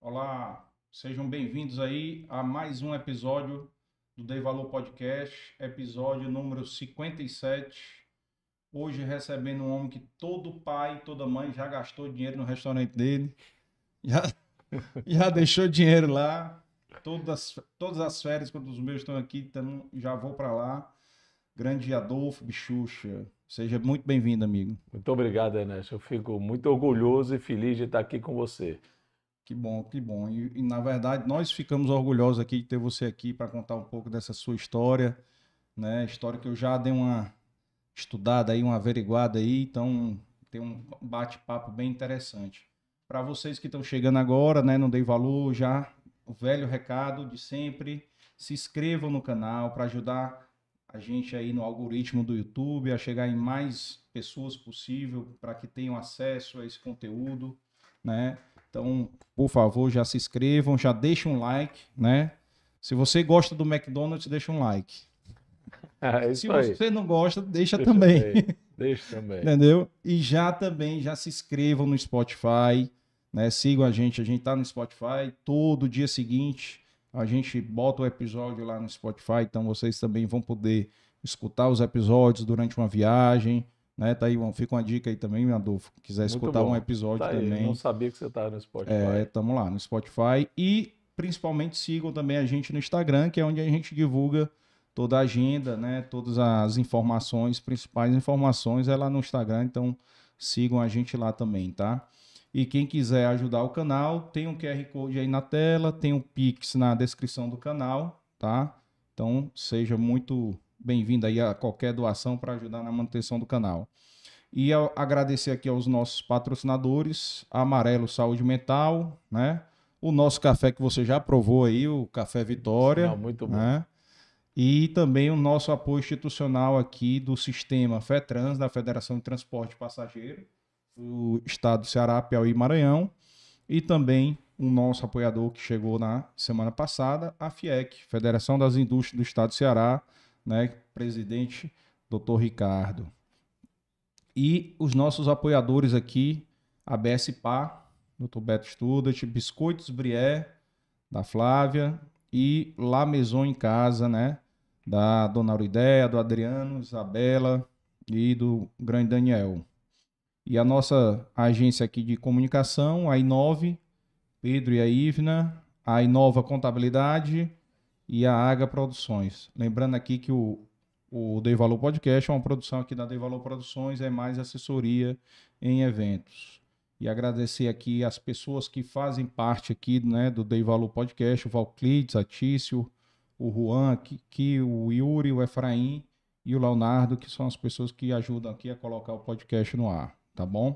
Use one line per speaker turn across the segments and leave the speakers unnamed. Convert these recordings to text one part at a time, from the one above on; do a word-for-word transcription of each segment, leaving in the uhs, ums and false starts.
Olá, sejam bem-vindos aí a mais um episódio do Dei Valor Podcast, episódio número cinquenta e sete. Hoje recebendo um homem que todo pai, toda mãe já gastou dinheiro no restaurante dele, já, já deixou dinheiro lá. Todas, todas as férias, quando os meus estão aqui, então já vou para lá. Grande Adolfo Bichucha, seja muito bem-vindo, amigo.
Muito obrigado, Ernesto. Eu fico muito orgulhoso e feliz de estar aqui com você.
Que bom, que bom. E, e, na verdade, nós ficamos orgulhosos aqui de ter você aqui para contar um pouco dessa sua história, né? História que eu já dei uma estudada aí, uma averiguada aí, então tem um bate-papo bem interessante. Para vocês que estão chegando agora, né, não dei valor, já o velho recado de sempre, se inscrevam no canal para ajudar a gente aí no algoritmo do YouTube a chegar em mais pessoas possível para que tenham acesso a esse conteúdo, né? Então, por favor, já se inscrevam, já deixem um like, né? Se você gosta do McDonald's, deixa um like.
É isso
Se
aí.
você não gosta, deixa,
Deixa
também.
também. Deixa também.
Entendeu? E já também, já se inscrevam no Spotify, né? Sigam a gente, a gente tá no Spotify todo dia seguinte. A gente bota o episódio lá no Spotify, então vocês também vão poder escutar os episódios durante uma viagem, né? Tá aí, fica uma dica aí também, Adolfo, quiser
Muito
escutar
bom.
um episódio
Tá aí,
também.
não sabia que você estava no Spotify.
É, tamo lá no Spotify e principalmente sigam também a gente no Instagram, que é onde a gente divulga toda a agenda, né? Todas as informações, principais informações é lá no Instagram, então sigam a gente lá também, tá? E quem quiser ajudar o canal, tem um Q R Code aí na tela, tem um Pix na descrição do canal, tá? Então seja muito bem-vindo aí a qualquer doação para ajudar na manutenção do canal. E agradecer aqui aos nossos patrocinadores, Amarelo Saúde Mental, né? O nosso café que você já provou aí, o Café Vitória.
Não, muito bom.
Né? E também o nosso apoio institucional aqui do sistema FETRANS, da Federação de Transporte Passageiro, do Estado do Ceará, Piauí e Maranhão. E também o nosso apoiador que chegou na semana passada, a FIEC, Federação das Indústrias do Estado do Ceará, né? Presidente doutor Ricardo. E os nossos apoiadores aqui, a B S P A, doutor Beto Student, Biscoitos Brié, da Flávia, e La Maison em Casa, né? Da dona Auridéia, do Adriano, Isabela e do grande Daniel. E a nossa agência aqui de comunicação, a Inove, Pedro e a Ivna, a Inova Contabilidade e a Aga Produções. Lembrando aqui que o O Dei Valor Podcast é uma produção aqui da Dei Valor Produções, é mais assessoria em eventos. E agradecer aqui as pessoas que fazem parte aqui, né, do Dei Valor Podcast, o Valclides, a Tício, o Juan, aqui, o Yuri, o Efraim e o Leonardo, que são as pessoas que ajudam aqui a colocar o podcast no ar, tá bom?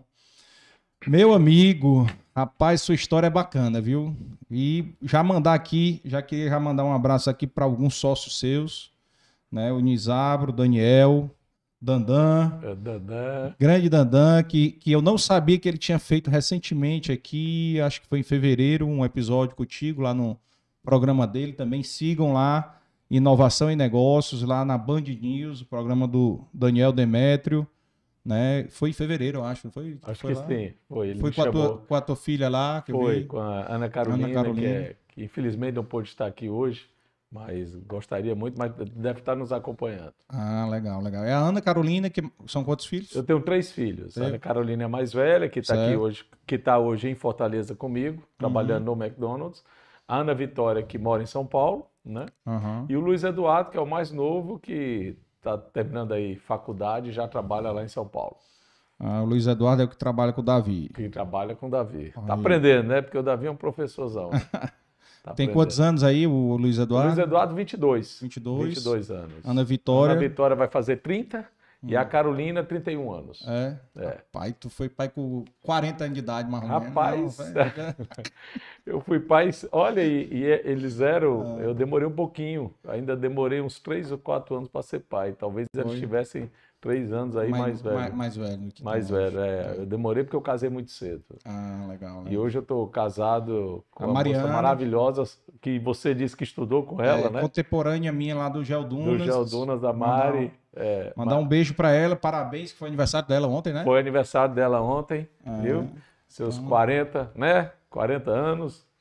Meu amigo, rapaz, sua história é bacana, viu? E já mandar aqui, já queria já mandar um abraço aqui para alguns sócios seus, né, o Nizabro, Daniel, Dandan,
É, Dandan.
grande Dandan, que, que eu não sabia que ele tinha feito recentemente aqui, acho que foi em fevereiro, um episódio contigo lá no programa dele. Também sigam lá, Inovação e Negócios, lá na Band News, o programa do Daniel Demétrio, né? Foi em fevereiro, eu acho. Foi,
Acho
foi
que
lá?
sim. Foi, ele
Foi
me
com a, tua,
chamou.
com a tua filha lá? Que
Foi,
veio?
com a Ana Carolina,
Ana Carolina.
Que, é, que infelizmente não pôde estar aqui hoje, mas gostaria muito, mas deve estar nos acompanhando.
Ah, legal, legal. É a Ana Carolina, que são quantos filhos?
Eu tenho três filhos. A
Tem.
Ana Carolina é a mais velha, que está aqui
Certo.
hoje, que está hoje em Fortaleza comigo, trabalhando no McDonald's. A Ana Vitória, que mora em São Paulo, né?
Aham.
E o Luiz Eduardo, que é o mais novo, que está terminando aí faculdade e já trabalha lá em São Paulo.
Ah, o Luiz Eduardo é o que trabalha com o Davi.
Que trabalha com o Davi.
Aí.
Tá aprendendo, né? Porque o Davi é um professorzão. Tá
Tem
aprendendo.
quantos anos aí o Luiz
O
Eduardo?
Luiz Eduardo, vinte e dois.
vinte e dois.
vinte e dois anos.
Ana Vitória.
Ana Vitória vai fazer trinta e a Carolina, trinta e um anos.
É.
É.
Pai, tu foi pai com quarenta anos de idade, mais ou menos.
Rapaz,
Não, velho.
eu fui pai, olha, e, e eles eram,
Ah.
eu demorei um pouquinho, ainda demorei uns três ou quatro anos para ser pai. Talvez eles
Foi.
tivessem três anos aí mais, velho.
Mais, mais velho. que
Mais
tu hoje.
velho, é. Eu demorei porque eu casei muito cedo.
Ah, legal.
E
legal.
hoje eu estou casado com
A
uma
Mariana.
moça maravilhosa, que você disse que estudou com
É,
ela, né?
contemporânea minha lá do
Do
Geodunas.
Geodunas, da
Mandar
Mari.
um-
É,
Mandar um beijo pra ela, parabéns, que foi aniversário dela ontem, né?
Foi aniversário dela ontem,
É.
viu? Seus
Então-
quarenta, né? quarenta anos.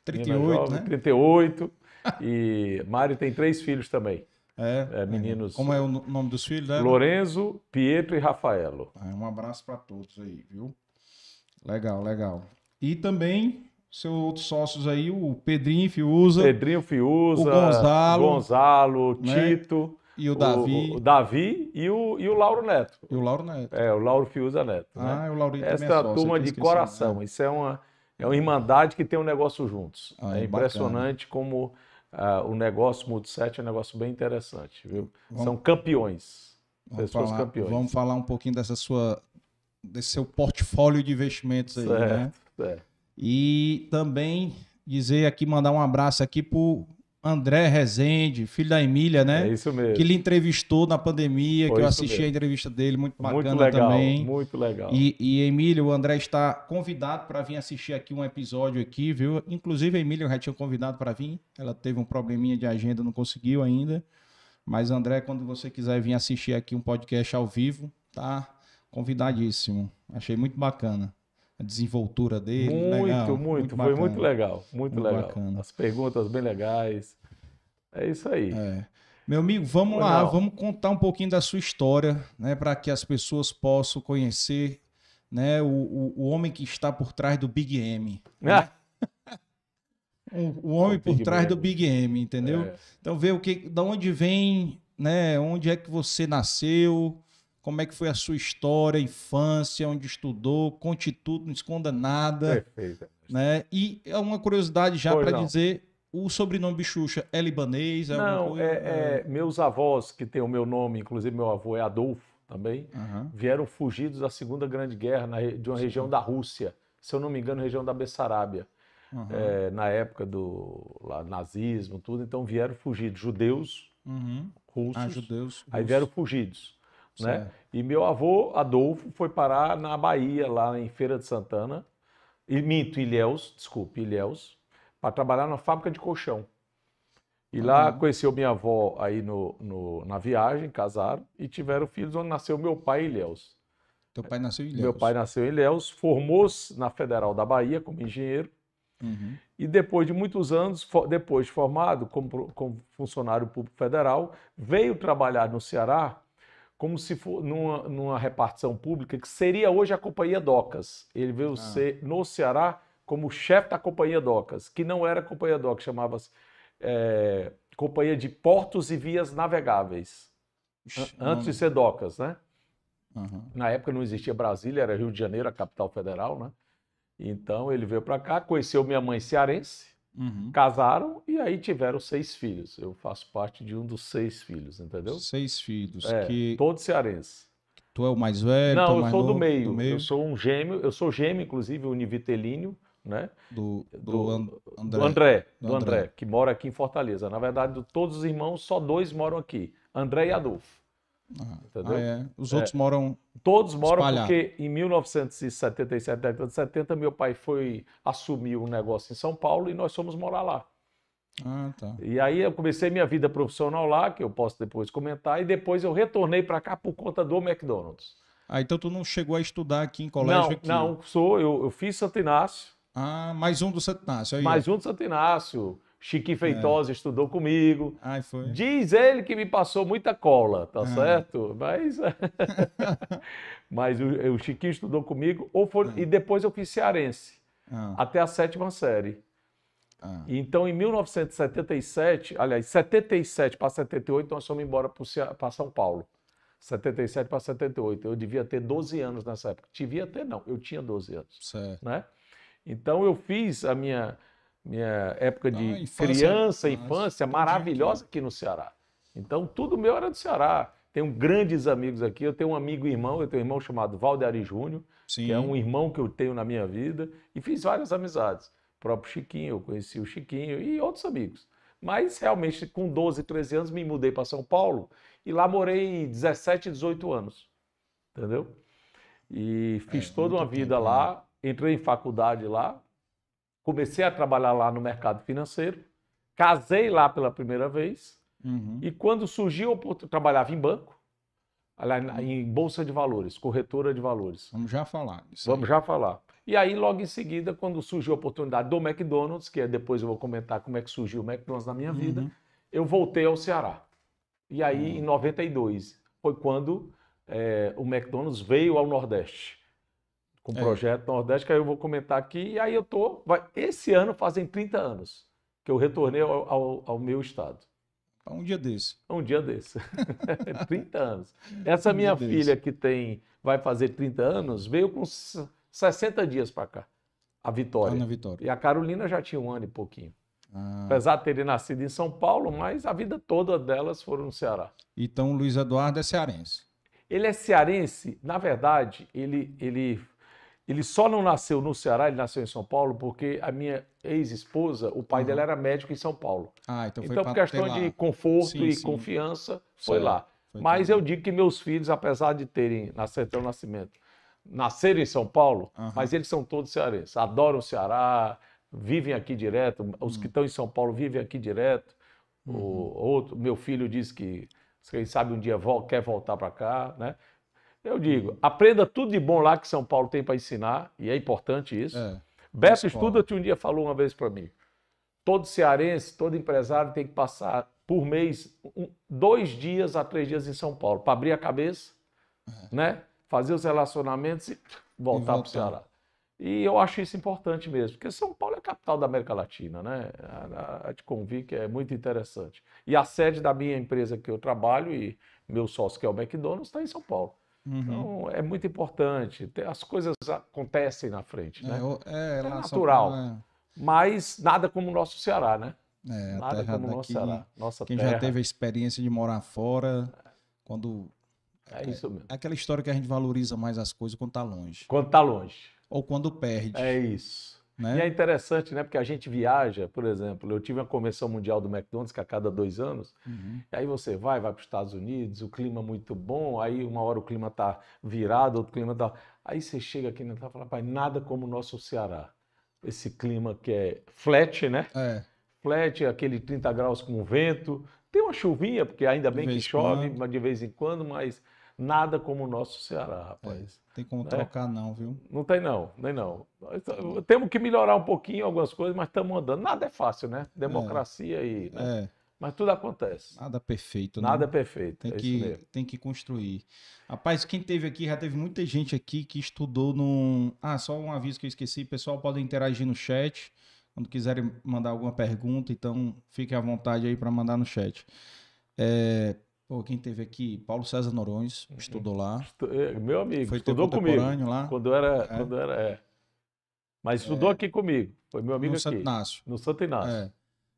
trinta e oito, né?
trinta e oito. E Mari tem três filhos também.
É,
é, meninos.
Como é o nome dos filhos dela?
Lorenzo, Pietro e Rafaelo.
Ah, um abraço para todos aí, viu? Legal, legal. E também seus outros sócios aí, o Pedrinho Fiuza.
Pedrinho Fiuza,
o Gonzalo,
Gonzalo,
né?
Tito.
E o Davi.
O, o Davi e o, e o Lauro Neto.
E o Lauro Neto.
É, o Lauro Fiuza Neto.
Ah,
né?
o Laurinho
Essa
também é
é a
sócio,
turma
eu
de
esqueci,
coração.
né?
Isso é uma, é uma irmandade que tem um negócio juntos.
Ah,
é
é
impressionante como uh, o negócio Multiset é um negócio bem interessante. Viu?
Vamos,
São campeões.
Vamos
pessoas
falar,
campeões.
Vamos falar um pouquinho dessa sua, desse seu portfólio de investimentos aí,
certo,
né?
Certo.
E também dizer aqui, mandar um abraço aqui pro André Rezende, filho da Emília, né?
É isso mesmo.
Que ele entrevistou na pandemia,
Foi
que eu
isso
assisti
mesmo.
a entrevista dele, muito bacana
muito legal,
também.
Muito legal.
E, e Emílio, o André está convidado para vir assistir aqui um episódio aqui, viu? Inclusive a Emília já tinha convidado para vir, ela teve um probleminha de agenda, não conseguiu ainda. Mas André, quando você quiser vir assistir aqui um podcast ao vivo, tá convidadíssimo. Achei muito bacana. A desenvoltura dele,
muito,
legal.
Muito, muito. Foi muito legal. Muito, muito legal. Bacana. As perguntas bem legais. É isso aí.
É. Meu amigo, vamos
Foi
lá,
não.
vamos contar um pouquinho da sua história, né, para que as pessoas possam conhecer, né, o, o, o homem que está por trás do Big M. Né? o, o homem o por trás M. do Big M, entendeu? É. Então, ver o que, da onde vem, né, onde é que você nasceu, como é que foi a sua história, infância, onde estudou, conte tudo, não esconda nada.
Perfeito.
Né? E é uma curiosidade já para dizer, o sobrenome Bichucha é libanês? É
não,
coisa?
É, é, meus avós, que tem o meu nome, inclusive meu avô é Adolfo também, uhum. vieram fugidos da Segunda Grande Guerra na, de uma Sim. região da Rússia, se eu não me engano, região da Bessarábia, uhum. é, na época do lá, nazismo, tudo, então vieram fugidos, judeus,
uhum.
russos,
ah, judeus,
aí vieram fugidos. Né? E meu avô, Adolfo, foi parar na Bahia, lá em Feira de Santana, e minto, Ilhéus, desculpe, Ilhéus, para trabalhar na fábrica de colchão. E uhum. lá conheceu minha avó aí no, no, na viagem, casaram, e tiveram filhos onde nasceu meu pai, Ilhéus.
Teu pai nasceu em Ilhéus?
Meu pai nasceu em Ilhéus, formou-se na Federal da Bahia como engenheiro, uhum. e depois de muitos anos, depois de formado como, como funcionário público federal, veio trabalhar no Ceará como se for numa, numa repartição pública que seria hoje a Companhia Docas. Ele veio ah. ser no Ceará como chefe da Companhia Docas, que não era Companhia Docas, chamava-se é, Companhia de Portos e Vias Navegáveis, Ixi, antes não... de ser Docas, né? Uhum. Na época não existia Brasília, era Rio de Janeiro, a capital federal, né? Então ele veio para cá, conheceu minha mãe cearense, uhum. casaram e aí tiveram seis filhos. Eu faço parte de um dos seis filhos, entendeu?
Seis filhos.
É,
que...
todos cearenses.
Tu é o mais velho?
Não, eu
mais
sou
novo,
do, meio.
do meio.
Eu sou um gêmeo. Eu sou gêmeo, inclusive, univitelíneo, né?
Do, do,
do,
André.
do André. Do, do André, André, que mora aqui em Fortaleza. Na verdade, de todos os irmãos, só dois moram aqui. André e Adolfo.
Ah, entendeu? Ah, é. Os outros
é.
moram
Todos moram
espalhado.
Porque em mil novecentos e setenta e sete, década de setenta, meu pai foi assumir um negócio em São Paulo e nós fomos morar lá.
Ah, tá.
E aí eu comecei minha vida profissional lá, que eu posso depois comentar, e depois eu retornei para cá por conta do McDonald's.
Ah, então tu não chegou a estudar aqui em colégio?
Não,
aqui.
não, sou, eu, eu fiz Santo Inácio.
Ah, mais um do Santo Inácio. Aí,
mais
ó.
um do Santo Inácio. Chiquinho Feitosa é. estudou comigo.
Ai, foi.
Diz ele que me passou muita cola, tá ah. certo? Mas, mas o, o Chiquinho estudou comigo, ou foi... ah. e depois eu fiz cearense, ah. até a sétima série. Ah. Então, em mil novecentos e setenta e sete, aliás, setenta e sete para setenta e oito, nós fomos embora para São Paulo. setenta e sete para setenta e oito. Eu devia ter doze anos nessa época. Devia ter, não. Eu tinha doze anos.
Certo.
Né? Então, eu fiz a minha, minha época de ah, infância, criança, infância, maravilhosa aqui no Ceará. Então, tudo meu era do Ceará. Tenho grandes amigos aqui. Eu tenho um amigo irmão, eu tenho um irmão chamado Valdeari Júnior, Sim. que é um irmão que eu tenho na minha vida. E fiz várias amizades. O próprio Chiquinho, eu conheci o Chiquinho e outros amigos. Mas, realmente, com doze, treze anos, me mudei para São Paulo e lá morei dezessete, dezoito anos. Entendeu? E fiz é, toda uma vida tempo, lá, né? Entrei em faculdade lá, comecei a trabalhar lá no mercado financeiro, casei lá pela primeira vez, uhum. e quando surgiu, eu trabalhava em banco, em bolsa de valores, corretora de valores.
Vamos já falar.
Vamos aí. já falar. E aí, logo em seguida, quando surgiu a oportunidade do McDonald's, que depois eu vou comentar como é que surgiu o McDonald's na minha uhum. vida, eu voltei ao Ceará. E aí, uhum. em noventa e dois, foi quando é, o McDonald's veio ao Nordeste. Com o é. projeto Nordeste, que aí eu vou comentar aqui. E aí eu tô... Vai, esse ano fazem trinta anos que eu retornei ao, ao, ao meu estado.
Um dia desse.
Um dia desse. trinta anos. Essa um minha filha desse. que tem, vai fazer trinta anos, veio com sessenta dias para cá. A Vitória.
Ah, Vitória.
E a Carolina já tinha um ano e pouquinho. Ah. Apesar de terem nascido em São Paulo, mas a vida toda delas foram no Ceará.
Então o Luiz Eduardo é cearense.
Ele é cearense, na verdade, ele, ele, ele só não nasceu no Ceará, ele nasceu em São Paulo, porque a minha ex-esposa, o pai uhum. dela era médico em São Paulo.
Ah, então foi
então, por questão de conforto sim, e sim. confiança, foi certo. lá. Foi Mas eu digo que meus filhos, apesar de terem nascido no nascimento, nasceram em São Paulo, uhum. mas eles são todos cearenses. Adoram o Ceará, vivem aqui direto. Os uhum. que estão em São Paulo vivem aqui direto. Uhum. O outro, meu filho disse que, quem sabe, um dia quer voltar para cá, né? Eu digo, uhum. aprenda tudo de bom lá que São Paulo tem para ensinar, e é importante isso. É. Beto Studat um dia falou uma vez para mim, todo cearense, todo empresário tem que passar por mês um, dois dias a três dias em São Paulo, para abrir a cabeça, é. né? fazer os relacionamentos e voltar para o Ceará. E eu acho isso importante mesmo, porque São Paulo é a capital da América Latina, né? A, a, a te convir que é muito interessante. E a sede da minha empresa que eu trabalho e meu sócio, que é o McDonald's, está em São Paulo. Uhum. Então, é muito importante. As coisas acontecem na frente, né?
É, é,
é natural. É... Mas nada como o nosso Ceará, né?
É,
nada como o nosso Ceará. Nossa
quem
terra.
já teve a experiência de morar fora, quando...
É isso mesmo.
É aquela história que a gente valoriza mais as coisas quando está longe.
Quando está longe.
Ou quando perde.
É isso.
Né?
E é interessante, né? Porque a gente viaja, por exemplo, eu tive uma convenção mundial do McDonald's, que a cada dois anos, uhum. e aí você vai, vai para os Estados Unidos, o clima muito bom, aí uma hora o clima está virado, outro clima está... Aí você chega aqui e fala, rapaz, nada como o nosso Ceará. Esse clima que é flat, né?
É.
Flat, aquele trinta graus com vento. Tem uma chuvinha, porque ainda bem que chove quando. de vez em quando, mas nada como o nosso Ceará, rapaz.
É, tem como
né?
trocar não, viu?
Não tem não, nem não. Temos que melhorar um pouquinho algumas coisas, mas estamos andando. Nada é fácil, né? Democracia é. e... Né? É. Mas tudo acontece.
Nada perfeito,
né? Nada
né?
perfeito,
tem
é
que,
isso mesmo.
Tem que construir. Rapaz, quem teve aqui, já teve muita gente aqui que estudou num... Ah, só um aviso que eu esqueci. Pessoal, podem interagir no chat. Quando quiserem mandar alguma pergunta, então fiquem à vontade aí para mandar no chat. É... Pô, quem teve aqui? Paulo César Norões, estudou lá.
Meu amigo,
foi
estudou comigo.
Lá.
Quando era, é. quando era, é. Mas estudou é. aqui comigo. Foi meu amigo
no
aqui.
Santo Inácio.
No Santo Inácio.
É.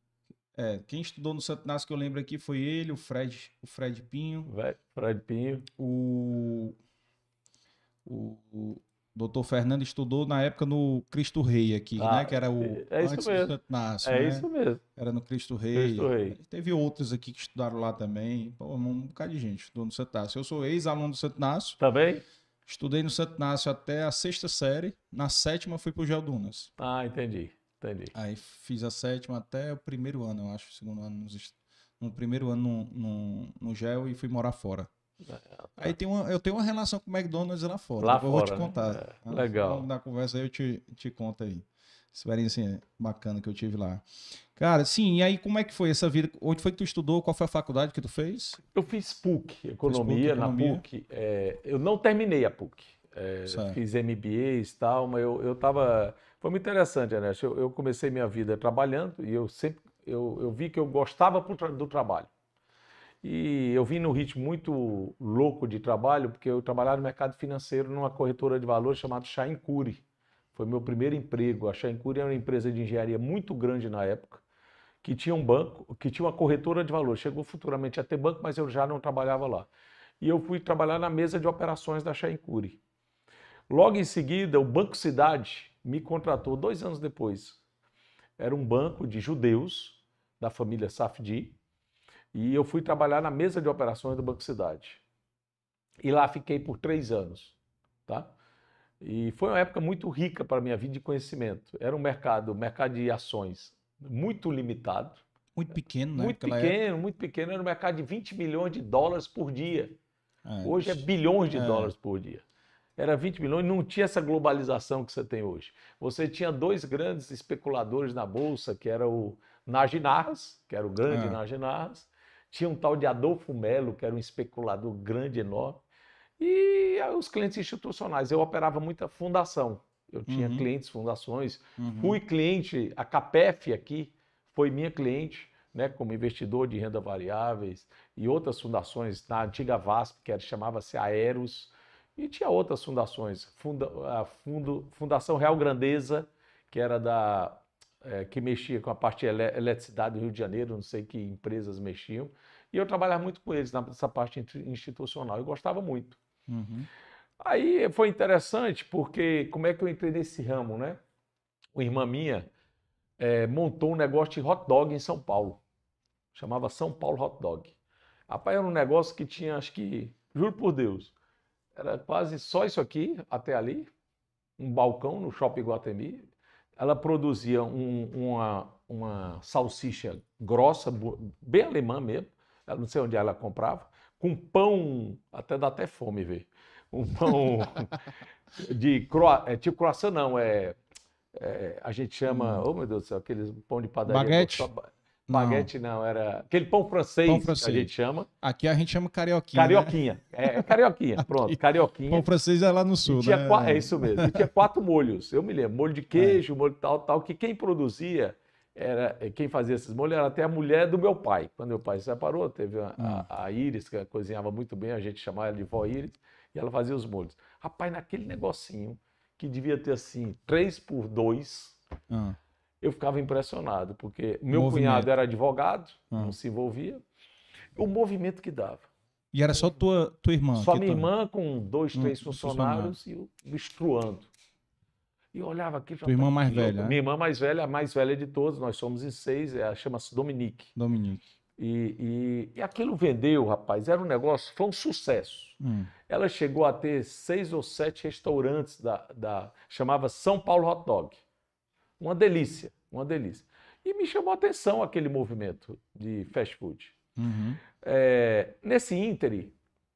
É. Quem estudou no Santo Inácio que eu lembro aqui foi ele, o Fred, o Fred Pinho.
Fred Pinho.
O, o, o doutor Fernando estudou na época no Cristo Rei aqui,
ah,
né? Que era o
é isso
antes
mesmo.
do Santo Inácio,
É
né?
isso mesmo.
Era no Cristo Rei.
Cristo Rei.
Teve outros aqui que estudaram lá também. Pô, um bocado de gente estudou no Santo Inácio. Eu sou ex-aluno do Santo Inácio.
Também?
Estudei no Santo Inácio até a sexta série. Na sétima fui pro Geodunas.
Ah, entendi. Entendi.
Aí fiz a sétima até o primeiro ano, eu acho. Segundo ano. Nos, no primeiro ano no, no, no Geo e fui morar fora. É, tá. Aí tem uma, eu tenho uma relação com o McDonald's lá fora.
Lá
Depois
fora,
eu vou te contar.
Né? É, legal.
Na conversa aí eu te, te conto aí. Experiência bacana que eu tive lá. Cara, sim, e aí como é que foi essa vida? Onde foi que tu estudou? Qual foi a faculdade que tu fez?
Eu fiz P U C, Economia, PUC, na P U C. É, eu não terminei a P U C. É, fiz M B As e tal, mas eu, eu tava... Foi muito interessante, Ernesto. Eu, eu comecei minha vida trabalhando e eu sempre eu, eu vi que eu gostava do trabalho. E eu vim num ritmo muito louco de trabalho, porque eu trabalhava no mercado financeiro numa corretora de valores chamada Chain Curi. Foi meu primeiro emprego. A Chain Curi era uma empresa de engenharia muito grande na época, que tinha um banco, que tinha uma corretora de valores. Chegou futuramente a ter banco, mas eu já não trabalhava lá. E eu fui trabalhar na mesa de operações da Chain Curi. Logo em seguida, o Banco Cidade me contratou dois anos depois. Era um banco de judeus, da família Safdi, e eu fui trabalhar na mesa de operações do Banco Cidade. E lá fiquei por três anos. Tá? E foi uma época muito rica para a minha vida de conhecimento. Era um mercado, um mercado de ações muito limitado.
Muito pequeno, né?
Muito pequeno, época. muito pequeno. Era um mercado de vinte milhões de dólares por dia. É, Hoje é bilhões de é. dólares por dia. era vinte milhões, não tinha essa globalização que você tem hoje. Você tinha dois grandes especuladores na Bolsa, que era o Nagy Narras, que era o grande é. Nagy Narras, tinha um tal de Adolfo Melo, que era um especulador grande, enorme, e os clientes institucionais. Eu operava muita fundação, eu tinha uhum. clientes, fundações, uhum. fui cliente, a Capef aqui foi minha cliente, né, como investidor de renda variáveis, e outras fundações, na antiga VASP, que era, chamava-se Aeros, e tinha outras fundações, Funda, a Fundo, Fundação Real Grandeza, que era da, é, que mexia com a parte de ele, eletricidade do Rio de Janeiro, não sei que empresas mexiam, e eu trabalhava muito com eles nessa parte institucional, eu gostava muito.
Uhum.
Aí foi interessante, porque como é que eu entrei nesse ramo, né? Uma irmã minha é, montou um negócio de hot dog em São Paulo, chamava São Paulo Hot Dog. Rapaz, era um negócio que tinha, acho que, juro por Deus, era quase só isso aqui, até ali, um balcão no Shopping Iguatemi. Ela produzia um, uma, uma salsicha grossa, bem alemã mesmo, eu não sei onde ela comprava, com pão, até dá até fome ver, um pão de croa, é, tipo croissant não, é, é a gente chama, hum. oh meu Deus do céu, aqueles pão de padaria.
Baguete?
Baguete não. não, era aquele pão francês,
pão francês
que a gente chama.
Aqui a gente chama carioquinha.
Carioquinha,
né?
é, carioquinha, pronto,
Aqui,
carioquinha.
Pão francês é lá no sul,
tinha
né?
Quatro, é isso mesmo, e tinha quatro molhos, eu me lembro, molho de queijo, é. molho tal, tal, que quem produzia, era quem fazia esses molhos era até a mulher do meu pai. Quando meu pai se separou, teve a, hum. a, a Iris, que cozinhava muito bem, a gente chamava ela de vó Iris, e ela fazia os molhos. Rapaz, naquele negocinho, que devia ter assim, três por dois, hum. eu ficava impressionado, porque meu movimento. Cunhado era advogado, hum. não se envolvia, o movimento que dava.
E era só tua, tua irmã?
Só minha tá... irmã com dois, três hum, funcionários funcionário. e o estruando. E eu olhava aqui...
Tua irmã mais velha?
Minha irmã mais velha, a mais velha de todos, nós somos em seis, ela chama-se Dominique.
Dominique.
E, e, e aquilo vendeu, rapaz, era um negócio, foi um sucesso.
Hum.
Ela chegou a ter seis ou sete restaurantes, da, da chamava São Paulo Hot Dog. Uma delícia, uma delícia. E me chamou a atenção aquele movimento de fast food.
Uhum.
É, nesse íntere,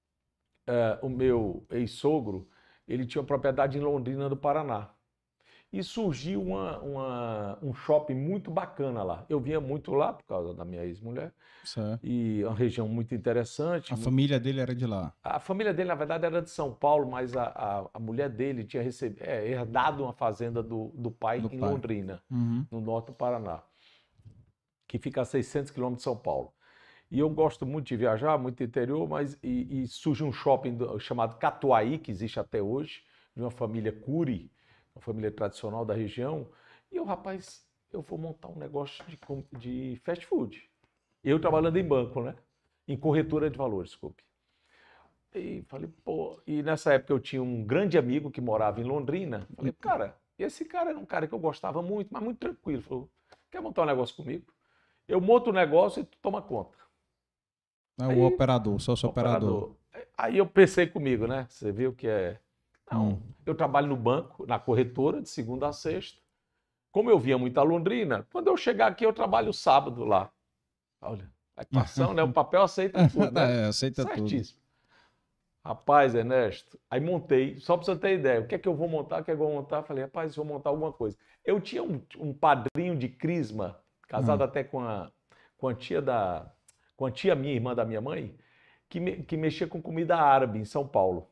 é, o meu ex-sogro, ele tinha uma propriedade em Londrina, do Paraná. E surgiu uma, uma, um shopping muito bacana lá. Eu vinha muito lá por causa da minha ex-mulher. E uma região muito interessante.
A muito... família dele era de lá?
A família dele, na verdade, era de São Paulo, mas a, a, a mulher dele tinha recebido, é, herdado uma fazenda do, do pai do em pai. Londrina,
uhum.
no norte do Paraná, que fica a seiscentos quilômetros de São Paulo. E eu gosto muito de viajar, muito interior, mas e, e surge um shopping do, chamado Catuaí, que existe até hoje, de uma família Cury, uma família tradicional da região, e eu, rapaz, eu vou montar um negócio de, de fast food. Eu trabalhando em banco, né? Em corretora de valores, desculpe. E falei, pô, e nessa época eu tinha um grande amigo que morava em Londrina. Falei, cara, esse cara era um cara que eu gostava muito, mas muito tranquilo. Falou, quer montar um negócio comigo? Eu monto o negócio e tu toma conta.
É o aí, operador, sócio operador.
operador. Aí eu pensei comigo, né? Você viu que é... Não, hum. eu trabalho no banco, na corretora, de segunda a sexta. Como eu via muito a Londrina, quando eu chegar aqui, eu trabalho sábado lá. Olha, a equação, né? O papel aceita tudo, né?
É, aceita
certíssimo. Tudo. Rapaz, Ernesto, aí montei, só para você ter ideia, o que é que eu vou montar, o que é que eu vou montar? Falei, rapaz, vou montar alguma coisa. Eu tinha um, um padrinho de crisma, casado hum. até com a, com a tia da... com a tia minha, irmã da minha mãe, que, me, que mexia com comida árabe em São Paulo.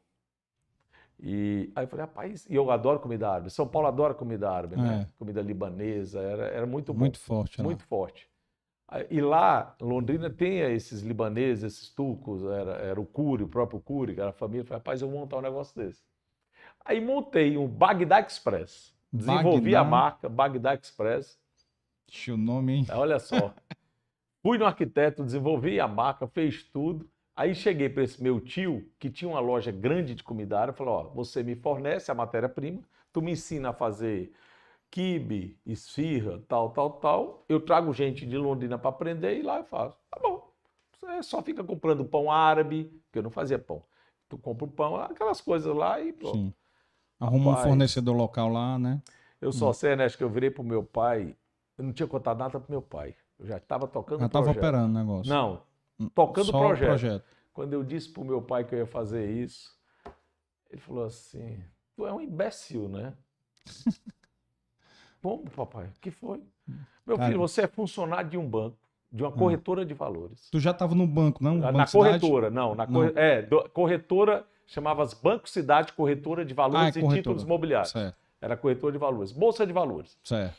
E aí eu falei, rapaz, e eu adoro comida árabe. São Paulo adora comida árabe, é. né? Comida libanesa, era, era muito bom.
Muito forte,
Muito
lá.
forte. E lá, Londrina, tem esses libaneses, esses turcos, era, era o Cury, o próprio Cury, que era a família. Eu falei, rapaz, eu vou montar um negócio desse. Aí montei um Bagdá Express. Desenvolvi Bagdá. a marca Bagdá Express.
Deixa o nome, hein?
Olha só. Fui no arquiteto, desenvolvi a marca, fez tudo. Aí cheguei para esse meu tio, que tinha uma loja grande de comida árabe, falou, ó, você me fornece a matéria-prima, tu me ensina a fazer quibe, esfirra, tal, tal, tal. Eu trago gente de Londrina para aprender e lá eu faço. Tá bom. Você só fica comprando pão árabe, porque eu não fazia pão. Tu compra o pão, aquelas coisas lá e pronto.
Sim. Arruma Rapaz, um fornecedor local lá, né?
Eu só hum. sei, Ernesto, que eu virei pro meu pai, eu não tinha contado nada pro meu pai. Eu já estava tocando
já
o projeto.
Já estava operando o negócio.
Não, tocando o projeto.
projeto.
Quando eu disse pro meu pai que eu ia fazer isso, Ele falou assim, tu é um imbecil, né? Como, papai? O que foi? Meu
Cara,
filho, você é funcionário de um banco, de uma corretora de valores.
Tu já estava no banco, não?
Na,
Banco
na
Cidade?
corretora, não. Na
Não.
corre, é, do, corretora, chamava-se Banco Cidade Corretora de Valores
Ah, é
e
corretora.
Títulos Imobiliários.
Certo.
Era corretora de valores. Bolsa de valores.
Certo.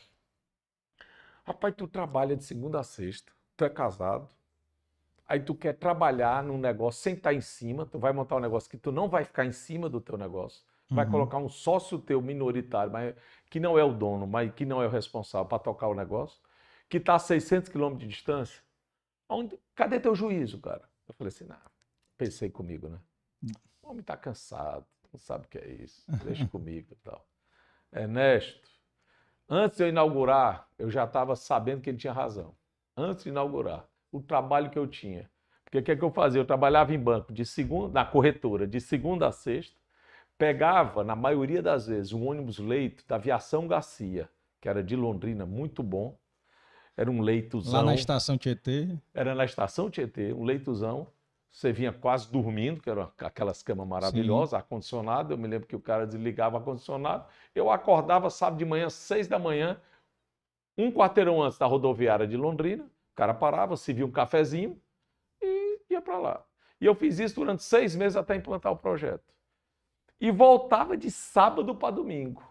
Rapaz, tu trabalha de segunda a sexta, tu é casado, aí tu quer trabalhar num negócio sem estar em cima, tu vai montar um negócio que tu não vai ficar em cima do teu negócio, vai
Uhum.
colocar um sócio teu minoritário, mas que não é o dono, mas que não é o responsável para tocar o negócio, que está a seiscentos quilômetros de distância. Onde, cadê teu juízo, cara? Eu falei assim, não, pensei comigo, né? O homem está cansado, não sabe o que é isso, deixa comigo e tal. Ernesto, antes de eu inaugurar, eu já estava sabendo que ele tinha razão. Antes de inaugurar, o trabalho que eu tinha. Porque o que é que eu fazia? Eu trabalhava em banco de segunda, na corretora, de segunda a sexta, pegava, na maioria das vezes, um ônibus leito da Aviação Garcia, que era de Londrina, muito bom. Era um leitozão.
Lá na estação Tietê?
Era na estação Tietê, um leitozão. Você vinha quase dormindo, que eram aquelas camas maravilhosas, ar-condicionado. Eu me lembro que o cara desligava o ar-condicionado. Eu acordava sábado de manhã, seis da manhã, um quarteirão antes da rodoviária de Londrina. O cara parava, servia um cafezinho e ia para lá. E eu fiz isso durante seis meses até implantar o projeto. E voltava de sábado para domingo,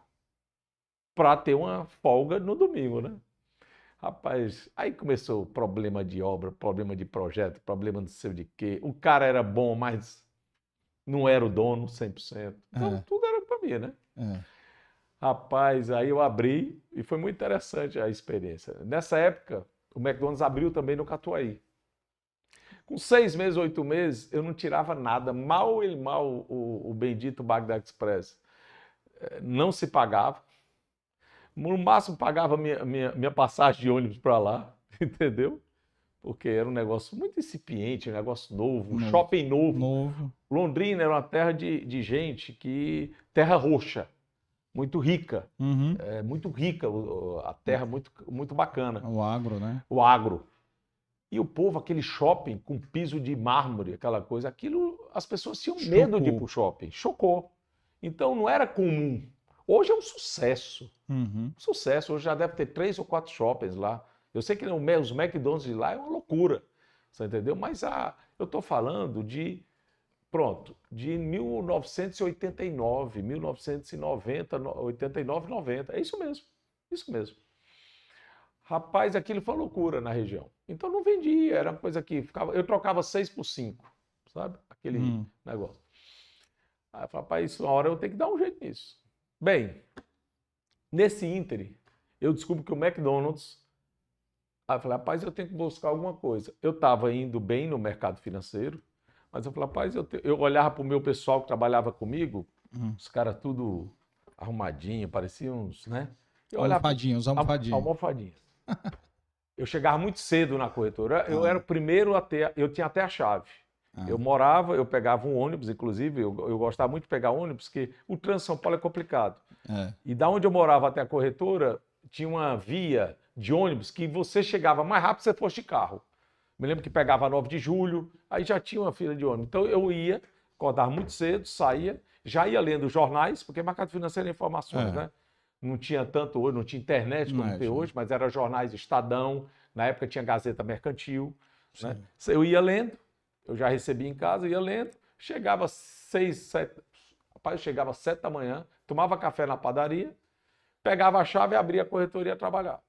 para ter uma folga no domingo, né? Rapaz, aí começou problema de obra, problema de projeto, problema não sei de quê. O cara era bom, mas não era o dono cem por cento. Então,
É.
tudo era para mim, né?
É.
Rapaz, aí eu abri e foi muito interessante a experiência. Nessa época, o McDonald's abriu também no Catuaí. Com seis meses, oito meses, eu não tirava nada. Mal e mal o, o bendito Bagdad Express não se pagava. No máximo pagava minha, minha, minha passagem de ônibus para lá, entendeu? Porque era um negócio muito incipiente, um negócio novo, um
Novo.
shopping novo.
Novo.
Londrina era uma terra de, de gente que... terra roxa, muito rica.
Uhum.
É muito rica, a terra muito, muito bacana.
O agro, né?
O agro. E o povo, aquele shopping com piso de mármore, aquela coisa, aquilo, as pessoas tinham
Chocou.
medo de ir para o shopping. Chocou. Então não era comum. Hoje é um sucesso.
Uhum.
Sucesso. Hoje já deve ter três ou quatro shoppings lá. Eu sei que os McDonald's de lá é uma loucura. Você entendeu? Mas a, eu estou falando de, pronto, de mil novecentos e oitenta e nove, mil novecentos e noventa, oitenta e nove, noventa. É isso mesmo. Isso mesmo. Rapaz, aquilo foi loucura na região. Então não vendia, era uma coisa que ficava. Eu trocava seis por cinco, sabe? Aquele hum. negócio. Aí eu falei, rapaz, isso, uma hora eu tenho que dar um jeito nisso. Bem, nesse ínterim, eu descubro que o McDonald's. Aí eu falei, rapaz, eu tenho que buscar alguma coisa. Eu estava indo bem no mercado financeiro, mas eu falei, rapaz, eu, te... eu olhava para o meu pessoal que trabalhava comigo, hum. os caras tudo arrumadinho, pareciam uns, né?
Eu almofadinhos, olhava... almofadinhos.
Almofadinhos. Eu chegava muito cedo na corretora. Eu ah. era o primeiro a ter, eu tinha até a chave. Ah. Eu morava, eu pegava um ônibus, inclusive, eu, eu gostava muito de pegar ônibus, porque o trânsito São Paulo é complicado. É. E da onde eu morava até a corretora, tinha uma via de ônibus que você chegava mais rápido se você fosse de carro. Me lembro que pegava nove de julho, aí já tinha uma fila de ônibus. Então eu ia, acordava muito cedo, saía, já ia lendo jornais, porque mercado financeiro é informações, é. né? Não tinha tanto hoje, não tinha internet como não, tem hoje, mas era jornais Estadão, na época tinha Gazeta Mercantil. Né? Eu ia lendo, eu já recebia em casa, ia lendo, chegava seis, sete, rapaz, eu chegava sete da manhã, tomava café na padaria, pegava a chave e abria a corretora e ia trabalhar.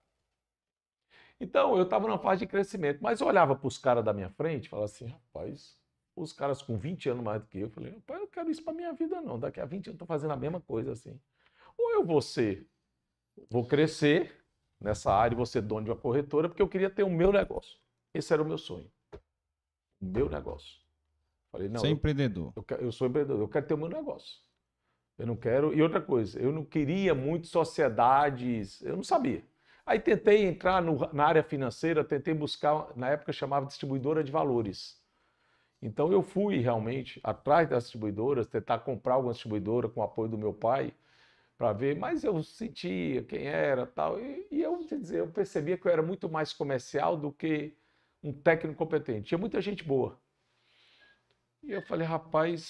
Então, eu estava numa fase de crescimento, mas eu olhava para os caras da minha frente e falava assim, rapaz, os caras com vinte anos mais do que eu, eu falei, rapaz, eu não quero isso para minha vida não, daqui a vinte anos eu estou fazendo a mesma coisa assim. Ou eu vou ser, vou crescer nessa área e vou ser dono de uma corretora, porque eu queria ter o meu negócio. Esse era o meu sonho. O meu negócio. Falei, não,
Ser
eu,
empreendedor.
Eu, eu sou empreendedor, eu quero ter o meu negócio. Eu não quero... E outra coisa, eu não queria muito sociedades, eu não sabia. Aí tentei entrar no, na área financeira, tentei buscar, na época chamava distribuidora de valores. Então eu fui realmente atrás das distribuidoras, tentar comprar alguma distribuidora com o apoio do meu pai, para ver, mas eu sentia quem era tal, e, e eu, quer dizer, eu percebia que eu era muito mais comercial do que um técnico competente. Tinha muita gente boa. E eu falei, rapaz,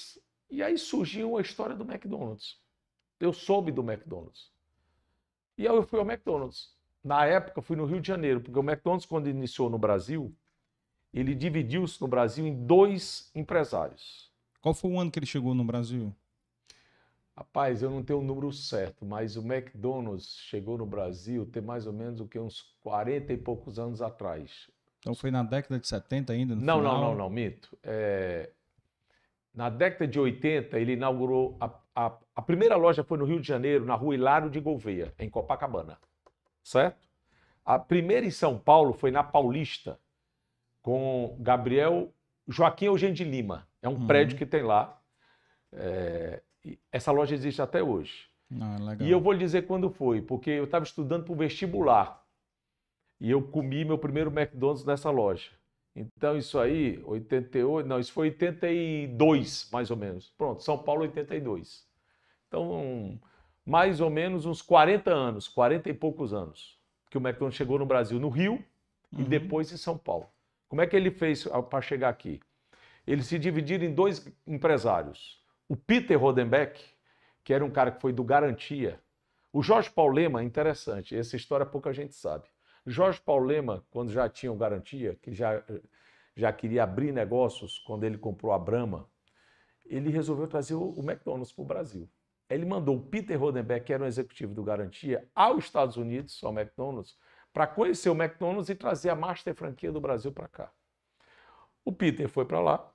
E aí surgiu a história do McDonald's. Eu soube do McDonald's. E aí eu fui ao McDonald's. Na época, fui no Rio de Janeiro, porque o McDonald's, quando iniciou no Brasil, ele dividiu-se no Brasil em dois empresários.
Qual foi o ano que ele chegou no Brasil?
Rapaz, eu não tenho o número certo, mas o McDonald's chegou no Brasil tem mais ou menos o que, uns quarenta e poucos anos atrás.
Então foi na década de setenta ainda? No
não,
final?
não, não, não, mito. É... Na década de oitenta, ele inaugurou... A, a, a primeira loja foi no Rio de Janeiro, na rua Hilário de Gouveia, em Copacabana. Certo? A primeira em São Paulo foi na Paulista, com Gabriel Joaquim Eugênio de Lima. É um uhum. prédio que tem lá. É... Essa loja existe até hoje.
Ah, legal.
E eu vou lhe dizer quando foi, porque eu estava estudando para o vestibular. E eu comi meu primeiro McDonald's nessa loja. Então, isso aí, oitenta e oito, não, isso foi oitenta e dois, mais ou menos. Pronto, São Paulo, oitenta e dois. Então, mais ou menos uns quarenta anos, quarenta e poucos anos, que o McDonald's chegou no Brasil, no Rio, uhum. e depois em São Paulo. Como é que ele fez para chegar aqui? Eles se dividiram em dois empresários. O Peter Rodenbeck, que era um cara que foi do Garantia. O Jorge Paulo Lema, interessante, essa história pouca gente sabe. Jorge Paulo Lema, quando já tinha o Garantia, que já, já queria abrir negócios, quando ele comprou a Brahma, ele resolveu trazer o, o McDonald's para o Brasil. Ele mandou o Peter Rodenbeck, que era um executivo do Garantia, aos Estados Unidos, ao McDonald's, para conhecer o McDonald's e trazer a master franquia do Brasil para cá. O Peter foi para lá.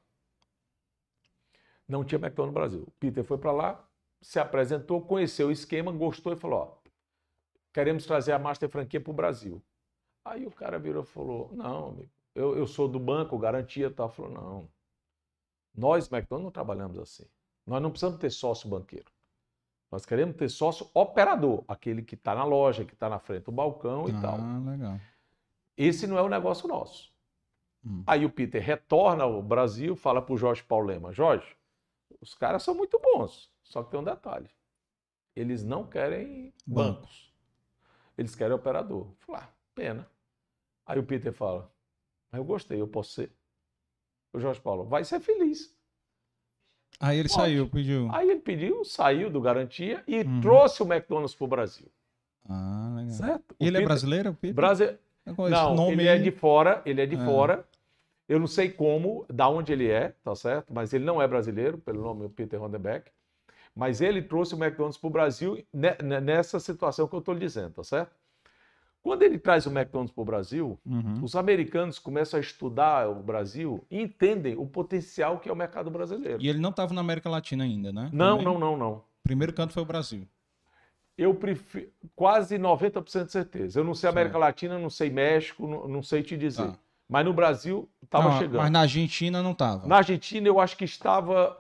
Não tinha McDonald's no Brasil. O Peter foi para lá, se apresentou, conheceu o esquema, gostou e falou, ó, queremos trazer a master franquia para o Brasil. Aí o cara virou e falou, não, amigo, eu, eu sou do banco, Garantia e tal. Falou, não, nós, McDonald's, não trabalhamos assim. Nós não precisamos ter sócio banqueiro. Nós queremos ter sócio operador, aquele que está na loja, que está na frente do balcão e
ah,
tal.
Legal.
Esse não é o negócio nosso. Hum. Aí o Peter retorna ao Brasil, fala para o Jorge Paulo Lema, Jorge, os caras são muito bons, só que tem um detalhe. Eles não querem bancos. bancos. Eles querem operador. Falei, ah, pena. Aí o Peter fala, mas eu gostei, eu posso ser. O Jorge Paulo, vai ser feliz.
Aí ele Pode. saiu, pediu.
Aí ele pediu, saiu do Garantia e uhum. trouxe o McDonald's para o Brasil.
Ah, legal.
Certo?
E ele Peter, é brasileiro, Peter?
Brasi... Não,
nome
ele
aí...
é de fora, ele é de é. fora. Eu não sei como, da onde ele é, tá certo? Mas ele não é brasileiro, pelo nome Peter Rodenbeck. Mas ele trouxe o McDonald's para o Brasil nessa situação que eu estou lhe dizendo, tá certo? Quando ele traz o McDonald's para o Brasil, uhum. os americanos começam a estudar o Brasil e entendem o potencial que é o mercado brasileiro.
E ele não estava na América Latina ainda, né?
Não, Também? não, não, não.
Primeiro canto foi o Brasil.
Eu prefiro quase noventa por cento de certeza. Eu não sei América certo. Latina, não sei México, não, não sei te dizer. Tá. Mas no Brasil estava chegando.
Mas na Argentina não estava.
Na Argentina eu acho que estava...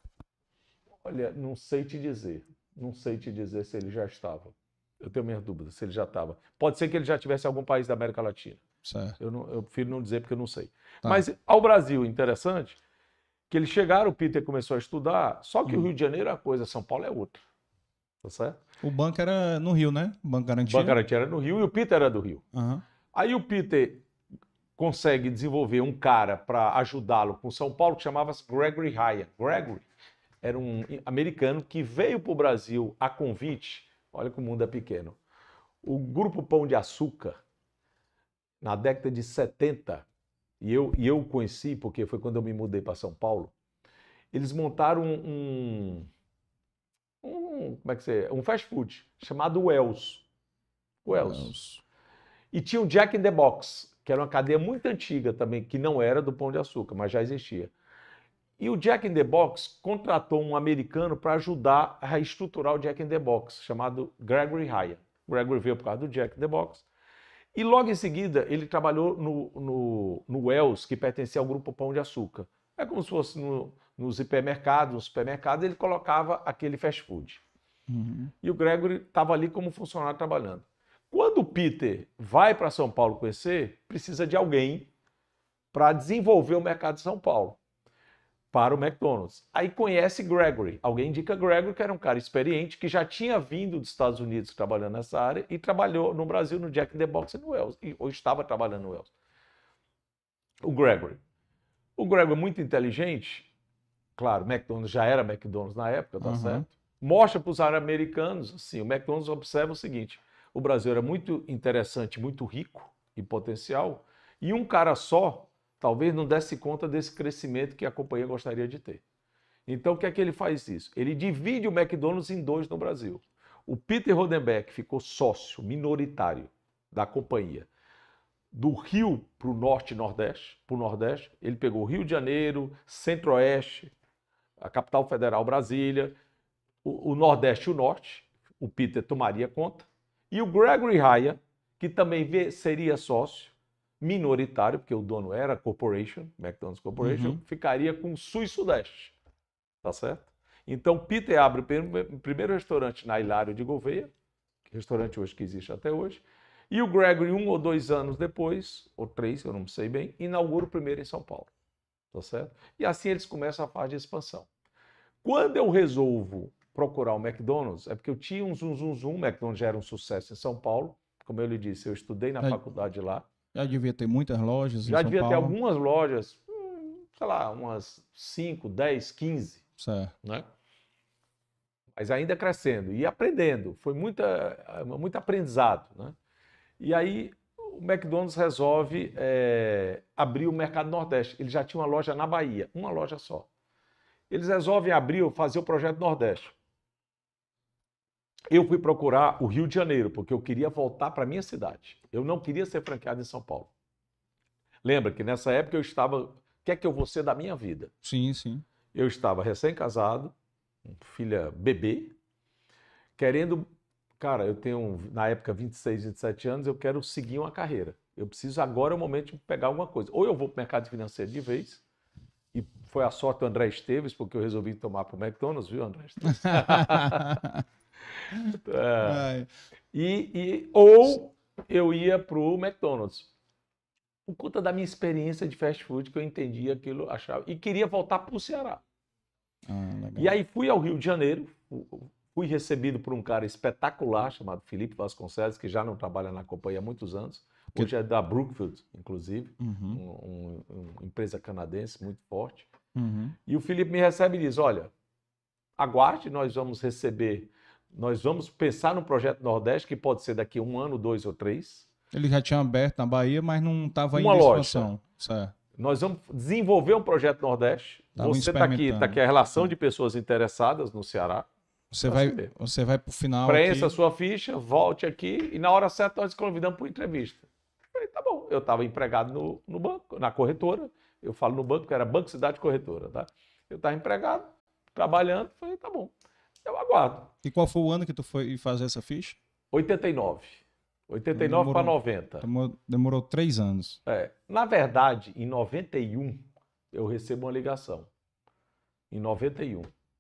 Olha, não sei te dizer. Não sei te dizer se ele já estava. Eu tenho minhas dúvidas se ele já estava. Pode ser que ele já tivesse em algum país da América Latina.
Certo.
Eu, não, eu prefiro não dizer porque eu não sei.
Tá.
Mas ao Brasil, interessante, que eles chegaram, o Peter começou a estudar, só que hum. o Rio de Janeiro é uma coisa, São Paulo é outra. Tá certo?
O banco era no Rio, né? O Banco Garantia.
O Banco Garantia era no Rio e o Peter era do Rio.
Uhum.
Aí o Peter consegue desenvolver um cara para ajudá-lo com São Paulo que chamava-se Gregory Ryan. Gregory era um americano que veio para o Brasil a convite. Olha como o mundo é pequeno. O Grupo Pão de Açúcar, na década de setenta, e eu, e eu conheci porque foi quando eu me mudei para São Paulo, eles montaram um, um, um, como é que você, um fast food chamado Wells. Wells. Wells. E tinha o Jack in the Box, que era uma cadeia muito antiga também, que não era do Pão de Açúcar, mas já existia. E o Jack in the Box contratou um americano para ajudar a reestruturar o Jack in the Box, chamado Gregory Ryan. Gregory veio por causa do Jack in the Box. E logo em seguida ele trabalhou no, no, no Wells, que pertencia ao Grupo Pão de Açúcar. É como se fosse no, nos hipermercados, no supermercado, ele colocava aquele fast food.
Uhum.
E o Gregory estava ali como funcionário trabalhando. Quando o Peter vai para São Paulo conhecer, precisa de alguém para desenvolver o mercado de São Paulo para o McDonald's. Aí conhece Gregory. Alguém indica Gregory, que era um cara experiente, que já tinha vindo dos Estados Unidos trabalhando nessa área e trabalhou no Brasil no Jack in the Box e no Wells. Ou estava trabalhando no Wells. O Gregory. O Gregory é muito inteligente claro, o McDonald's já era McDonald's na época, tá
Uhum.
certo? Mostra para os americanos, assim, o McDonald's observa o seguinte, o Brasil era muito interessante, muito rico em potencial, e um cara só talvez não desse conta desse crescimento que a companhia gostaria de ter. Então, o que é que ele faz isso? Ele divide o McDonald's em dois no Brasil. O Peter Rodenbeck ficou sócio minoritário da companhia. Do Rio para o Norte e Nordeste, para o Nordeste, ele pegou o Rio de Janeiro, Centro-Oeste, a capital federal Brasília, o, o Nordeste e o Norte, o Peter tomaria conta, e o Gregory Haya, que também seria sócio minoritário, porque o dono era a Corporation, McDonald's Corporation, uhum. ficaria com o Sul e Sudeste, tá certo? Então, Peter abre o primeiro restaurante na Hilário de Gouveia, restaurante hoje que existe até hoje, e o Gregory, um ou dois anos depois, ou três, eu não sei bem, inaugura o primeiro em São Paulo, tá certo? E assim eles começam a fase de expansão. Quando eu resolvo procurar o McDonald's, é porque eu tinha um zoom, zoom, zoom, o McDonald's já era um sucesso em São Paulo, como eu lhe disse, eu estudei na
já,
faculdade lá.
Já devia ter muitas lojas
já
em São
devia
Paulo.
ter algumas lojas, sei lá, umas cinco, dez, quinze.
Certo.
Né? Mas ainda crescendo e aprendendo. Foi muita, muito aprendizado. Né? E aí o McDonald's resolve é, abrir o mercado Nordeste. Ele já tinha uma loja na Bahia, uma loja só. Eles resolvem abrir, fazer o projeto Nordeste. Eu fui procurar o Rio de Janeiro, porque eu queria voltar para a minha cidade. Eu não queria ser franqueado em São Paulo. Lembra que nessa época eu estava... O que é que eu vou ser da minha vida?
Sim, sim.
Eu estava recém-casado, filha bebê, querendo... Cara, eu tenho, na época, vinte e seis, vinte e sete anos, eu quero seguir uma carreira. Eu preciso agora, é o momento de pegar alguma coisa. Ou eu vou para o mercado financeiro de vez, e foi a sorte do André Esteves, porque eu resolvi tomar para o McDonald's, viu, André Esteves? é, e, e, ou eu ia para o McDonald's. Por conta da minha experiência de fast food, que eu entendia aquilo, achava, e queria voltar para o Ceará.
Ah,
e aí fui ao Rio de Janeiro, fui recebido por um cara espetacular, chamado Felipe Vasconcelos, que já não trabalha na companhia há muitos anos, hoje é da Brookfield, inclusive, uhum. um, um, uma empresa canadense muito forte.
Uhum.
E o Felipe me recebe e diz, olha, aguarde, nós vamos receber, nós vamos pensar no projeto Nordeste, que pode ser daqui a um ano, dois ou três.
Ele já tinha aberto na Bahia, mas não estava ainda
em
expansão.
Certo. Nós vamos desenvolver um projeto Nordeste.
Tava
você está aqui, está aqui a relação de pessoas interessadas no Ceará.
Você vai, você vai para o final.
Preencha
aqui.
a sua ficha, volte aqui e na hora certa nós convidamos para uma entrevista. Eu falei, tá bom. Eu estava empregado no, no banco, na corretora. Eu falo no banco, que era Banco Cidade Corretora, tá? Eu estava empregado, trabalhando. Falei, tá bom. Eu aguardo.
E qual foi o ano que tu foi fazer essa ficha?
oitenta e nove. oitenta e nove para noventa.
Demorou, demorou três anos.
É, na verdade, em noventa e um, eu recebo uma ligação. Em noventa e um.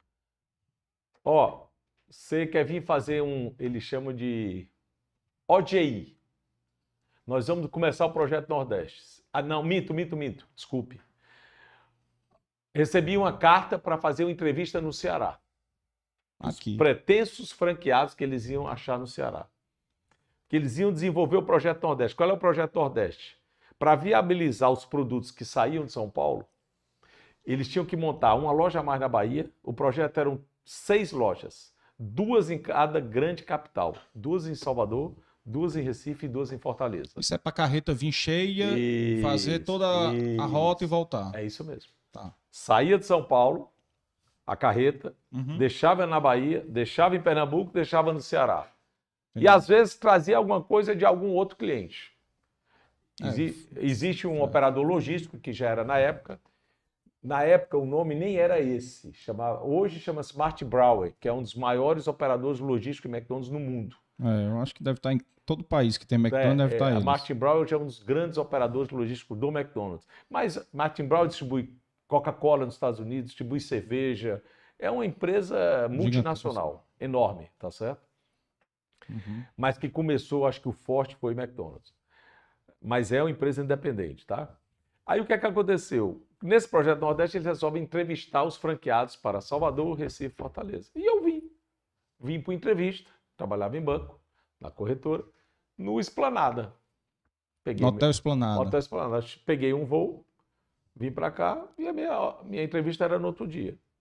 Ó, você quer vir fazer um, eles chamam de O J I. Nós vamos começar o projeto Nordeste. Ah, não, minto, minto, minto, desculpe. Recebi uma carta para fazer uma entrevista no Ceará.
Aqui.
Os pretensos franqueados que eles iam achar no Ceará. Que eles iam desenvolver o projeto Nordeste. Qual é o projeto Nordeste? Para viabilizar os produtos que saíam de São Paulo, eles tinham que montar uma loja a mais na Bahia. O projeto eram seis lojas, duas em cada grande capital, duas em Salvador, duas em Recife e duas em Fortaleza.
Isso é para a carreta vir cheia, isso, fazer toda
isso,
a rota e voltar.
É isso mesmo.
Tá.
Saía de São Paulo, a carreta,
uhum.
deixava na Bahia, deixava em Pernambuco, deixava no Ceará. E às vezes trazia alguma coisa de algum outro cliente. Exi é, existe um é. operador logístico, que já era na época. Na época o nome nem era esse. Chamava, hoje chama-se Mart Brower, que é um dos maiores operadores logísticos de McDonald's no mundo.
É, eu acho que deve estar em todo país que tem McDonald's, é, deve estar
é,
eles.
A Mart Brower é um dos grandes operadores logísticos do McDonald's. Mas Mart Brower distribui Coca-Cola nos Estados Unidos, distribui cerveja. É uma empresa multinacional, enorme, tá certo? Uhum. Mas que começou, acho que o forte foi o McDonald's. Mas é uma empresa independente, tá? Aí o que é que aconteceu? Nesse projeto Nordeste, eles resolvem entrevistar os franqueados para Salvador, Recife e Fortaleza. E eu vim. Vim para entrevista, trabalhava em banco, na corretora, no Esplanada.
Peguei no Hotel Esplanada.
Hotel Esplanada. Peguei um voo, vim para cá e a minha, minha entrevista era no outro dia.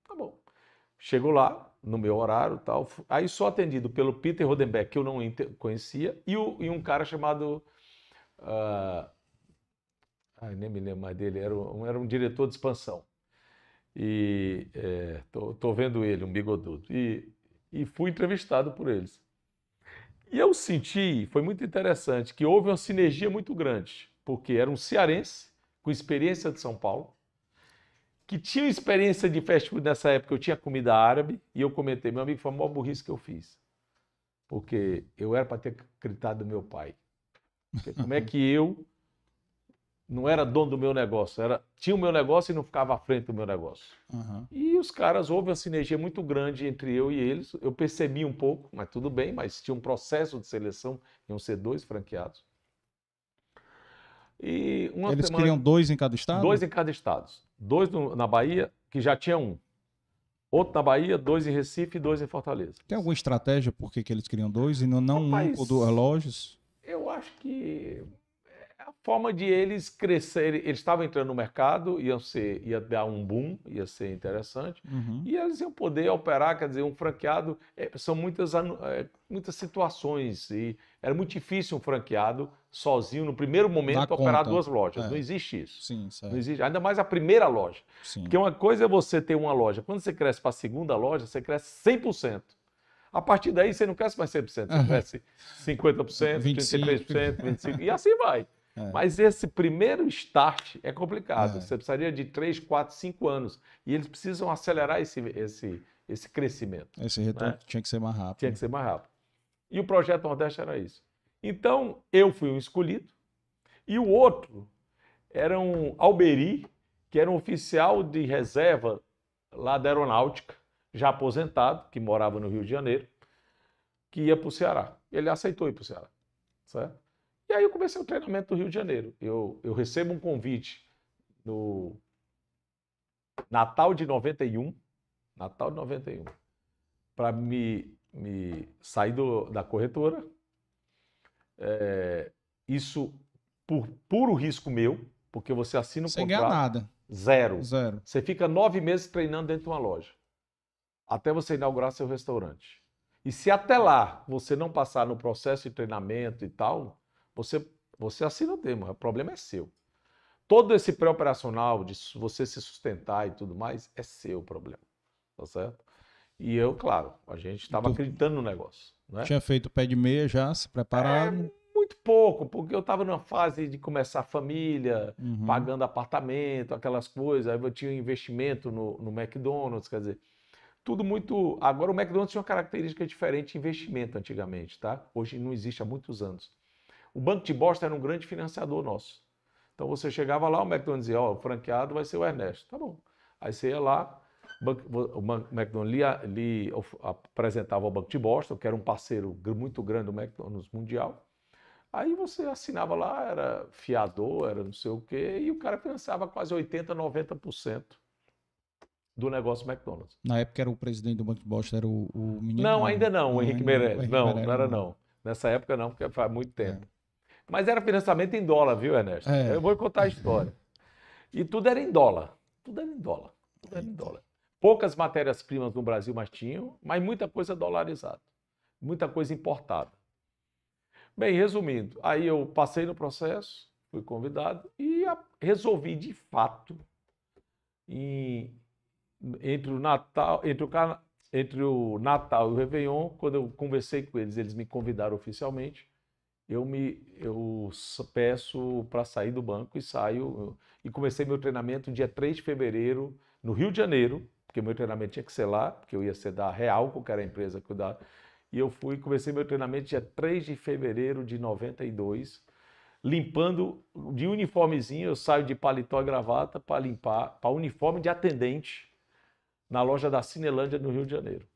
Chego lá, no meu horário e tal, aí sou atendido pelo Peter Rodenbeck, que eu não conhecia, e, o, e um cara chamado... Uh, ai, nem me lembro mais dele, era um, era um diretor de expansão. E é, tô, tô vendo ele, um bigodudo. E, e fui entrevistado por eles. E eu senti, foi muito interessante, que houve uma sinergia muito grande, porque era um cearense com experiência de São Paulo, que tinha experiência de fast food nessa época, eu tinha comida árabe, e eu comentei, meu amigo, foi a maior burrice que eu fiz. Porque eu era para ter acreditado no meu pai. Porque como é que eu não era dono do meu negócio, era, tinha o meu negócio e não ficava à frente do meu negócio. Uhum. E os caras, houve uma sinergia muito grande entre eu e eles. Eu percebi um pouco, mas tudo bem, mas tinha um processo de seleção, iam ser dois franqueados. E uma
eles
semana,
queriam dois em cada estado?
Dois em cada estado. Dois no, na Bahia, que já tinha um. Outro na Bahia, dois em Recife e dois em Fortaleza.
Tem alguma estratégia por que eles queriam dois e não, não Rapaz, um ou duas lojas?
Eu acho que a forma de eles crescerem, eles estavam entrando no mercado, ia, ser, ia dar um boom, ia ser interessante, uhum. e eles iam poder operar, quer dizer, um franqueado, é, são muitas, é, muitas situações, e era muito difícil um franqueado sozinho, no primeiro momento, Dá operar conta. duas lojas, é. Não existe isso.
Sim, certo.
Não existe, ainda mais a primeira loja, Sim. Porque uma coisa é você ter uma loja, quando você cresce para a segunda loja, você cresce cem por cento. A partir daí, você não cresce mais cem por cento, você uhum. cresce cinquenta por cento, trinta e três por cento, vinte e cinco por cento, e assim vai. É. Mas esse primeiro start é complicado. É. Você precisaria de três, quatro, cinco anos. E eles precisam acelerar esse, esse, esse crescimento.
Esse retorno né? tinha que ser mais rápido.
Tinha que ser mais rápido. E o Projeto Nordeste era isso. Então, eu fui um escolhido. E o outro era um Alberi, que era um oficial de reserva lá da Aeronáutica, já aposentado, que morava no Rio de Janeiro, que ia para o Ceará. Ele aceitou ir para o Ceará. Certo? E aí eu comecei o treinamento do Rio de Janeiro. Eu, eu recebo um convite no Natal de noventa e um, Natal de noventa e um, para me, me sair do, da corretora. É, isso por puro risco meu, porque você assina um
Sem
contrato.
Sem ganhar nada.
Zero.
Zero.
Você fica nove meses treinando dentro de uma loja, até você inaugurar seu restaurante. E se até lá você não passar no processo de treinamento e tal, Você, você assina o termo, o problema é seu. Todo esse pré-operacional de você se sustentar e tudo mais, é seu problema, tá certo? E eu, claro, a gente estava acreditando no negócio. Né?
Tinha feito pé de meia já, se preparado?
É, muito pouco, porque eu estava numa fase de começar a família, uhum. pagando apartamento, aquelas coisas, aí eu tinha um investimento no, no McDonald's, quer dizer, tudo muito... Agora o McDonald's tinha uma característica diferente de investimento antigamente, tá? Hoje não existe há muitos anos. O Banco de Boston era um grande financiador nosso. Então você chegava lá, o McDonald's dizia, ó, o franqueado vai ser o Ernesto. Tá bom. Aí você ia lá, o McDonald's lhe, lhe apresentava ao Banco de Boston, que era um parceiro muito grande do McDonald's mundial. Aí você assinava lá, era fiador, era não sei o quê, e o cara financiava quase oitenta por cento, noventa por cento do negócio McDonald's.
Na época era o presidente do Banco de Boston, era o, o menino?
Não, ainda não, não o Henrique Meirelles. Não, não era não. Nessa época não, porque faz muito tempo. É. Mas era financiamento em dólar, viu, Ernesto? É. Eu vou contar a história. E tudo era em dólar. Tudo era em dólar. Tudo era em dólar. Poucas matérias-primas no Brasil mais tinham, mas muita coisa dolarizada. Muita coisa importada. Bem, resumindo, aí eu passei no processo, fui convidado e resolvi, de fato, em, entre, o Natal, entre, o, entre o Natal e o Réveillon, quando eu conversei com eles, eles me convidaram oficialmente, eu me eu peço para sair do banco e saio. E comecei meu treinamento dia três de fevereiro, no Rio de Janeiro, porque meu treinamento tinha que ser lá, porque eu ia ser da Real, qualquer empresa que eu dava. E eu fui, comecei meu treinamento dia três de fevereiro de noventa e dois, limpando de uniformezinho, eu saio de paletó e gravata para limpar, para uniforme de atendente, na loja da Cinelândia, no Rio de Janeiro.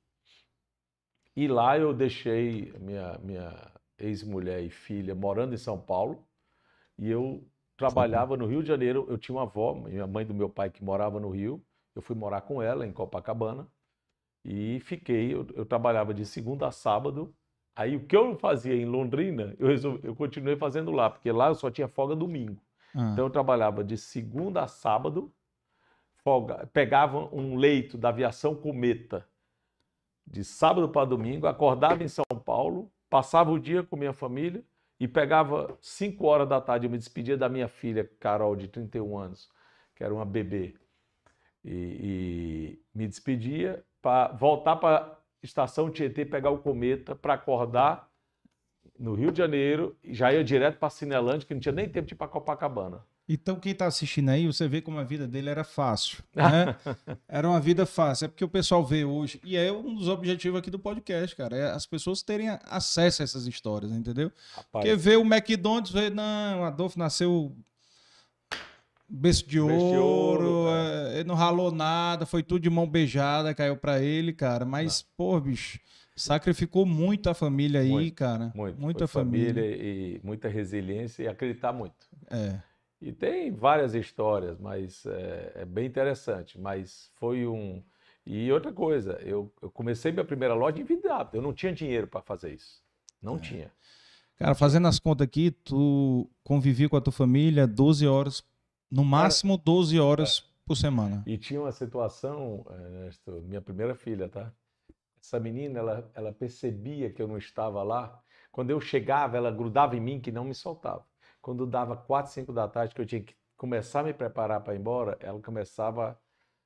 E lá eu deixei minha, minha ex-mulher e filha morando em São Paulo, e eu trabalhava no Rio de Janeiro. Eu tinha uma avó, minha mãe do meu pai, que morava no Rio, eu fui morar com ela em Copacabana, e fiquei, eu, eu trabalhava de segunda a sábado. Aí o que eu fazia em Londrina, eu, resolvi, eu continuei fazendo lá, porque lá eu só tinha folga domingo. Ah. Então eu trabalhava de segunda a sábado, folga, pegava um leito da aviação Cometa, de sábado para domingo, acordava em São Paulo, passava o dia com minha família e pegava cinco horas da tarde, eu me despedia da minha filha, Carol, de trinta e um anos, que era uma bebê, e, e me despedia para voltar para a estação Tietê, pegar o Cometa para acordar no Rio de Janeiro, e já ia direto para Cinelândia, que não tinha nem tempo de ir para Copacabana.
Então, quem está assistindo aí, você vê como a vida dele era fácil, né? Era uma vida fácil. É porque o pessoal vê hoje, e é um dos objetivos aqui do podcast, cara, é as pessoas terem acesso a essas histórias, entendeu? Rapaz. Porque vê o McDonald's, vê, não, Adolfo nasceu berço de ouro, de ouro é. Ele não ralou nada, foi tudo de mão beijada, caiu para ele, cara. Mas, não. pô, bicho, sacrificou muito a família aí,
muito,
cara.
Muito.
Muita
foi
família.
família e muita resiliência e acreditar muito.
É.
E tem várias histórias, mas é, é bem interessante. Mas foi um... E outra coisa, eu, eu comecei minha primeira loja endividado. Eu não tinha dinheiro para fazer isso. Não é. tinha.
Cara, fazendo as contas aqui, tu convivia com a tua família doze horas, no máximo doze horas é. por semana.
E tinha uma situação, Ernesto, minha primeira filha, tá? Essa menina, ela, ela percebia que eu não estava lá. Quando eu chegava, ela grudava em mim que não me soltava. Quando dava quatro, cinco da tarde, que eu tinha que começar a me preparar para ir embora, ela começava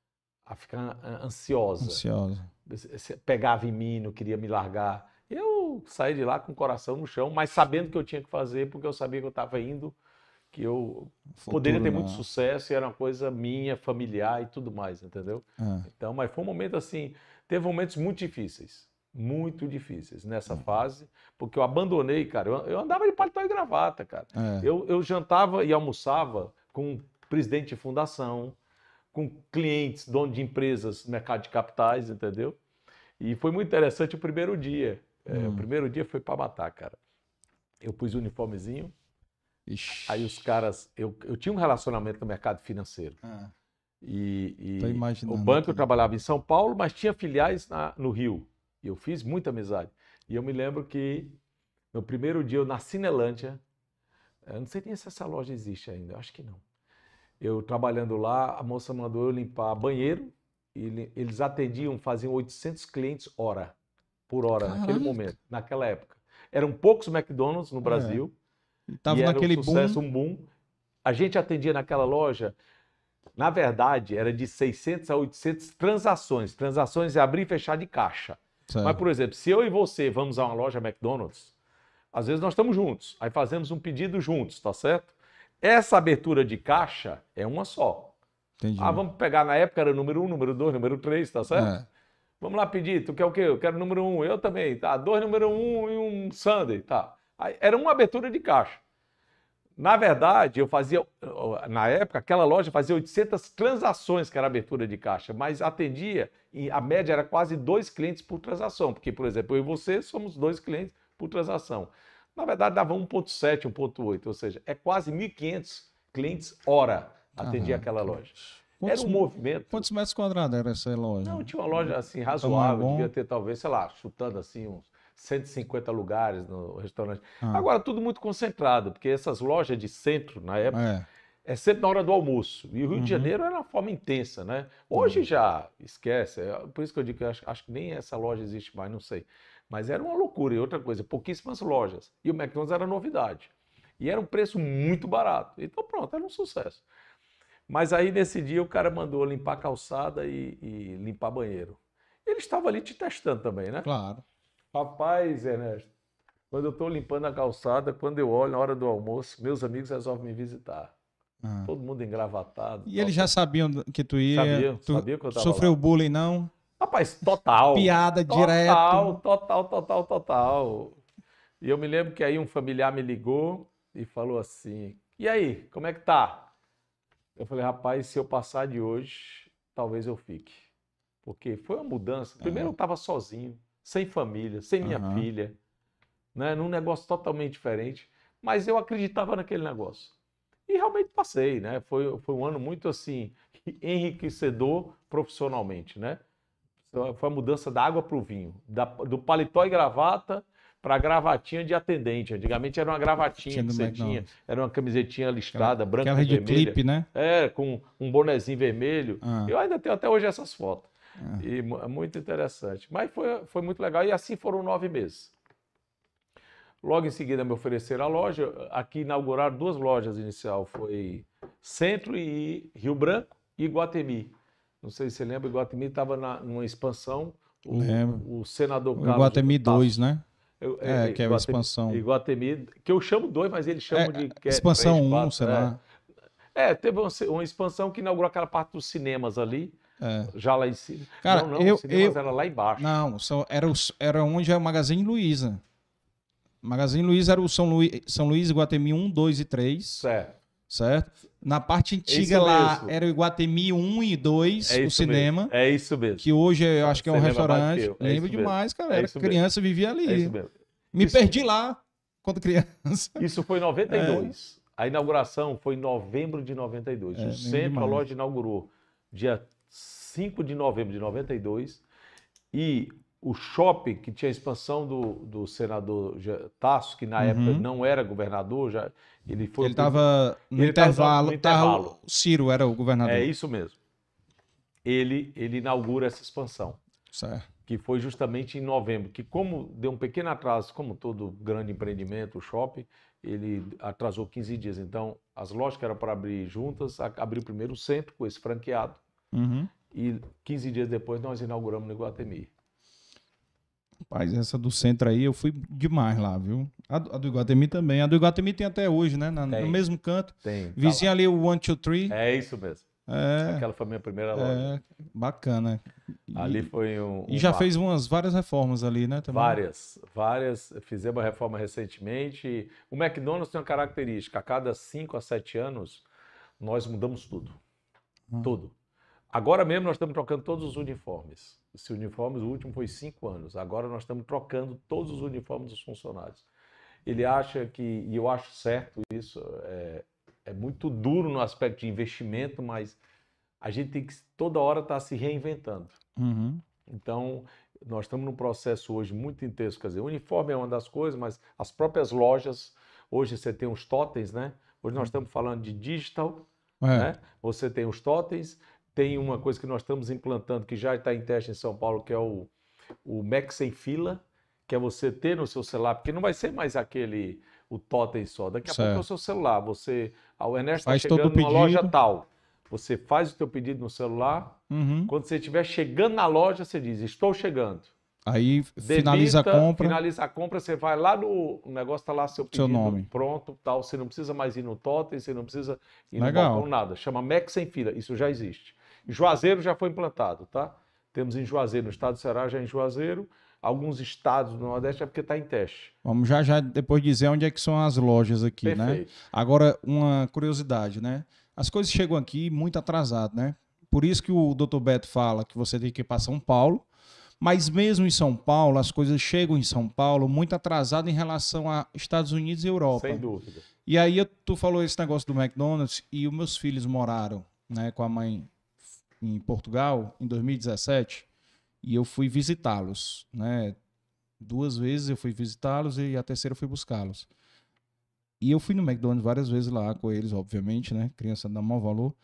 a ficar ansiosa.
Ansiosa.
Pegava em mim, não queria me largar. Eu saí de lá com o coração no chão, mas sabendo o que eu tinha que fazer, porque eu sabia que eu estava indo, que eu Futuro, poderia ter não. muito sucesso, e era uma coisa minha, familiar e tudo mais, entendeu? É. Então, mas foi um momento assim, teve momentos muito difíceis. Muito difíceis nessa uhum. fase, porque eu abandonei, cara, eu, eu andava de paletó e gravata, cara. É. Eu, eu jantava e almoçava com presidente de fundação, com clientes, dono de empresas, mercado de capitais, entendeu? E foi muito interessante o primeiro dia. Uhum. É, o primeiro dia foi para matar, cara. Eu pus o uniformezinho, Ixi. aí os caras... Eu, eu tinha um relacionamento com o mercado financeiro. Ah. E, e o banco aqui. Eu trabalhava em São Paulo, mas tinha filiais na, no Rio. E eu fiz muita amizade. E eu me lembro que no primeiro dia eu na Cinelândia, eu não sei nem se essa loja existe ainda, eu acho que não. Eu trabalhando lá, a moça mandou eu limpar banheiro, e eles atendiam, faziam oitocentos clientes hora, por hora, Caramba. naquele momento, naquela época. Eram poucos McDonald's no Brasil, é. e, tava e era naquele um sucesso, boom. um boom. A gente atendia naquela loja, na verdade, era de seiscentas a oitocentas transações. Transações é abrir e fechar de caixa. Certo. Mas, por exemplo, se eu e você vamos a uma loja McDonald's, às vezes nós estamos juntos, aí fazemos um pedido juntos, tá certo? Essa abertura de caixa é uma só.
Entendi.
Ah, vamos pegar, na época era número um, número dois, número três, tá certo? É. Vamos lá pedir, tu quer o quê? Eu quero número um, eu também, tá? Dois número um e um sundae, tá? Aí, era uma abertura de caixa. Na verdade, eu fazia, na época, aquela loja fazia oitocentas transações, que era abertura de caixa, mas atendia, e a média era quase dois clientes por transação, porque, por exemplo, eu e você somos dois clientes por transação. Na verdade, dava um ponto sete, um ponto oito, ou seja, é quase mil e quinhentos clientes hora atendia Aham, aquela loja. Quantos, era um movimento...
Quantos metros quadrados era essa loja?
Não, tinha uma loja assim razoável, devia ter talvez, sei lá, chutando assim uns cento e cinquenta lugares no restaurante. Ah. Agora, tudo muito concentrado, porque essas lojas de centro, na época, é, é sempre na hora do almoço. E o Rio uhum. de Janeiro era uma forma intensa, né? Hoje uhum. já esquece, é por isso que eu digo que eu acho, acho que nem essa loja existe mais, não sei. Mas era uma loucura. E outra coisa, pouquíssimas lojas. E o McDonald's era novidade. E era um preço muito barato. Então pronto, era um sucesso. Mas aí nesse dia o cara mandou limpar a calçada e, e limpar banheiro. Ele estava ali te testando também, né?
Claro.
Rapaz, Ernesto, quando eu estou limpando a calçada, quando eu olho na hora do almoço, meus amigos resolvem me visitar. Ah. Todo mundo engravatado.
E eles já sabiam que tu ia?
Sabia,
tu
sabia que eu estava
sofreu
lá.
bullying, não?
Rapaz, total.
Piada
total,
direto.
Total, total, total, total. E eu me lembro que aí um familiar me ligou e falou assim, e aí, como é que tá? Eu falei, rapaz, se eu passar de hoje, talvez eu fique. Porque foi uma mudança. Primeiro é. eu estava sozinho, sem família, sem minha uhum. filha, né? Num negócio totalmente diferente, mas eu acreditava naquele negócio. E realmente passei, né? Foi, foi um ano muito assim, enriquecedor profissionalmente, né? Foi a mudança da água para o vinho, da, do paletó e gravata para gravatinha de atendente. Antigamente era uma gravatinha que você tinha, era uma camisetinha listrada, aquela, branca e vermelha. Aquela de clipe, né? É, com um bonezinho vermelho. Ah. Eu ainda tenho até hoje essas fotos. Ah. E é muito interessante. Mas foi, foi muito legal e assim foram nove meses. Logo em seguida me ofereceram a loja. Aqui inauguraram duas lojas inicial. Foi Centro e Rio Branco e Iguatemi. Não sei se você lembra, Iguatemi estava numa expansão. O,
Lembro.
O senador Carlos...
O Iguatemi dois, né?
Eu,
é, é, que é a expansão.
Iguatemi, que eu chamo dois, mas eles chamam
é,
de... Que
expansão
é
um, um, sei
é.
lá.
É, teve uma, uma expansão que inaugurou aquela parte dos cinemas ali, é. já lá em cima.
Cara,
não, não,
eu,
os cinemas
eu,
era lá embaixo.
Não, só, era, o, era onde é o Magazine Luiza. Magazine Luiza era o São Luís, São Luís Iguatemi um, dois e três.
Certo.
Certo? Na parte antiga lá era o Iguatemi um e dois,
é
o cinema.
Mesmo. É isso mesmo.
Que hoje eu acho que é um restaurante.
É
Lembro demais,
mesmo.
cara. Era
é
criança,
mesmo.
vivia ali.
É isso mesmo.
Me
isso...
perdi lá quando criança.
Isso foi em noventa e dois. É. A inauguração foi em novembro de noventa e dois. É, o centro, demais. A loja inaugurou dia cinco de novembro de noventa e dois. E o shopping, que tinha a expansão do, do senador Tasso, que na uhum. época não era governador, já, ele foi...
Ele estava no, no intervalo.
intervalo.
O Ciro era o governador.
É isso mesmo. Ele, ele inaugura essa expansão.
Certo.
Que foi justamente em novembro, que como deu um pequeno atraso, como todo grande empreendimento, o shopping, ele atrasou quinze dias. Então, as lojas que eram para abrir juntas, abriu primeiro o centro com esse franqueado.
Uhum.
E quinze dias depois nós inauguramos no Iguatemi.
Rapaz, essa do centro aí eu fui demais lá, viu? A do, a do Iguatemi também. A do Iguatemi tem até hoje, né? Na, no mesmo canto.
Tem.
Vizinho
tá
ali o One, Two, Three.
É isso mesmo.
É,
Aquela foi a minha primeira loja.
É, bacana.
E, ali foi um. um
e já
marco.
fez umas várias reformas ali, né? Também.
Várias, várias. Fizemos uma reforma recentemente. O McDonald's tem uma característica: a cada cinco a sete anos, nós mudamos tudo. Hum. Tudo. Agora mesmo nós estamos trocando todos os uniformes. Esse uniforme, o último foi cinco anos. Agora nós estamos trocando todos os uniformes dos funcionários. Ele acha que, e eu acho certo isso, é, é muito duro no aspecto de investimento, mas a gente tem que toda hora estar se reinventando.
Uhum.
Então, nós estamos num processo hoje muito intenso. Quer dizer, o uniforme é uma das coisas, mas as próprias lojas, hoje você tem os totens, né? Hoje nós estamos falando de digital,
é.
né? Você tem os totens. Tem uma coisa que nós estamos implantando, que já está em teste em São Paulo, que é o, o Mac Sem Fila, que é você ter no seu celular, porque não vai ser mais aquele, o totem só. Daqui a
certo.
pouco é o seu celular. Você, o Ernesto está
chegando
numa
pedido.
loja tal. Você faz o teu pedido no celular.
Uhum.
Quando você estiver chegando na loja, você diz, estou chegando.
Aí
Debita,
finaliza a compra.
Finaliza a compra, você vai lá no o negócio, está lá seu pedido
seu nome.
Pronto, tal. Você não precisa mais ir no totem, você não precisa ir
Legal.
no balcão, nada. Chama Mac Sem Fila, isso já existe. Juazeiro já foi implantado, tá? Temos em Juazeiro, no estado do Ceará já em Juazeiro, alguns estados do Nordeste é porque está em teste.
Vamos já já depois dizer onde é que são as lojas aqui,
Perfeito.
Né? Agora, uma curiosidade, né? As coisas chegam aqui muito atrasadas, né? Por isso que o doutor Beto fala que você tem que ir para São Paulo, mas mesmo em São Paulo, as coisas chegam em São Paulo muito atrasadas em relação a Estados Unidos e Europa.
Sem dúvida.
E aí tu falou esse negócio do McDonald's e os meus filhos moraram, né, com a mãe em Portugal em dois mil e dezessete e eu fui visitá-los, né? Duas vezes eu fui visitá-los e a terceira eu fui buscá-los. E eu fui no McDonald's várias vezes lá com eles, obviamente, né? Criança dá maior valor.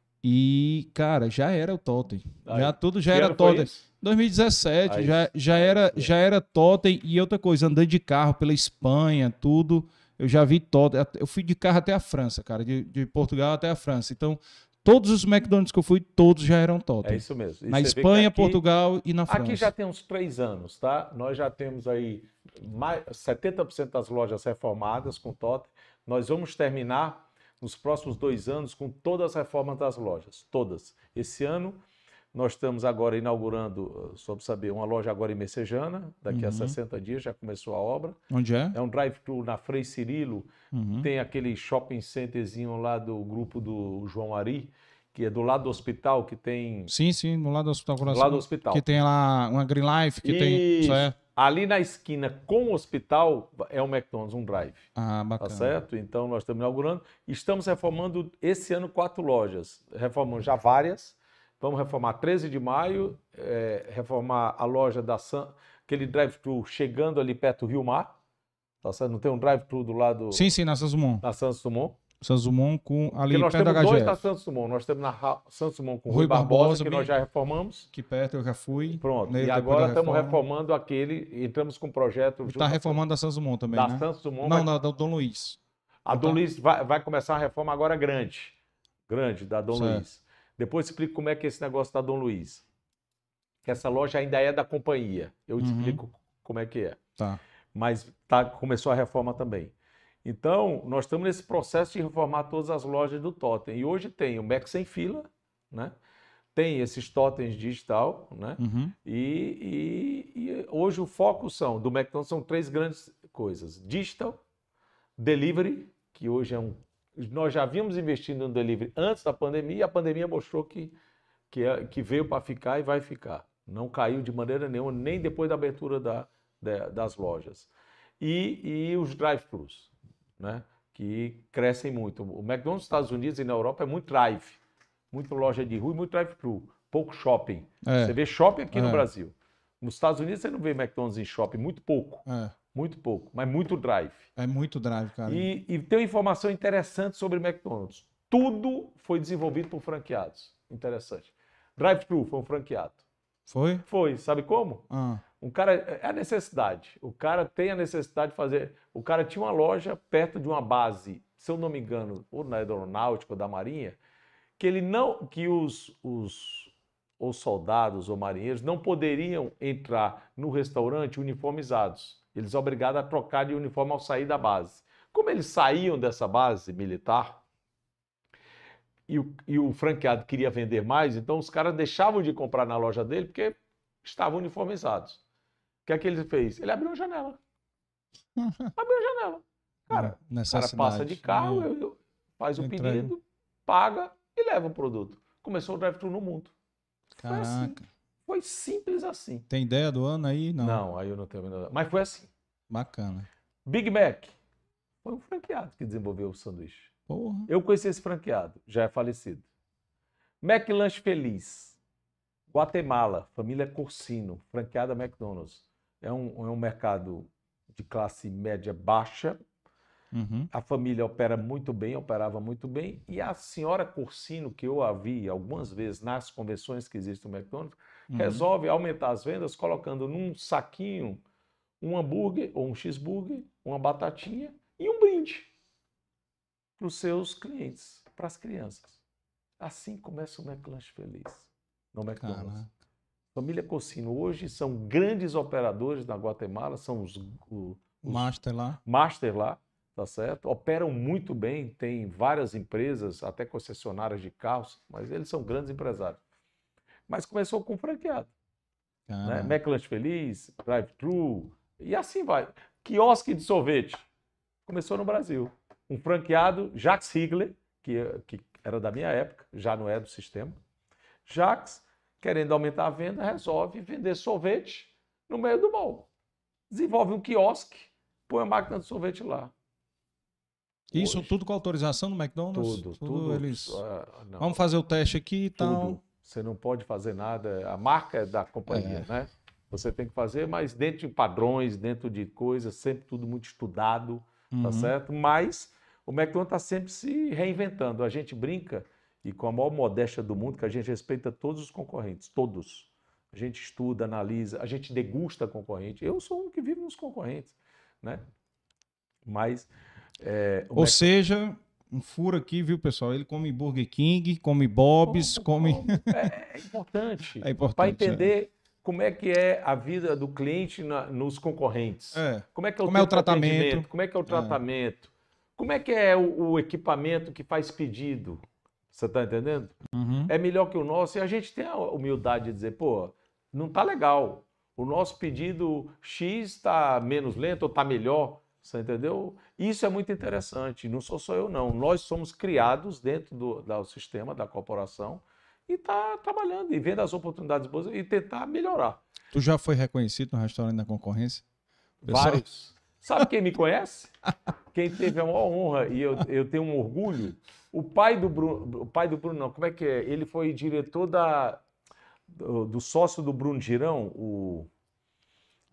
E, cara, já era o totem. Aí, já tudo já era totem. dois mil e dezessete, aí, já, já, era, já era totem. E outra coisa, andando de carro pela Espanha, tudo, eu já vi totem. Eu fui de carro até a França, cara, de, de Portugal até a França. Então, todos os McDonald's que eu fui, todos já eram totem.
É isso mesmo. E
na Espanha, aqui, Portugal e na França.
Aqui já tem uns três anos, tá? Nós já temos aí mais, setenta por cento das lojas reformadas com totem. Nós vamos terminar nos próximos dois anos com todas as reformas das lojas, todas. Esse ano nós estamos agora inaugurando, só para saber, uma loja agora em Messejana, daqui uhum. a sessenta dias já começou a obra.
Onde é?
É um drive-thru na Frei Cirilo,
uhum.
tem aquele shopping centerzinho lá do grupo do João Ari, que é do lado do hospital, que tem...
Sim, sim, no lado do hospital.
Do lado do hospital.
Que tem lá uma Green Life, que
Isso.
tem... Isso é.
Ali na esquina com o hospital é o McDonald's, um drive.
Ah, bacana.
Tá certo? Então nós estamos inaugurando. Estamos reformando esse ano quatro lojas. Reformamos já várias. Vamos reformar treze de maio, é, reformar a loja da, San, aquele drive-thru chegando ali perto do Rio Mar. Tá certo? Não tem um drive-thru do lado...
Sim, sim, na Santos Dumont.
Na Santos Dumont.
Santos Dumont com ali
Porque nós
perto da
temos dois
H G F.
na Santos Dumont. Nós temos na Ra- Santos Dumont com o
Rui
Rui Barbosa,
Barbosa,
que
bem-
nós já reformamos.
Que perto eu já fui.
Pronto.
nele
E
depois
agora
da
estamos
reforma.
reformando aquele, entramos com um projeto... junto
Tá
à-
reformando a Santos Dumont também,
da
né?
Santos Dumont.
Não,
vai-
da da Dom Luiz.
A Dom
Tá.
Luiz vai, vai começar a reforma agora grande. Grande, da Dom
Certo.
Luiz. Depois explico como é que é esse negócio da Dom Luiz. Que essa loja ainda é da companhia. Eu te
Uhum.
explico como é que é.
Tá.
Mas tá, começou a reforma também. Então, nós estamos nesse processo de reformar todas as lojas do Totem. E hoje tem o Mac Sem Fila, né? Tem esses totens digital, né?
Uhum.
E, e- e hoje o foco são, do McDonald's são três grandes coisas. Digital, delivery, que hoje é um... Nós já vimos investindo no delivery antes da pandemia, e a pandemia mostrou que, que, é- que veio para ficar e vai ficar. Não caiu de maneira nenhuma, nem depois da abertura da, da- das lojas. E, e os drive-thrus, né? Que crescem muito. O McDonald's nos Estados Unidos e na Europa é muito drive. Muito loja de rua e muito drive-thru. Pouco shopping.
É.
Você vê shopping aqui no
É.
Brasil. Nos Estados Unidos você não vê McDonald's em shopping, muito pouco.
É.
Muito pouco, mas muito drive.
É muito drive, cara.
E, e tem uma informação interessante sobre McDonald's. Tudo foi desenvolvido por franqueados. Interessante. Drive-thru foi um franqueado.
Foi?
Foi, sabe como?
Ah.
Um cara, é a necessidade. O cara tem a necessidade de fazer. O cara tinha uma loja perto de uma base, se eu não me engano, ou na aeronáutica ou da Marinha, que ele não, que os, os, os soldados ou marinheiros não poderiam entrar no restaurante uniformizados. Eles são obrigados a trocar de uniforme ao sair da base. Como eles saíam dessa base militar e o, e o franqueado queria vender mais, então os caras deixavam de comprar na loja dele porque estavam uniformizados. O que é que ele fez? Ele abriu a janela. Abriu a janela. Cara, o cara
Necessidade.
passa de carro,
É.
eu- eu- faz o
Entrega.
pedido, paga e leva o produto. Começou o drive-thru no mundo. Foi assim.
Caraca.
Foi simples assim.
Tem ideia do ano aí? Não.
Não, aí eu não tenho a menor- Mas foi assim.
Bacana.
Big Mac foi um franqueado que desenvolveu o sanduíche.
Porra.
Eu conheci esse franqueado, já é falecido. McLanche Feliz, Guatemala, família Corsino, franqueada McDonald's. É um, é um mercado de classe média baixa.
Uhum.
A família opera muito bem, operava muito bem. E a senhora Corsino, que eu a vi algumas vezes nas convenções que existem no McDonald's,
Uhum.
resolve aumentar as vendas colocando num saquinho um hambúrguer ou um cheeseburger, uma batatinha e um brinde para os seus clientes, para as crianças. Assim começa o McLanche Feliz no McDonald's.
Caraca.
Família Corsino hoje são grandes operadores na Guatemala, são os, o-
O
os
Master lá.
master lá, tá certo? Operam muito bem, tem várias empresas, até concessionárias de carros, mas eles são grandes empresários. Mas começou com franqueado, né?
Caraca.
McLanche Feliz, drive-thru, e assim vai. Quiosque de sorvete, começou no Brasil. Um franqueado, Jacques Higler, que, que era da minha época, já não é do sistema. Jacques, querendo aumentar a venda, resolve vender sorvete no meio do mall. Desenvolve um quiosque, põe a máquina de sorvete lá.
Isso
Hoje,
tudo com autorização do McDonald's?
Tudo, tudo.
eles...
ah, não,
Vamos fazer o teste aqui e tal.
tudo. Você não pode fazer nada. A marca é da companhia,
É.
né? Você tem que fazer, mas dentro de padrões, dentro de coisas, sempre tudo muito estudado, tá
Uhum.
certo? Mas o McDonald's está sempre se reinventando. A gente brinca, e com a maior modéstia do mundo, que a gente respeita todos os concorrentes, todos. A gente estuda, analisa, a gente degusta concorrente. Eu sou um que vive nos concorrentes, né? Mas... é, o
Ou
Mac-
seja, um furo aqui, viu, pessoal? Ele come Burger King, come Bob's, come...
Como? É, é importante.
É importante,
Para entender como é que é a vida do cliente na- nos concorrentes.
É.
Como é que é o,
Como é o
tempo de
tratamento.
atendimento, como é que é o tratamento, como é que é o, o equipamento que faz pedido. Você está entendendo?
Uhum.
É melhor que o nosso e a gente tem a humildade de dizer, pô, não está legal. O nosso pedido X está menos lento ou está melhor. Você entendeu? Isso é muito interessante. Não sou só eu, não. Nós somos criados dentro do, do sistema da corporação e está trabalhando e vendo as oportunidades boas e tentar melhorar.
Tu já foi reconhecido no restaurante da concorrência? Pessoal-
Vários. Sabe quem me conhece? Quem teve a maior honra e eu, eu tenho um orgulho. O pai do Bruno, o pai do Bruno, não, como é que é? Ele foi diretor da, do, do sócio do Bruno Girão, o,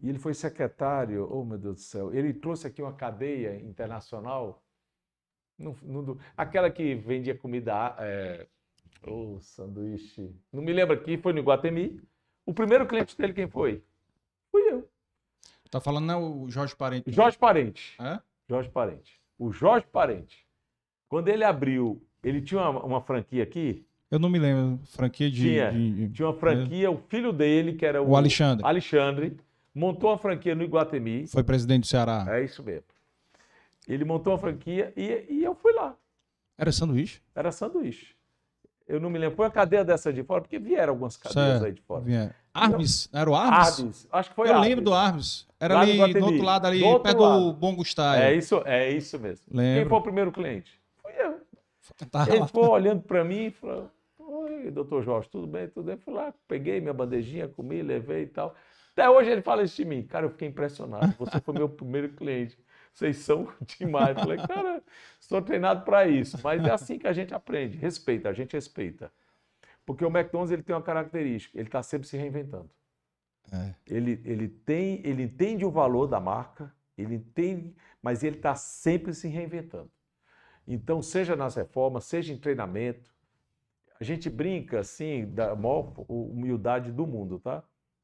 E ele foi secretário, oh meu Deus do céu, ele trouxe aqui uma cadeia internacional, no, no, aquela que vendia comida, é, oh, sanduíche, não me lembro aqui, foi no Iguatemi. O primeiro cliente dele quem foi? Fui eu.
Tá falando, não, o Jorge Parente?
Jorge Parente.
É?
Jorge Parente. O Jorge Parente. Quando ele abriu, ele tinha uma, uma franquia aqui.
Eu não me lembro, franquia de...
Tinha,
de, de...
tinha uma franquia, o filho dele, que era o,
o Alexandre.
Alexandre, montou uma franquia no Iguatemi.
Foi presidente do Ceará.
É isso mesmo. Ele montou uma franquia e, e eu fui lá.
Era sanduíche?
Era sanduíche. Eu não me lembro. Foi uma cadeia dessa de fora, porque vieram algumas cadeias certo. Aí de fora.
Vieram. Armes? Era o Armes?
Armes. Acho que foi
Eu
Armes.
lembro do Armes. Era
lá
ali
no,
do outro lado, ali
do outro
perto
lado.
do Bom Gustavo.
É isso, é isso mesmo.
Lembro.
Quem foi o primeiro cliente? Fui eu.
Tá
Ele
lá.
ficou olhando para mim e falou: oi, doutor Jorge, tudo bem? Tudo bem? Fui lá, peguei minha bandejinha, comi, levei e tal. Até hoje ele fala isso de mim. Cara, eu fiquei impressionado. Você foi meu primeiro cliente. Vocês são demais. Eu falei, cara, estou treinado para isso. Mas é assim que a gente aprende. Respeita, a gente respeita. Porque o McDonald's ele tem uma característica, ele está sempre se reinventando. É. Ele, ele, tem, ele entende o valor da marca, ele entende, mas ele está sempre se reinventando. Então, seja nas reformas, seja em treinamento, a gente brinca assim, da maior humildade do mundo, tá?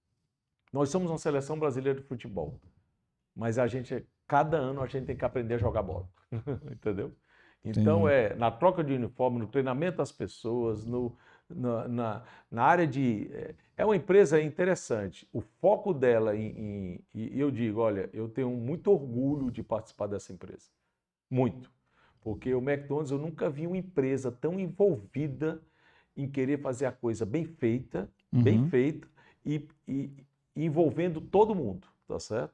Nós somos uma seleção brasileira de futebol, mas a gente, cada ano a gente tem que aprender a jogar bola, entendeu? Então, Entendi. é na troca de uniforme, no treinamento das pessoas, no... Na, na, na área de... É uma empresa interessante. O foco dela em, em... E eu digo, olha, eu tenho muito orgulho de participar dessa empresa. Muito. Porque o McDonald's, eu nunca vi uma empresa tão envolvida em querer fazer a coisa bem feita, uhum. bem feita, e, e, e envolvendo todo mundo, tá certo?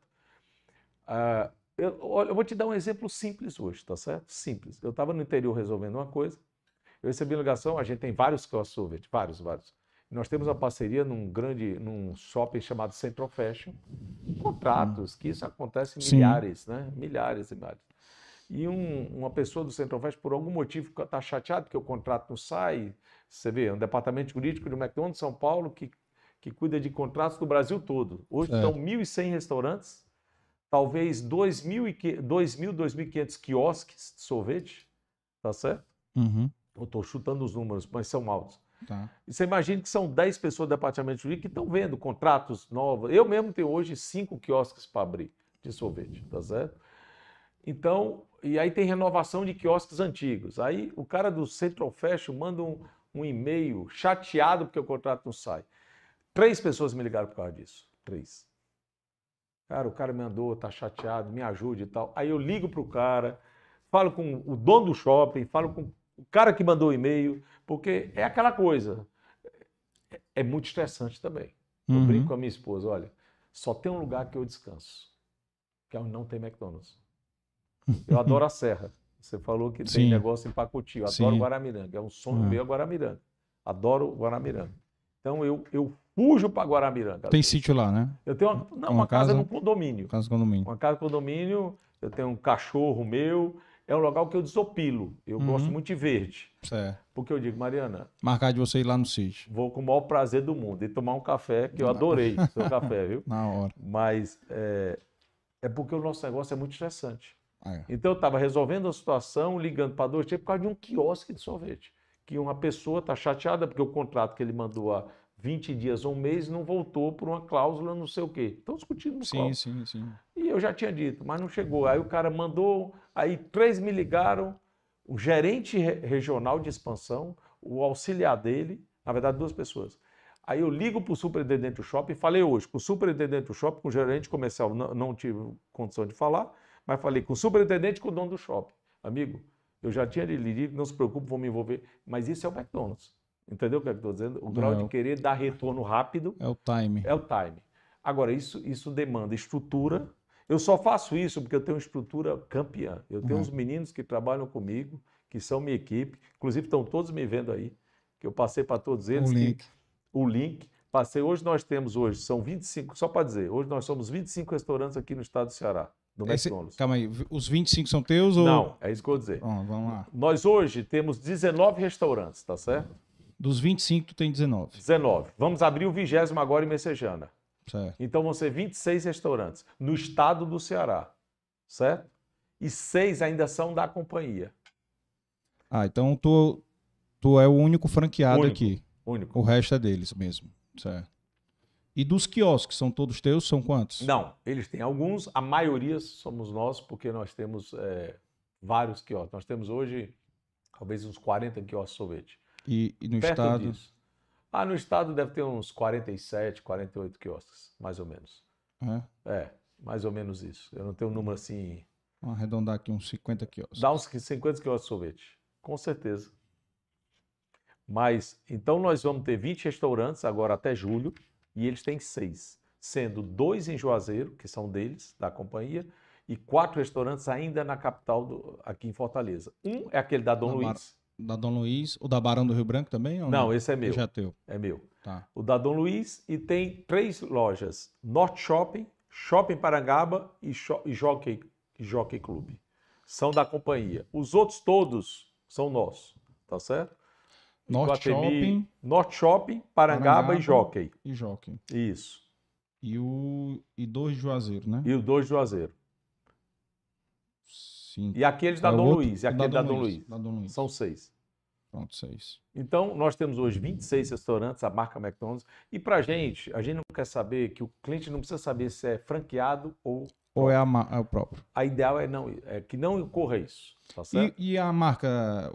Ah, eu, eu vou te dar um exemplo simples hoje, tá certo? Simples. Eu estava no interior resolvendo uma coisa, eu recebi ligação, a gente tem vários quiosques sorvete, vários, vários. Nós temos uma parceria num grande, num shopping chamado Central Fashion, contratos, que isso acontece em milhares, né? Milhares e milhares. E um, uma pessoa do Central Fashion, por algum motivo, está chateado porque o contrato não sai. Você vê, é um departamento jurídico do McDonald's São Paulo que, que cuida de contratos do Brasil todo. Hoje é. Estão mil e cem restaurantes, talvez dois mil, dois mil, dois mil e quinhentos quiosques de sorvete, tá certo?
Uhum.
Eu estou chutando os números, mas são altos.
Tá.
E você imagina que são dez pessoas do departamento jurídico que estão vendo contratos novos. Eu mesmo tenho hoje cinco quiosques para abrir de sorvete, tá certo? Então, e aí tem renovação de quiosques antigos. Aí o cara do Central Fashion manda um, um e-mail chateado porque o contrato não sai. Três pessoas me ligaram por causa disso. Três. Cara, o cara me mandou, tá chateado, me ajude e tal. Aí eu ligo para o cara, falo com o dono do shopping, falo com o cara que mandou o e-mail, porque é aquela coisa. É, é muito estressante também. Eu uhum. brinco com a minha esposa, olha, só tem um lugar que eu descanso, que é onde não tem McDonald's. Eu adoro a Serra. Você falou que
Sim.
tem negócio em Pacotinho. Eu adoro
Sim.
Guaramiranga. É um sonho
uhum.
meu a Guaramiranga. Adoro Guaramiranga. Então eu, eu fujo para Guaramiranga.
Tem sítio lá, né?
Eu tenho uma, não,
uma,
uma casa,
casa
no condomínio.
Casa condomínio.
Uma casa condomínio. Eu tenho um cachorro meu. É um local que eu desopilo. Eu uhum. gosto muito de verde.
Certo.
Porque eu digo, Mariana...
Marcar de você ir lá no sítio.
Vou com o maior prazer do mundo. E tomar um café, que eu adorei o seu café, viu?
Na hora.
Mas é, é porque o nosso negócio é muito estressante.
Ah, é.
Então eu estava resolvendo a situação, ligando para dois por causa de um quiosque de sorvete. Que uma pessoa está chateada porque o contrato que ele mandou há vinte dias ou um mês não voltou por uma cláusula não sei o quê. Estão discutindo no
Sim,
cláusula.
sim, sim.
E eu já tinha dito, mas não chegou. Aí o cara mandou, aí três me ligaram, o gerente regional de expansão, o auxiliar dele, na verdade duas pessoas. Aí eu ligo para o superintendente do shopping, falei hoje com o superintendente do shopping, com o gerente comercial, não, não tive condição de falar, mas falei com o superintendente e com o dono do shopping. Amigo, eu já tinha lhe dito, não se preocupe, vou me envolver, mas isso é o McDonald's. Entendeu o que eu estou dizendo? O grau
é,
de querer dar retorno rápido.
É o time.
É o time. Agora, isso, isso demanda estrutura. Eu só faço isso porque eu tenho uma estrutura campeã. Eu tenho uhum. uns meninos que trabalham comigo, que são minha equipe, inclusive estão todos me vendo aí, que eu passei para todos eles.
O link.
Que, o link. Passei, hoje nós temos, hoje, são vinte e cinco, só para dizer, hoje nós somos vinte e cinco restaurantes aqui no estado do Ceará, no
Esse,
McDonald's.
Calma aí, os vinte e cinco são teus ou...
Não, é isso que eu vou dizer.
Oh, vamos lá.
Nós hoje temos dezenove restaurantes, tá certo?
Dos vinte e cinco, tu tem dezenove.
dezenove. Vamos abrir o vigésimo agora em Messejana.
Certo.
Então vão ser vinte e seis restaurantes no estado do Ceará, certo? E seis ainda são da companhia.
Ah, então tu, tu é o único franqueado
Único,
aqui.
Único.
O resto é deles mesmo. Certo. E dos quiosques, são todos teus? São quantos?
Não, eles têm alguns, a maioria somos nós, porque nós temos é, vários quiosques. Nós temos hoje, talvez uns quarenta quiosques de sorvete.
E, e no
Perto
estado?
disso. Ah, no estado deve ter uns quarenta e sete, quarenta e oito quiosques, mais ou menos.
É?
É, mais ou menos isso. Eu não tenho um número assim...
Vamos arredondar aqui uns cinquenta quiosques.
Dá uns cinquenta quiosques de sorvete, com certeza. Mas, então nós vamos ter vinte restaurantes agora até julho, e eles têm seis, sendo dois em Juazeiro, que são deles, da companhia, e quatro restaurantes ainda na capital, do, aqui em Fortaleza. Um é aquele da Dom
Da
Luiz.
Bar... Da Dom Luiz. O da Barão do Rio Branco também? Ou
não,
não,
esse é meu.
Já é teu.
É meu.
Tá.
O da Dom Luiz, e tem três lojas, Norte Shopping, Shopping Parangaba e, Sho e Jockey, Jockey Club. São da companhia. Os outros todos são nossos, tá certo?
Norte Shopping,
Norte Shopping, Parangaba,
Parangaba
e Jockey.
E Jockey.
Isso.
E, o... e dois de Juazeiro, né?
E os dois de Juazeiro.
Sim.
E aqueles da
É o
Dom
outro?
Luiz. E aquele da Dom Luiz.
Da Dom Luiz.
São seis.
Pronto, seis.
Então, nós temos hoje vinte e seis restaurantes, a marca McDonald's. E pra gente, a gente não quer saber, que o cliente não precisa saber se é franqueado ou...
Ou é, a ma... é o próprio.
A ideal é, não, é que não ocorra isso, tá certo?
E, e a marca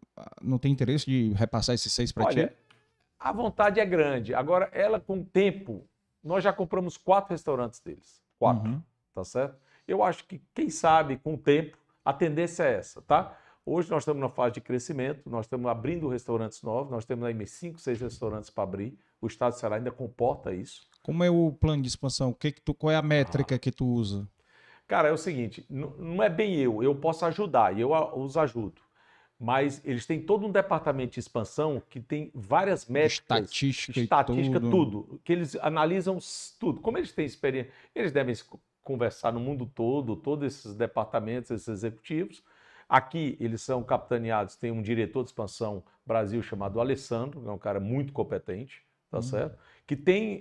não tem interesse de repassar esses seis para ti?
Olha, a vontade é grande. Agora, ela com o tempo, nós já compramos quatro restaurantes deles. Quatro,
Uhum.
tá certo? Eu acho que, quem sabe, com o tempo, a tendência é essa, tá? Hoje nós estamos na fase de crescimento, nós estamos abrindo restaurantes novos, nós temos aí cinco, seis restaurantes para abrir. O estado do Ceará ainda comporta isso.
Como é o plano de expansão? O que que tu, qual é a métrica ah. que tu usa?
Cara, é o seguinte, não é bem eu, eu posso ajudar e eu os ajudo. Mas eles têm todo um departamento de expansão que tem várias métricas,
estatística,
estatística
tudo.
tudo, que eles analisam tudo. Como eles têm experiência, eles devem conversar no mundo todo, todos esses departamentos, esses executivos. Aqui eles são capitaneados, tem um diretor de expansão Brasil chamado Alessandro, que é um cara muito competente, tá uhum. certo? Que tem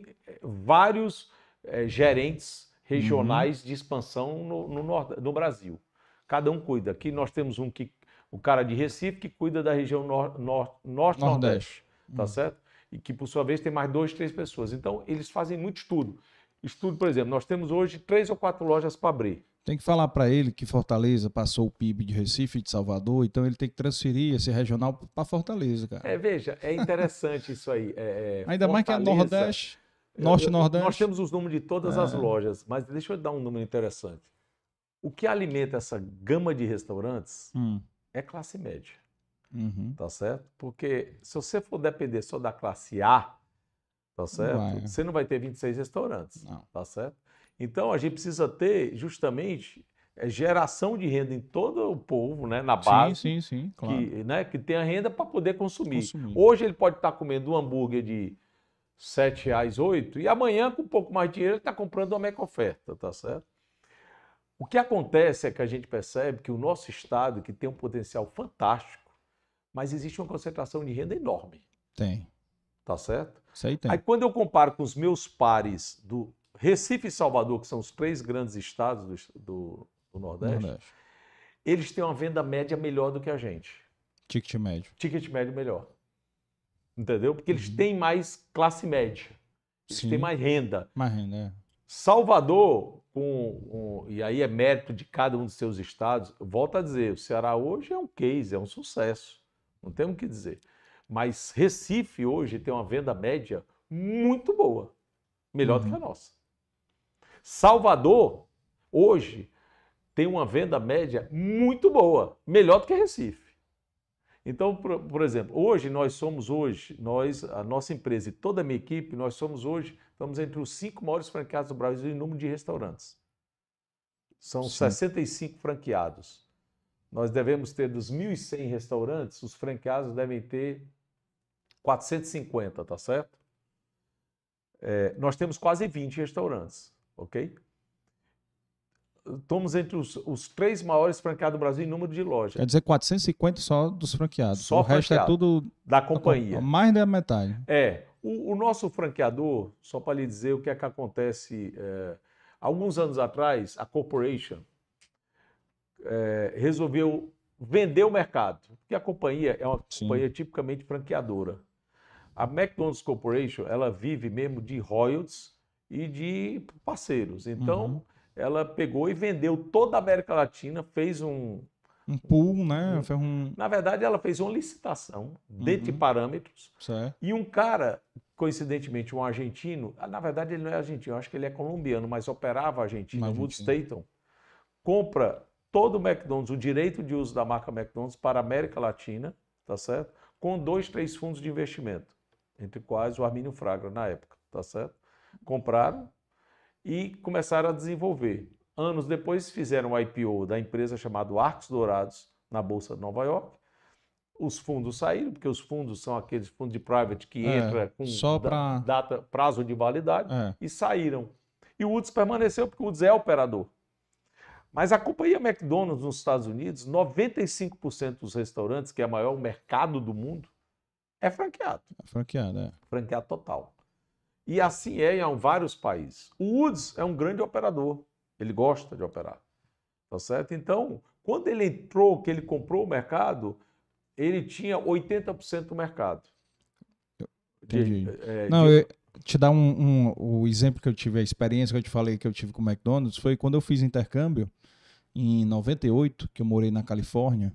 vários é, gerentes regionais uhum. de expansão no, no, no Brasil. Cada um cuida. Aqui nós temos um que o cara de Recife que cuida da região nor, nor, norte-nordeste, tá uhum. certo? E que, por sua vez, tem mais duas, três pessoas. Então, eles fazem muito estudo. Estudo, por exemplo, nós temos hoje três ou quatro lojas para abrir.
Tem que falar para ele que Fortaleza passou o P I B de Recife e de Salvador, então ele tem que transferir esse regional para Fortaleza, cara.
É, veja, é interessante isso aí. É,
Ainda Fortaleza, mais que é Nordeste, Norte e Nordeste.
Nós temos os números de todas é. as lojas, mas deixa eu dar um número interessante. O que alimenta essa gama de restaurantes hum. é classe média, uhum. tá certo? Porque se você for depender só da classe A, tá certo? Vai. Você não vai ter vinte e seis restaurantes, não. Tá certo? Então a gente precisa ter justamente geração de renda em todo o povo, né, na base,
sim, sim, sim, claro.
que, né, que tenha renda para poder consumir.
consumir.
Hoje ele pode estar comendo um hambúrguer de sete reais, oito, e amanhã com um pouco mais de dinheiro ele está comprando uma mega oferta, tá certo? O que acontece é que a gente percebe que o nosso estado, que tem um potencial fantástico, mas existe uma concentração de renda enorme.
Tem.
Tá certo?
Isso aí tem.
Aí quando eu comparo com os meus pares do Recife e Salvador, que são os três grandes estados do, do, do Nordeste, Nordeste, eles têm uma venda média melhor do que a gente.
Ticket médio.
Ticket médio melhor. Entendeu? Porque eles uhum. têm mais classe média. Eles Sim. têm mais renda.
Mais renda, é.
Salvador, com, um, e aí é mérito de cada um dos seus estados, volto a dizer, o Ceará hoje é um case, é um sucesso. Não temos o que dizer. Mas Recife hoje tem uma venda média muito boa. Melhor uhum. do que a nossa. Salvador, hoje, tem uma venda média muito boa. Melhor do que Recife. Então, por, por exemplo, hoje nós somos hoje, nós, a nossa empresa e toda a minha equipe, nós somos hoje, estamos entre os cinco maiores franqueados do Brasil em número de restaurantes. São Sim. sessenta e cinco franqueados. Nós devemos ter dos mil e cem restaurantes, os franqueados devem ter quatrocentos e cinquenta, tá certo? É, nós temos quase vinte restaurantes, ok? Estamos entre os, os três maiores franqueados do Brasil em número de lojas.
Quer dizer, quatrocentos e cinquenta só dos franqueados.
Só
o resto é tudo
da companhia.
Mais da metade.
É. O, o nosso franqueador, só para lhe dizer o que é que acontece, é, alguns anos atrás, a Corporation é, resolveu vender o mercado, porque a companhia é uma
Sim.
companhia tipicamente franqueadora. A McDonald's Corporation, ela vive mesmo de royalties e de parceiros. Então,
Uhum.
ela pegou e vendeu toda a América Latina, fez um...
Um pool, né?
um-
Foi um...
na verdade, ela fez uma licitação dentro de
Uhum.
parâmetros
Certo.
e um cara, coincidentemente, um argentino, ah, na verdade ele não é argentino, eu acho que ele é colombiano, mas operava argentino,
Na
Wood
Argentina.
Staton, compra todo o McDonald's, o direito de uso da marca McDonald's para a América Latina, tá certo? Com dois, três fundos de investimento, entre quais o Armínio Fraga na época, tá certo? Compraram e começaram a desenvolver. Anos depois fizeram o I P O da empresa chamada Arcos Dourados na Bolsa de Nova York. Os fundos saíram, porque os fundos são aqueles fundos de private que
É,
entra com
só
da-
pra-
data, prazo de validade,
É.
e saíram. E o Woods permaneceu porque o Woods é operador. Mas a companhia McDonald's nos Estados Unidos, noventa e cinco por cento dos restaurantes, que é o maior mercado do mundo, é franqueado.
É franqueada, é.
Franqueado total. E assim é em vários países. O Woods é um grande operador. Ele gosta de operar. Tá certo? Então, quando ele entrou, que ele comprou o mercado, ele tinha oitenta por cento do mercado.
Entendi.
De- é,
Não,
de-
eu te dar um, um- o exemplo que eu tive, a experiência que eu te falei que eu tive com o McDonald's, foi quando eu fiz intercâmbio, em noventa e oito, que eu morei na Califórnia.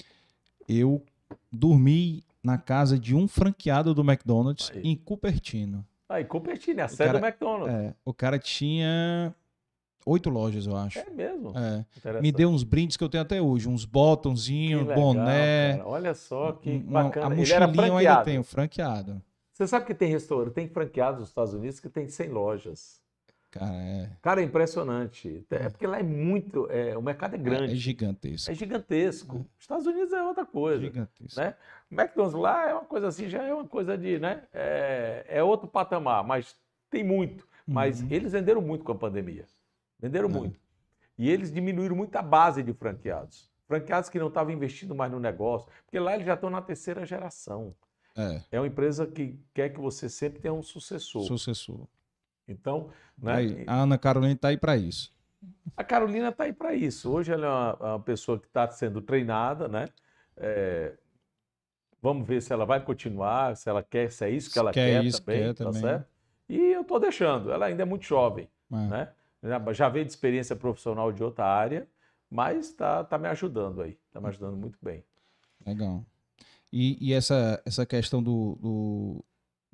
Eu dormi na casa de um franqueado do McDonald's
Aí.
em Cupertino.
Aí, Cupertino, é a
O
sede
cara-
do McDonald's.
É, o cara tinha oito lojas, eu acho.
É, mesmo.
É.
Interessante.
Me deu uns brindes que eu tenho até hoje, uns
Que
botãozinhos,
legal,
boné,
cara. Olha só que
uma-
bacana.
a
Ele era
mochilinha eu ainda
franqueado.
tenho, franqueado.
Você sabe que tem restaurante, tem franqueados nos Estados Unidos que tem cem lojas.
Cara, é,
Cara, é impressionante. É porque lá é muito. É, o mercado é
é
grande.
gigantesco.
É gigantesco. Os Estados Unidos é outra coisa.
Gigantesco.
Né? O McDonald's lá é uma coisa assim, já é uma coisa de, né? É, é outro patamar, mas tem muito. Mas
Uhum.
eles venderam muito com a pandemia. Venderam
É.
muito. E eles diminuíram muito a base de franqueados. Franqueados que não estavam investindo mais no negócio, porque lá eles já estão na terceira geração.
É,
É uma empresa que quer que você sempre tenha um sucessor.
sucessor.
Então, né?
Aí, a Ana Carolina tá aí para isso.
A Carolina está aí para isso. Hoje ela é uma, uma pessoa que está sendo treinada, né? É, vamos ver se ela vai continuar, se ela quer, se é isso que
Se
ela
quer
quer,
isso,
também,
quer
tá
também.
certo? E eu estou deixando. Ela ainda é muito jovem,
É,
né? Já, já veio de experiência profissional de outra área, mas está tá me ajudando aí. Está me ajudando muito bem.
legal. E, e essa, essa questão do, do,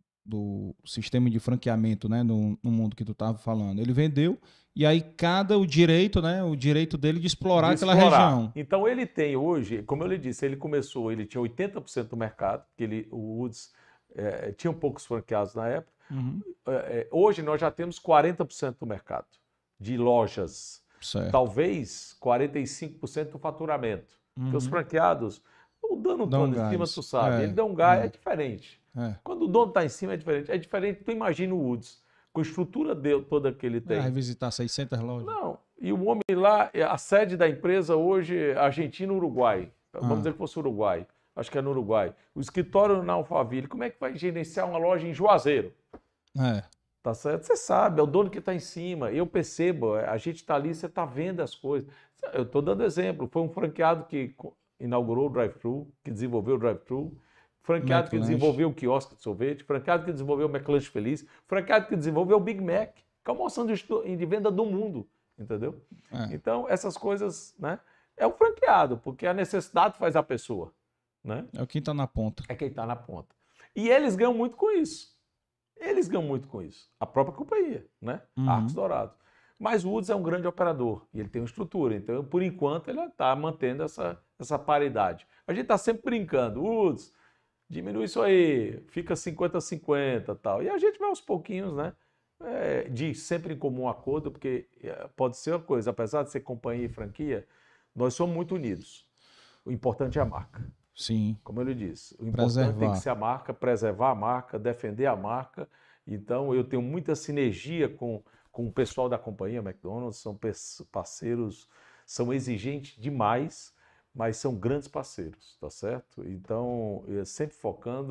do sistema de franqueamento, né, no, no mundo que tu estava falando, ele vendeu e aí cada o direito, né, o direito dele de explorar
De
aquela
explorar.
região.
Então ele tem hoje, como eu lhe disse, ele começou, ele tinha oitenta por cento do mercado, porque ele, o Woods eh, tinha poucos franqueados na época.
Uhum.
Eh, eh, hoje nós já temos quarenta por cento do mercado de lojas.
Certo.
Talvez quarenta e cinco por cento do faturamento. Porque os
Uhum.
franqueados, o dono
Dão
todo em cima,
gás.
tu sabe,
É,
ele dá um gás,
é.
é diferente.
É.
Quando o dono está em cima é diferente. É diferente, tu imagina o Woods, com a estrutura dele, toda que ele tem.
Vai visitar seiscentas lojas.
Não, e o homem lá, a sede da empresa hoje é Argentina e Uruguai. Vamos
Ah.
dizer que fosse Uruguai. Acho que é no Uruguai. O escritório na Alphaville. Como é que vai gerenciar uma loja em Juazeiro?
É.
Tá certo? Você sabe, é o dono que está em cima. Eu percebo, a gente está ali, você está vendo as coisas. Eu estou dando exemplo. Foi um franqueado que inaugurou o drive-thru, que desenvolveu o drive-thru. Franqueado que
McLanche.
desenvolveu o quiosque de sorvete, franqueado que desenvolveu o McLanche Feliz, franqueado que desenvolveu o Big Mac, que é o maior sanduíche de venda do mundo, entendeu?
É.
Então, essas coisas, né? É o franqueado, porque a necessidade faz a pessoa, né?
É o quem tá na ponta.
É quem está na ponta. E eles ganham muito com isso. Eles ganham muito com isso. A própria companhia, né?
Uhum.
Arcos Dourados. Mas o Woods é um grande operador e ele tem uma estrutura. Então, por enquanto, ele está mantendo essa, essa paridade. A gente está sempre brincando. Woods, diminui isso aí, fica cinquenta a cinquenta e tal. E a gente vai aos pouquinhos, né? É, de sempre em comum acordo, porque é, pode ser uma coisa, apesar de ser companhia e franquia, nós somos muito unidos. O importante é a marca.
Sim.
Como eu lhe disse, o importante
Preservar.
tem que ser a marca, preservar a marca, defender a marca. Então, eu tenho muita sinergia com, com o pessoal da companhia McDonald's, são parceiros, são exigentes demais, mas são grandes parceiros, tá certo? Então, eu sempre focando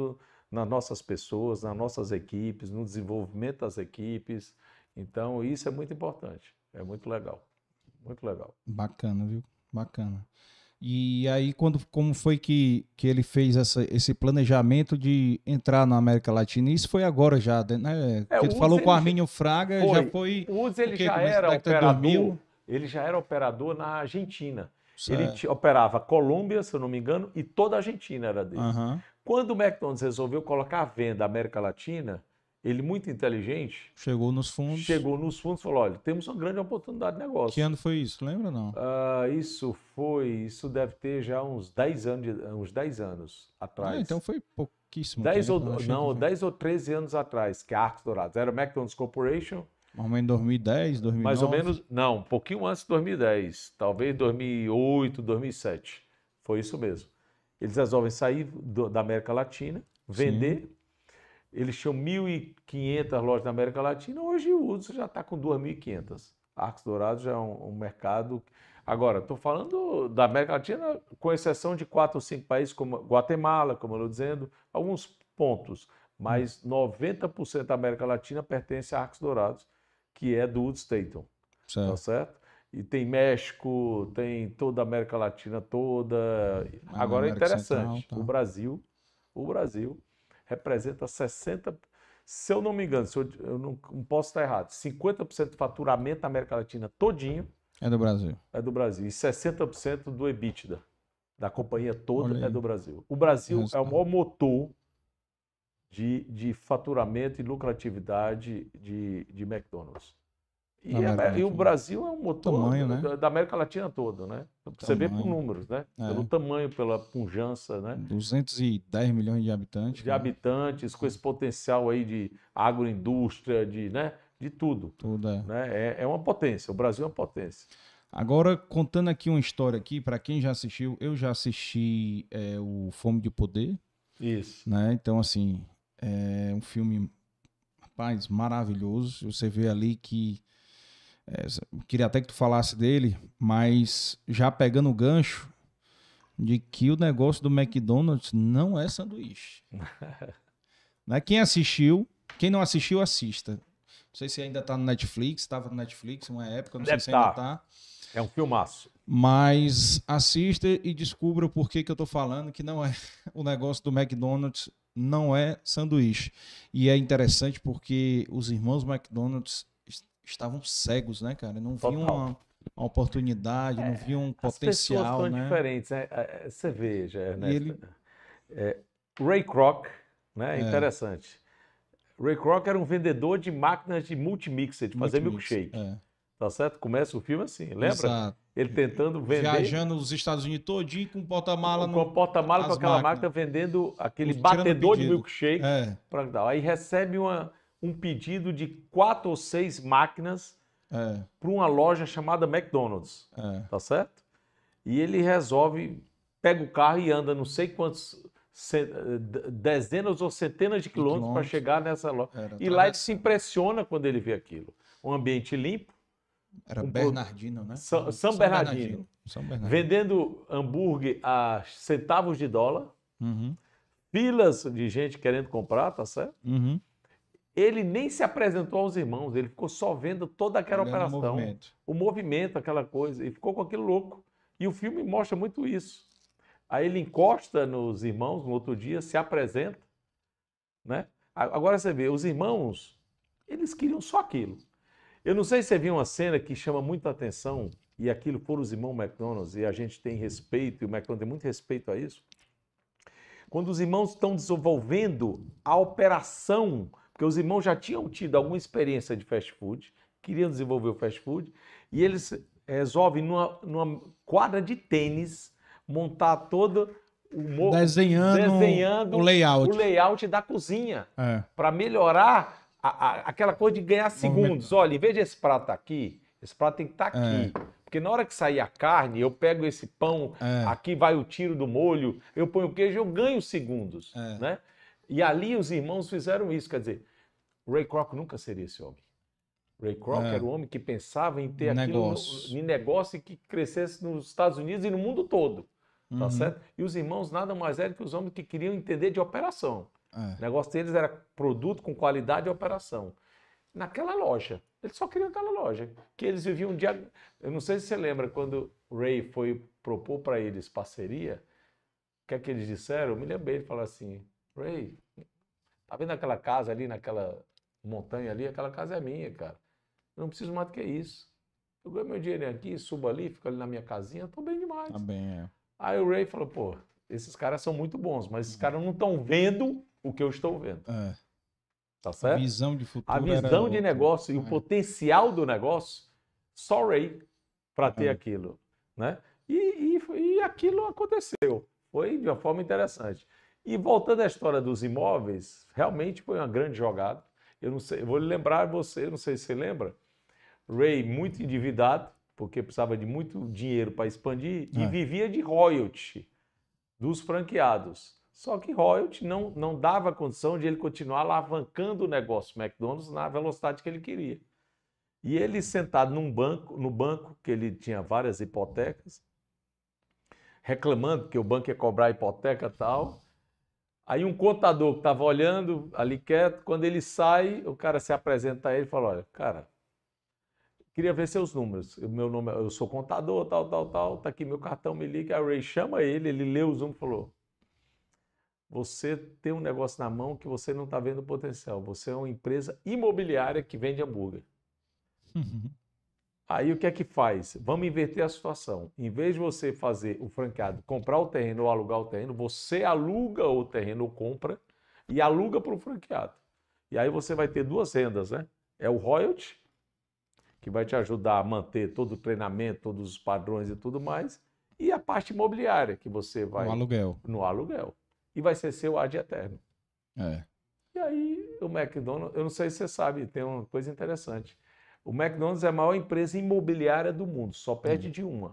nas nossas pessoas, nas nossas equipes, no desenvolvimento das equipes. Então, isso é muito importante. É muito legal. Muito legal.
Bacana, viu? Bacana. E aí, quando, como foi que, que ele fez essa, esse planejamento de entrar na América Latina? Isso foi agora já, né?
É,
Porque
o
tu
Woods,
falou com o
ele
Armínio Fraga,
foi.
já foi...
O Woods,
o
ele
quê?
já
Começo
era
da década de
operador,
dois mil?
ele já era operador na Argentina. Ele
Certo.
t- operava Colômbia, se eu não me engano, e toda a Argentina era dele.
Aham.
Quando o McDonald's resolveu colocar à venda a América Latina, ele, muito inteligente,
Chegou nos fundos.
chegou nos fundos e falou, olha, temos uma grande oportunidade de negócio.
Que ano foi isso? Lembra ou não?
Ah, isso foi, isso deve ter já uns dez anos, de- uns dez anos atrás.
Ah, então foi pouquíssimo
dez
tempo.
ou,
Achei
não,
que...
dez ou treze anos atrás, que a Arcos Dourados era a McDonald's Corporation,
Mais ou menos em dois mil e dez, dois mil e nove.
mais ou menos, não, um pouquinho antes de dois mil e dez, talvez dois mil e oito, dois mil e sete. Foi isso mesmo. Eles resolvem sair do- da América Latina, vender.
Sim.
Eles tinham mil e quinhentas lojas na América Latina, hoje o Hudson já está com duas mil e quinhentas. Arcos Dourados já é um, um mercado... Agora, estou falando da América Latina, com exceção de quatro ou cinco países, como Guatemala, como eu estou dizendo, alguns pontos, mas noventa por cento da América Latina pertence a Arcos Dourados, que é do Woods Staton,
Certo.
tá certo? E tem México, tem toda a América Latina toda.
Ah,
Agora é
América
interessante,
Central, tá.
o Brasil, o Brasil representa sessenta, se eu não me engano, se eu, eu não, não posso estar errado, cinquenta por cento do faturamento da América Latina todinho
É do Brasil.
é do Brasil e sessenta por cento do EBITDA da companhia toda
Olha
é
aí.
do Brasil. O Brasil é o
Resultado.
maior motor de, de faturamento e lucratividade de, de McDonald's. E,
Na
é-
América
e o
Latina.
Brasil é um motor
Tamanho,
da,
né?
da- da América Latina toda, né? Você vê por
Tamanho.
números, né?
É.
Pelo tamanho, pela pujança, né?
duzentos e dez milhões de habitantes.
De
né?
habitantes, com esse potencial aí de agroindústria, de, né? De tudo.
Tudo é.
Né? É, é uma potência, o Brasil é uma potência.
Agora, contando aqui uma história aqui, para quem já assistiu, eu já assisti é, o Fome de Poder,
Isso.
né? Então, assim, é um filme, rapaz, maravilhoso. Você vê ali que... é, queria até que tu falasse dele, mas já pegando o gancho de que o negócio do McDonald's não é sanduíche. Né? Quem assistiu, quem não assistiu, assista. Não sei se ainda tá no Netflix, estava no Netflix uma época, não
Deve
sei se ainda
tá.
tá.
É um filmaço.
Mas assista e descubra o porquê que eu tô falando que não é o negócio do McDonald's não é sanduíche. E é interessante porque os irmãos McDonald's est- estavam cegos, né, cara? Não viam
Total.
uma, uma oportunidade, não viam um
As pessoas
potencial,
são
né?
diferentes, né? É, é, Você veja, Ernesto.
ele-
É, Ray Kroc, né?
É.
Interessante. Ray Kroc era um vendedor de máquinas de multimixer, de fazer
Multimix,
milkshake.
é.
Tá certo? Começa o filme assim, lembra?
Exato.
Ele tentando vender
Viajando os Estados Unidos todinho com porta-mala
com a
no...
porta-mala com
as
aquela
máquinas.
máquina vendendo aquele
Tirando
batedor de
pedido.
milkshake.
É,
Pra dar. Aí recebe uma, um pedido de quatro ou seis máquinas
é,
para uma loja chamada McDonald's.
é.
Tá certo? E ele resolve, pega o carro e anda não sei quantos, ce- d- dezenas ou centenas de quilômetros para
quilômetros.
chegar nessa loja.
Era
E lá ele se
atravessando.
impressiona quando ele vê aquilo. Um ambiente limpo,
Era
Um
Bernardino, né?
São- São Bernardino.
São Bernardino.
vendendo hambúrguer a centavos de dólar,
Uhum,
filas de gente querendo comprar, tá certo?
uhum.
Ele nem se apresentou aos irmãos, ele ficou só vendo toda aquela
Olhando o
operação.
movimento.
O movimento, aquela coisa, e ficou com aquilo louco. E o filme mostra muito isso. Aí ele encosta nos irmãos no outro dia, se apresenta, né? A- Agora você vê, os irmãos, eles queriam só aquilo. Eu não sei se você viu uma cena que chama muita atenção, e aquilo foram os irmãos McDonald's, e a gente tem respeito, e o McDonald's tem muito respeito a isso. Quando os irmãos estão desenvolvendo a operação, porque os irmãos já tinham tido alguma experiência de fast food, queriam desenvolver o fast food, e eles resolvem, numa, numa quadra de tênis, montar todo o mo-
Desenhando,
desenhando
o layout.
o layout da cozinha,
É.
para melhorar a- a- aquela coisa de ganhar segundos. Olha, em vez de esse prato tá aqui, esse prato tem que estar aqui. Porque na hora que sair a carne, eu pego esse pão,
É.
aqui vai o tiro do molho, eu ponho o queijo, eu ganho segundos.
É.
Né? E ali os irmãos fizeram isso. Quer dizer, Ray Kroc nunca seria esse homem. Ray Kroc
É.
era o homem que pensava em ter
Negócios.
aquilo no, em negócio e que crescesse nos Estados Unidos e no mundo todo. Tá
Uhum.
certo? E os irmãos nada mais eram que os homens que queriam entender de operação. É. O negócio deles era produto com qualidade e operação. Naquela loja. Eles só queriam aquela loja. Que eles viviam um dia... Eu não sei se você lembra, quando o Ray foi propor para eles parceria, o que é que eles disseram? Eu me lembrei, ele falou assim, Ray, tá vendo aquela casa ali, naquela montanha ali? Aquela casa é minha, cara. Eu não preciso mais do que isso. Eu ganho meu dinheiro aqui, subo ali, fico ali na minha casinha, tô bem demais.
Tá bem, é.
Aí o Ray falou, pô, esses caras são muito bons, mas esses caras não estão vendo o que eu estou vendo.
É.
Tá certo?
A visão de futuro.
A visão de negócio e é. o potencial do negócio, só o Ray para ter é. aquilo. Né? E, e, e aquilo aconteceu. Foi de uma forma interessante. E voltando à história dos imóveis, realmente foi uma grande jogada. Eu não sei, eu vou lembrar você, eu não sei se você lembra, Ray muito endividado, porque precisava de muito dinheiro para expandir, é. e vivia de royalty dos franqueados. Só que royalty não, não dava condição de ele continuar alavancando o negócio McDonald's na velocidade que ele queria. E ele sentado num banco, no banco, que ele tinha várias hipotecas, reclamando que o banco ia cobrar a hipoteca e tal. Aí um contador que estava olhando ali quieto, quando ele sai, o cara se apresenta a ele e fala, olha, cara, queria ver seus números. O meu nome, eu sou contador, tal, tal, tal, tá aqui meu cartão, me liga. Aí o Ray chama ele, ele lê os números e falou, você tem um negócio na mão que você não está vendo o potencial. Você é uma empresa imobiliária que vende hambúrguer. Uhum. Aí o que é que faz? Vamos inverter a situação. Em vez de você fazer o franqueado comprar o terreno ou alugar o terreno, você aluga o terreno ou compra e aluga para o franqueado. E aí você vai ter duas rendas, né? É o royalty, que vai te ajudar a manter todo o treinamento, todos os padrões e tudo mais, e a parte imobiliária, que você vai...
No aluguel.
No aluguel. E vai ser seu ad eterno.
É.
E aí o McDonald's, eu não sei se você sabe, tem uma coisa interessante. O McDonald's é a maior empresa imobiliária do mundo, só perde hum. de uma,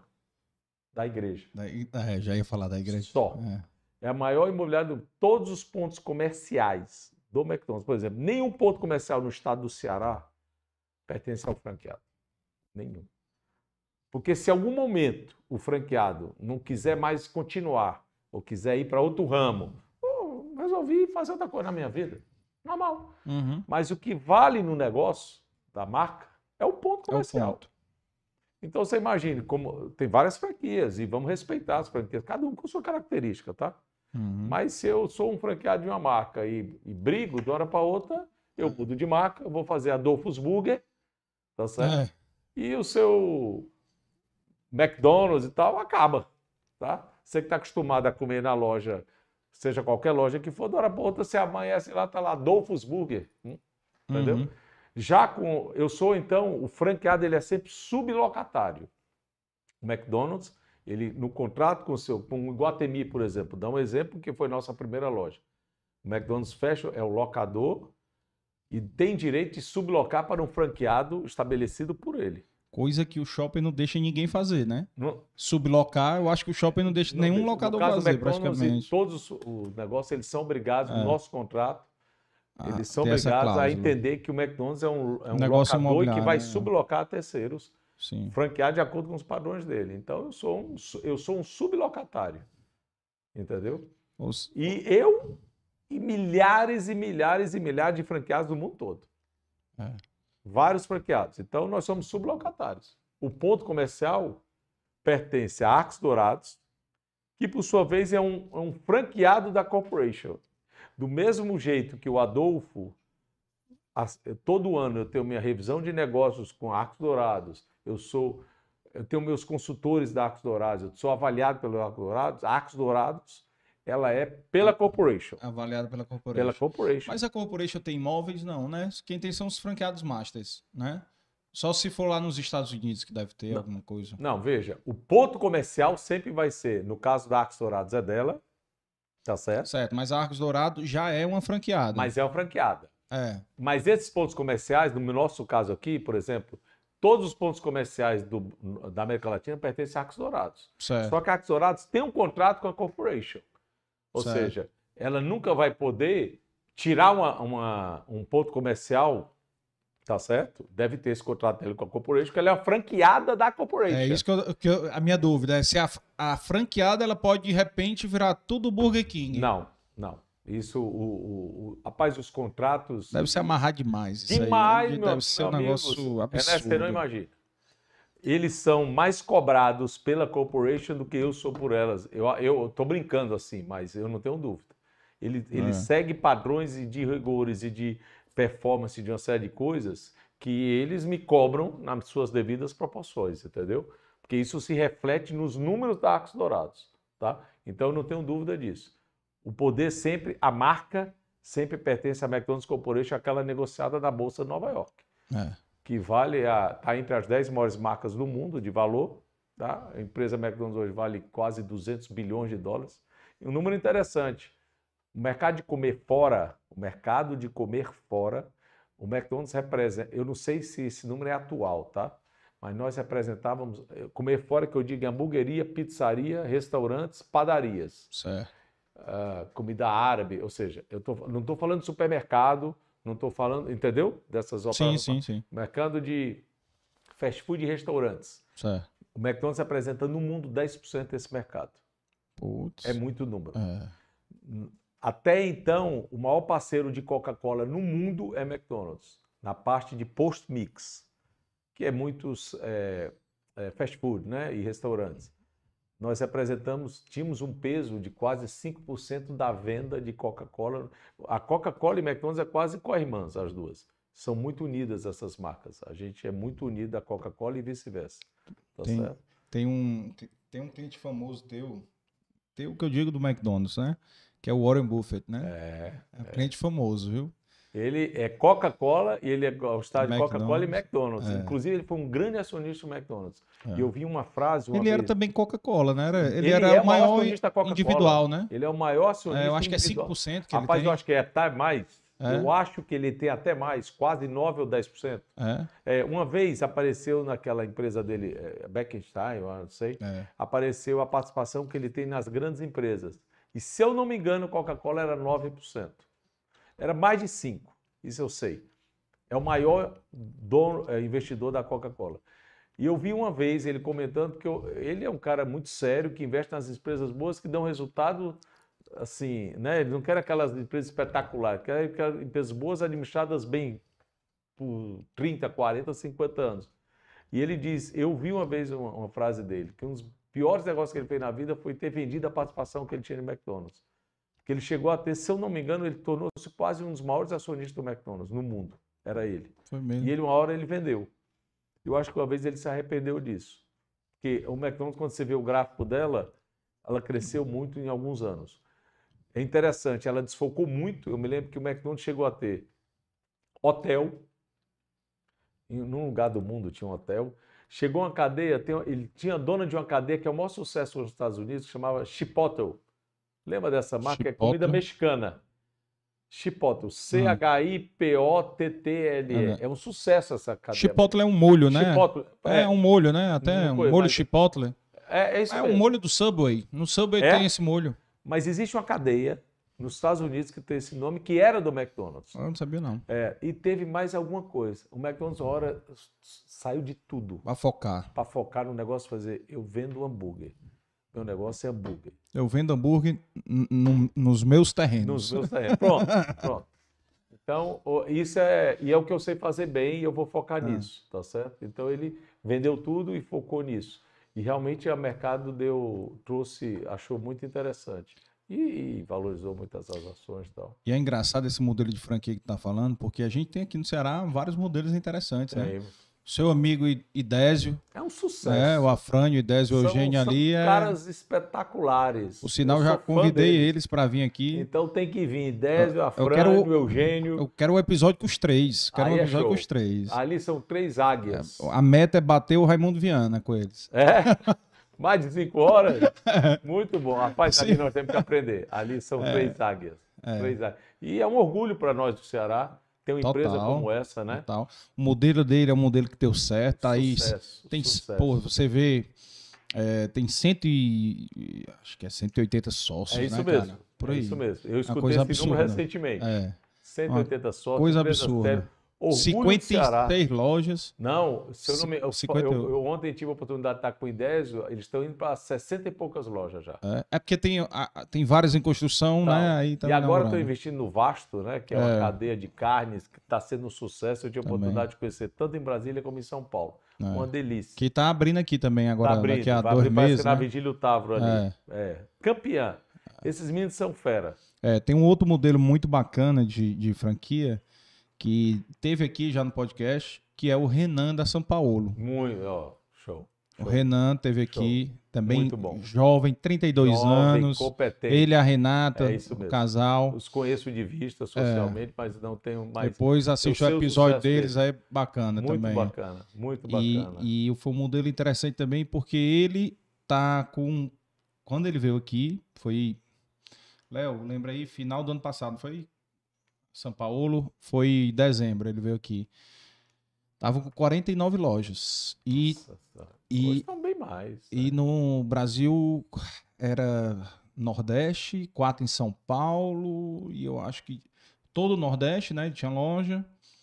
da igreja.
Da, é, já ia falar da igreja.
Só. É, é a maior imobiliária de todos os pontos comerciais do McDonald's. Por exemplo, nenhum ponto comercial no estado do Ceará pertence ao franqueado. Nenhum. Porque se em algum momento o franqueado não quiser mais continuar, ou quiser ir para outro ramo, oh, resolvi fazer outra coisa na minha vida. Normal. Uhum. Mas o que vale no negócio da marca é o ponto comercial. É o ponto. Então você imagine, como tem várias franquias e vamos respeitar as franquias, cada um com sua característica, tá? Uhum. Mas se eu sou um franqueado de uma marca e, e brigo de uma hora para outra, eu mudo de marca, eu vou fazer Adolfo's Burger, tá certo? É. E o seu McDonald's e tal acaba, tá? Você que está acostumado a comer na loja, seja qualquer loja que for, de hora para outra você amanhece lá, está lá Adolfo's Burger. Hum? Entendeu? Uhum. Já com... Eu sou, então, o franqueado, ele é sempre sublocatário. O McDonald's, ele no contrato com o seu... Com o Iguatemi, por exemplo, dá um exemplo que foi nossa primeira loja. O McDonald's fecha, é o locador e tem direito de sublocar para um franqueado estabelecido por ele.
Coisa que o shopping não deixa ninguém fazer, né? Não. Sublocar, eu acho que o shopping não deixa não nenhum deixa. locador fazer, praticamente.
Todos os negócios, eles são obrigados, é. no nosso contrato, ah, eles são obrigados a entender que o McDonald's é um, é um
negócio
locador que vai
né?
sublocar a terceiros,
Sim.
franquear de acordo com os padrões dele. Então, eu sou um, eu sou um sublocatário, entendeu? Os... E eu e milhares e milhares e milhares de franqueados do mundo todo. É. Vários franqueados. Então, nós somos sublocatários. O ponto comercial pertence a Arcos Dourados, que, por sua vez, é um, é um franqueado da Corporation. Do mesmo jeito que o Adolfo, todo ano eu tenho minha revisão de negócios com Arcos Dourados, eu, sou, eu tenho meus consultores da Arcos Dourados, eu sou avaliado pelo Arcos Dourados, a Arcos Dourados, ela é pela Corporation.
Avaliada pela Corporation.
Pela Corporation.
Mas a Corporation tem imóveis? Não, né? Quem tem são os franqueados Masters, né? Só se for lá nos Estados Unidos que deve ter não. alguma coisa.
Não, veja, o ponto comercial sempre vai ser, no caso da Arcos Dourados é dela, tá certo?
Certo, mas a Arcos Dourados já é uma franqueada.
Mas é uma franqueada.
É.
Mas esses pontos comerciais, no nosso caso aqui, por exemplo, todos os pontos comerciais do, da América Latina pertencem a Arcos Dourados.
Certo.
Só que a Arcos Dourados tem um contrato com a Corporation. Ou certo. seja, ela nunca vai poder tirar uma, uma, um ponto comercial, tá certo? Deve ter esse contrato dele com a Corporation, porque ela é uma franqueada da Corporation.
É isso que, eu, que eu, a minha dúvida é se a, a franqueada ela pode de repente virar tudo Burger King.
Não, não. Isso, o, o, o, rapaz, os contratos...
Deve ser amarrar demais. Isso
demais,
aí.
meu,
Deve ser um
meu
negócio
amigo,
absurdo.
É, né? Você não imagina. Eles são mais cobrados pela corporation do que eu sou por elas. Eu, eu tô brincando assim, mas eu não tenho dúvida. Ele, ele
É.
segue padrões de rigores e de performance de uma série de coisas que eles me cobram nas suas devidas proporções, entendeu? Porque isso se reflete nos números da Arcos Dourados, tá? Então eu não tenho dúvida disso. O poder sempre, a marca sempre pertence à McDonald's Corporation, aquela negociada na Bolsa de Nova York.
É.
Que vale a, tá entre as dez maiores marcas do mundo de valor, tá? A empresa McDonald's hoje vale quase duzentos bilhões de dólares. E um número interessante, o mercado de comer fora, o mercado de comer fora, o McDonald's representa, eu não sei se esse número é atual, tá? Mas nós representávamos, comer fora que eu digo hamburgueria, pizzaria, restaurantes, padarias.
Certo.
Uh, comida árabe, ou seja, eu tô, não estou falando de supermercado, não estou falando, entendeu? Dessas operações.
Sim, sim, sim.
Mercado de fast food e restaurantes.
Certo.
O McDonald's apresenta no mundo dez por cento desse mercado.
Putz.
É muito número.
É.
Até então, o maior parceiro de Coca-Cola no mundo é McDonald's, na parte de post-mix, que é muitos é, é, fast food, né, e restaurantes. Nós representamos, tínhamos um peso de quase cinco por cento da venda de Coca-Cola. A Coca-Cola e McDonald's é quase co-irmãs, as duas. São muito unidas essas marcas. A gente é muito unido a Coca-Cola e vice-versa. Tá
tem,
certo?
Tem um, tem um cliente famoso teu, teu que eu digo do McDonald's, né? Que é o Warren Buffett, né?
É.
É um cliente é. famoso, viu?
Ele é Coca-Cola e ele é gostado de Coca-Cola e McDonald's. É. Inclusive, ele foi um grande acionista do McDonald's. É. E eu vi uma frase uma
Ele
vez...
era também Coca-Cola, né? Era, ele, ele era
é
o maior,
maior
individual, né?
Ele é o maior acionista
é, Eu acho
individual.
que é cinco por cento que
Rapaz,
ele tem.
eu acho que é até mais.
É.
Eu acho que ele tem até mais, quase nove ou dez por cento.
É.
É, uma vez apareceu naquela empresa dele, é, Beckenstein, eu não sei,
é.
apareceu a participação que ele tem nas grandes empresas. E se eu não me engano, Coca-Cola era nove por cento. Era mais de cinco por cento. Isso eu sei. É o maior dono, é, investidor da Coca-Cola. E eu vi uma vez ele comentando que eu, ele é um cara muito sério, que investe nas empresas boas, que dão resultado assim, né? Ele não quer aquelas empresas espetaculares, quer aquelas empresas boas administradas bem por trinta, quarenta, cinquenta anos. E ele diz, eu vi uma vez uma, uma frase dele, que um dos piores negócios que ele fez na vida foi ter vendido a participação que ele tinha no McDonald's. Que ele chegou a ter, se eu não me engano, ele tornou-se quase um dos maiores acionistas do McDonald's no mundo. Era ele.
Foi mesmo.
E ele, uma hora, ele vendeu. Eu acho que uma vez ele se arrependeu disso. Porque o McDonald's, quando você vê o gráfico dela, ela cresceu muito em alguns anos. É interessante, ela desfocou muito. Eu me lembro que o McDonald's chegou a ter hotel. Em um lugar do mundo tinha um hotel. Chegou uma cadeia, tem, ele tinha dona de uma cadeia que é o maior sucesso nos Estados Unidos, que chamava Chipotle. Lembra dessa marca?
Chipotle.
É comida mexicana. Chipotle. C H I P O T T L E. É, é um sucesso essa cadeia.
Chipotle é um molho, né?
Chipotle.
É, é um molho, né? Até um molho mas... Chipotle.
É, é isso
É
mesmo.
um molho do Subway. No Subway
é?
tem esse molho.
Mas existe uma cadeia nos Estados Unidos que tem esse nome, que era do McDonald's.
Eu não sabia, não.
É, e teve mais alguma coisa. O McDonald's, uma hora, saiu de tudo.
Para focar.
Para focar no negócio, fazer, eu vendo hambúrguer. Meu negócio é hambúrguer.
Eu vendo hambúrguer nos meus terrenos.
Nos meus terrenos. Pronto, pronto. Então, isso é, e é o que eu sei fazer bem e eu vou focar ah. nisso, tá certo? Então, ele vendeu tudo e focou nisso. E realmente o mercado deu, trouxe, achou muito interessante. E, e valorizou muitas as ações e tal.
E é engraçado esse modelo de franquia que tu tá falando, porque a gente tem aqui no Ceará vários modelos interessantes, né? É. Seu amigo Idésio.
É um sucesso.
É, o Afrânio, Idésio, o Eugênio
são
ali.
São caras é... espetaculares.
O sinal já convidei eles para vir aqui.
Então tem que vir Idésio, Afrânio, quero, Eugênio.
Eu quero o um episódio com os três. Quero
Aí
um episódio
é
com os três.
Ali são três águias.
É, a meta é bater o Raimundo Viana com eles.
É? Mais de cinco horas? Muito bom. Rapaz, ali Sim. nós temos que aprender. Ali são é. três águias. É. Três águias. E é um orgulho para nós do Ceará. Tem uma
total,
empresa como essa, né?
Total. O modelo dele é um modelo que deu certo.
Sucesso,
aí tem,
sucesso.
Pô, você vê, é, tem cento e, acho que é cento e oitenta sócios,
É isso
né,
mesmo.
Cara? Por aí.
É isso mesmo. Eu escutei esse absurda. número recentemente.
É.
cento e oitenta sócios.
Coisa absurda. Sério.
Orgulho
cinquenta e seis lojas.
Não, se eu não me... eu,
cinquenta...
eu, eu ontem tive a oportunidade de estar com o Indésio, eles estão indo para sessenta e poucas lojas já.
É, é porque tem, tem várias em construção,
então,
né? Aí
e agora estou investindo no Vasto, né? Que é uma
é.
cadeia de carnes que está sendo um sucesso. Eu tive a
Também.
oportunidade de conhecer tanto em Brasília como em São Paulo. É. Uma delícia.
Que está abrindo aqui também agora,
tá abrindo,
daqui a
vai
dois
abrir,
meses,
né?
Na
Vigílio Távora ali. É. É. Campeã. Esses meninos são fera.
É, tem um outro modelo muito bacana de, de franquia que teve aqui já no podcast, que é o Renan da São Paulo.
Muito, ó, show.
O Renan teve aqui, show. Também
muito bom.
Jovem, trinta e dois
jovem,
anos.
Competente.
Ele e a Renata,
é isso mesmo.
o casal.
Os conheço de vista socialmente, é. mas não tenho mais...
Depois assiste o episódio deles,
dele.
é bacana
muito
também.
Muito bacana, muito bacana.
E, e foi um modelo interessante também, porque ele tá com... Quando ele veio aqui, foi... Léo, lembra aí, final do ano passado, foi São Paulo, foi dezembro, ele veio aqui. Tava com quarenta e nove lojas. E,
Nossa,
e,
hoje estão bem mais. Né?
E no Brasil era Nordeste, quatro em São Paulo, e eu acho que todo o Nordeste, né? Tinha loja,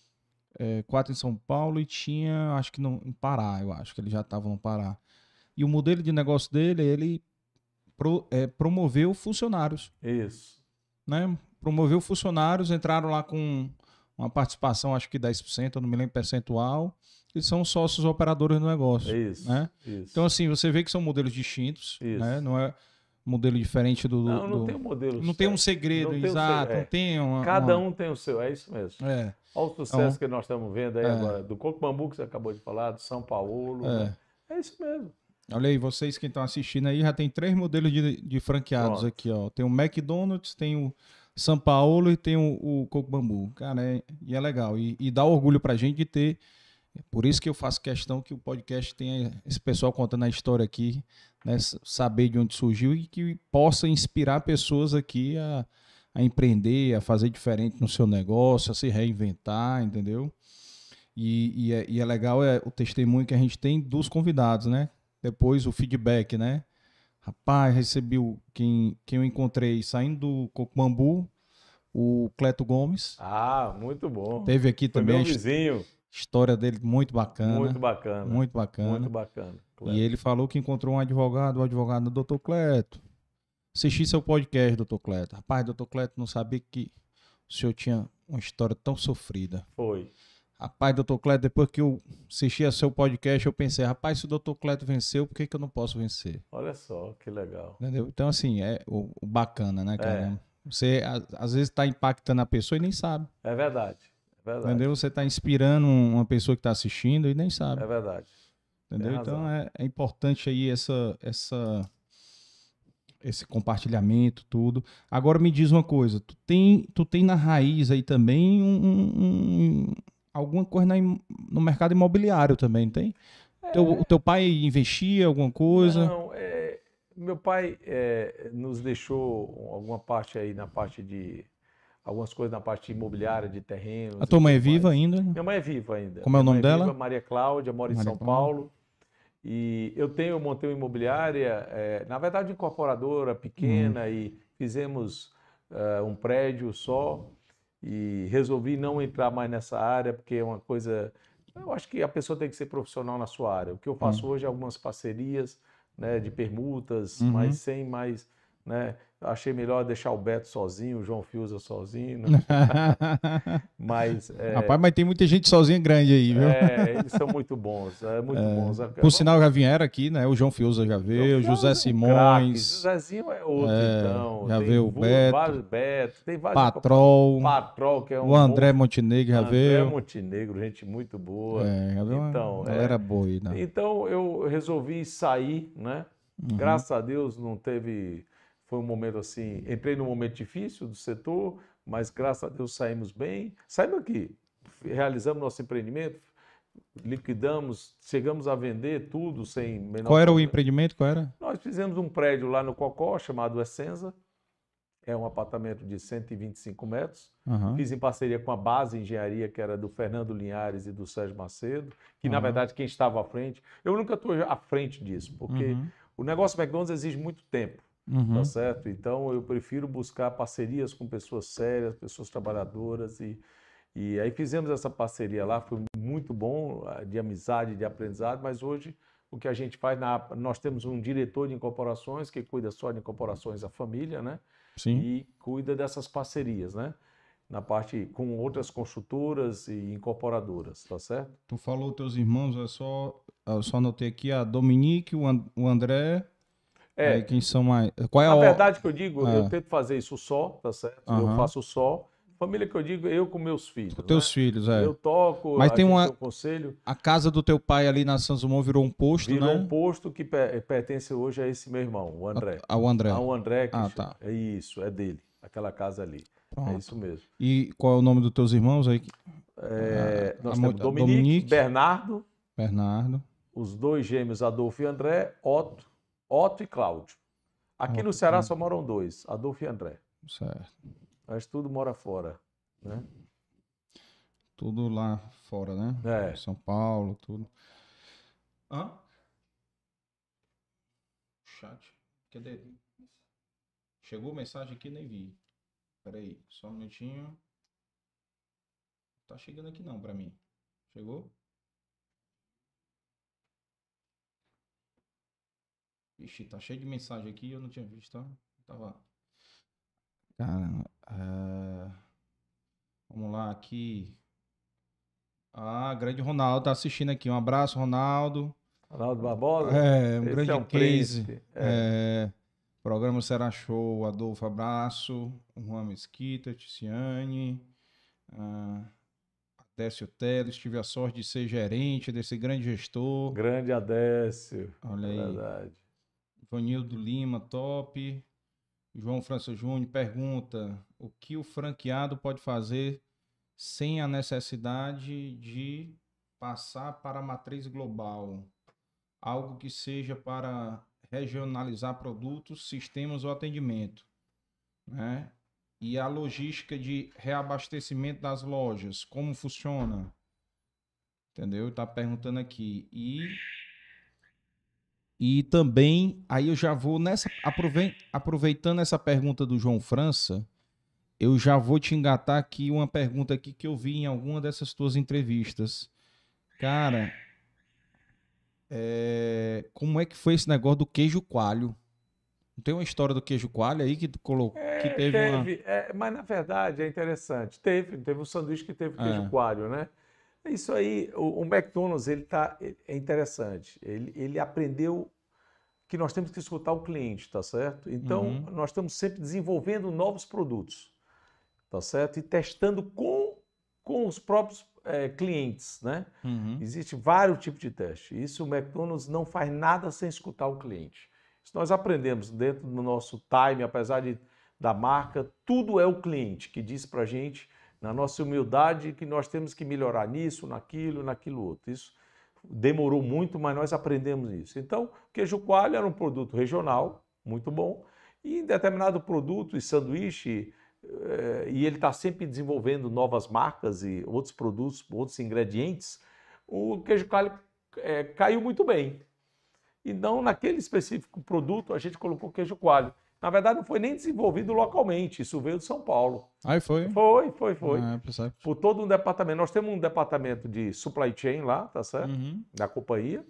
é, quatro em São Paulo e tinha, acho que no, em Pará, eu acho que ele já estava no Pará. E o modelo de negócio dele, ele pro, é, promoveu funcionários.
Isso.
Né? Promoveu funcionários, entraram lá com uma participação, acho que dez por cento, eu não me lembro percentual, e são sócios operadores do negócio.
Isso,
né?
isso.
Então, assim, você vê que são modelos distintos, né? Não é modelo diferente do...
Não, não
do,
tem um modelo.
Não certo. Tem um segredo,
não
exato.
Tem um, é.
Não tem uma,
Cada
uma...
um tem o seu, é isso mesmo.
É.
Olha o sucesso
então,
que nós estamos vendo aí
é.
agora, do Coco Bambu que você acabou de falar, do São Paulo.
É,
né? É isso mesmo.
Olha aí, vocês que estão assistindo aí, já tem três modelos de, de franqueados. Pronto. Aqui, ó. Tem o McDonald's, tem o São Paulo e tem o, o Coco Bambu. Cara, é, e é legal. E, e dá orgulho pra gente de ter. Por isso que eu faço questão que o podcast tenha esse pessoal contando a história aqui, né, saber de onde surgiu e que possa inspirar pessoas aqui a, a empreender, a fazer diferente no seu negócio, a se reinventar, entendeu? E, e, é, e é legal é, o testemunho que a gente tem dos convidados, né? Depois o feedback, né? Rapaz, recebi o, quem, quem eu encontrei saindo do Coco Bambu, o Cleto Gomes.
Ah, muito bom.
Teve aqui
Foi
também.
Meu vizinho.
História dele muito bacana.
Muito bacana.
Muito bacana.
Muito bacana.
Cleto. E ele falou que encontrou um advogado, o advogado do doutor Cleto. Assisti seu podcast, doutor Cleto. Rapaz, doutor Cleto, não sabia que o senhor tinha uma história tão sofrida.
Foi.
Rapaz, doutor Cleto, depois que eu assisti a seu podcast, eu pensei, rapaz, se o doutor Cleto venceu, por que, que eu não posso vencer?
Olha só, que legal.
Entendeu? Então, assim, é o, o bacana, né, cara? É. Você, a, às vezes, está impactando a pessoa e nem sabe.
É verdade. Verdade.
Entendeu? Você está inspirando uma pessoa que está assistindo e nem sabe.
É verdade.
Entendeu? Então é, é importante aí essa, essa, esse compartilhamento, tudo. Agora me diz uma coisa, tu tem, tu tem na raiz aí também um, um, um, alguma coisa na, no mercado imobiliário também, tem? É... Teu, o teu pai investia alguma coisa?
Não, é, meu pai é, nos deixou alguma parte aí na parte de... algumas coisas na parte imobiliária, de terrenos.
A tua mãe é viva ainda?
Minha mãe é viva ainda.
Como é o nome
dela?
dela?
Viva, Maria Cláudia, mora em Maria São Cláudia. Paulo. E eu tenho, eu montei uma imobiliária, é, na verdade incorporadora, pequena, uhum. e fizemos uh, um prédio só e resolvi não entrar mais nessa área, porque é uma coisa... Eu acho que a pessoa tem que ser profissional na sua área. O que eu faço uhum. hoje é algumas parcerias, né, de permutas, uhum. mas sem mais... Né? Eu achei melhor deixar o Beto sozinho, o João Fiuza sozinho. Né? mas, é...
Rapaz, mas tem muita gente sozinha grande aí, viu?
É, eles são muito bons, é, muito é. bons.
Por sinal, já vieram aqui, né? O João Fiuza já veio, o José é um Simões.
O Zezinho é outro,
é,
então.
Já
tem
veio o Beto.
Vários Beto, tem vários.
Patrol.
Patrol, que é um.
O André
bom...
Montenegro já
André
veio.
André Montenegro, gente muito boa.
É, já veio
então,
uma galera boa aí, né?
Então, eu resolvi sair, né? Uhum. Graças a Deus não teve... Foi um momento assim, entrei num momento difícil do setor, mas graças a Deus saímos bem. Saímos aqui, realizamos nosso empreendimento, liquidamos, chegamos a vender tudo sem menor...
Qual era problema. O empreendimento? Qual era?
Nós fizemos um prédio lá no Cocó, chamado Essenza. É um apartamento de cento e vinte e cinco metros. Uhum. Fiz em parceria com a Base Engenharia, que era do Fernando Linhares e do Sérgio Macedo, que uhum. na verdade quem estava à frente... Eu nunca estou à frente disso, porque uhum. o negócio McDonald's exige muito tempo. Uhum. Tá certo? Então eu prefiro buscar parcerias com pessoas sérias, pessoas trabalhadoras e, E aí fizemos essa parceria lá, foi muito bom, de amizade, de aprendizado, mas hoje o que a gente faz, na, nós temos um diretor de incorporações que cuida só de incorporações à família, né?
Sim.
E cuida dessas parcerias, né? Na parte com outras construtoras e incorporadoras, tá certo?
Tu falou teus irmãos, é só, eu só anotei aqui a Dominique, o, And, o André,
É,
aí quem são mais... Qual é
na
a...
verdade que eu digo,
Ah.
eu tento fazer isso só, tá certo?
Aham.
Eu faço só. Família que eu digo, eu com meus filhos,
Com teus
né?
filhos, é.
Eu toco,
Mas
a
tem
gente
uma...
tem um conselho.
A casa do teu pai ali na Santos Dumont virou um posto,
Virou
né?
um posto que per- pertence hoje a esse meu irmão, o André.
A- Ao André.
Ao André, que
Ah,
ch-
tá.
é isso, é dele, aquela casa ali.
Pronto.
É isso mesmo.
E qual é o nome dos teus irmãos aí?
É,
Ah,
nós
a mo-
temos
a
Dominique,
Dominique.
Bernardo,
Bernardo.
os dois gêmeos Adolfo e André, Otto, Otto e Cláudio. Aqui
Otto
no
e
Ceará
Cláudio.
só moram dois, Adolfo e André.
Certo.
Mas tudo mora fora, né?
Tudo lá fora, né?
É.
São Paulo, tudo. Hã? Chat. Cadê? Chegou mensagem aqui, nem vi. Peraí, só um minutinho. Tá chegando aqui não pra mim. Chegou? Ixi, tá cheio de mensagem aqui, eu não tinha visto, tá? Tava... Cara, é... vamos lá aqui. Ah, grande Ronaldo tá assistindo aqui. Um abraço, Ronaldo.
Ronaldo Barbosa?
É, um
Esse
grande
é um
case.
príncipe.
É. É, programa Será Show. Adolfo, abraço. Juan Mesquita, Ticiane. Ah, Décio Teles. Tive a sorte de ser gerente desse grande gestor.
Grande Adécio.
Olha
é
aí.
Verdade.
Vanildo Lima, top. João França Júnior pergunta: o que o franqueado pode fazer sem a necessidade de passar para a matriz global? Algo que seja para regionalizar produtos, sistemas ou atendimento, né? E a logística de reabastecimento das lojas, como funciona? Entendeu? Tá perguntando aqui. E E também, aí eu já vou nessa, aprove- aproveitando essa pergunta do João França, eu já vou te engatar aqui uma pergunta aqui que eu vi em alguma dessas tuas entrevistas. Cara, é, como é que foi esse negócio do queijo coalho? Não tem uma história do queijo coalho aí que tu colocou, que
É,
teve, uma...
teve, é, mas na verdade é interessante. Teve, teve um sanduíche que teve queijo
É.
coalho, né? Isso aí, o, o McDonald's, ele tá, é interessante. Ele, ele aprendeu que nós temos que escutar o cliente, tá certo? Então,
Uhum.
nós estamos sempre desenvolvendo novos produtos, tá certo? E testando com, com os próprios é, clientes, né?
Uhum.
Existem vários tipos de teste. Isso o McDonald's não faz nada sem escutar o cliente. Isso nós aprendemos dentro do nosso time, apesar de, da marca, tudo é o cliente que diz para a gente, na nossa humildade, que nós temos que melhorar nisso, naquilo, naquilo outro. Isso demorou muito, mas nós aprendemos isso. Então, queijo coalho era um produto regional, muito bom, e em determinado produto e sanduíche, eh, e ele está sempre desenvolvendo novas marcas e outros produtos, outros ingredientes, o queijo coalho eh, caiu muito bem. Então, naquele específico produto, a gente colocou queijo coalho. Na verdade, não foi nem desenvolvido localmente, isso veio de São Paulo.
Aí foi?
Foi, foi, foi.
Ah, percebe.
Por todo um departamento. Nós temos um departamento de supply chain lá, tá certo?
Uhum.
Da companhia.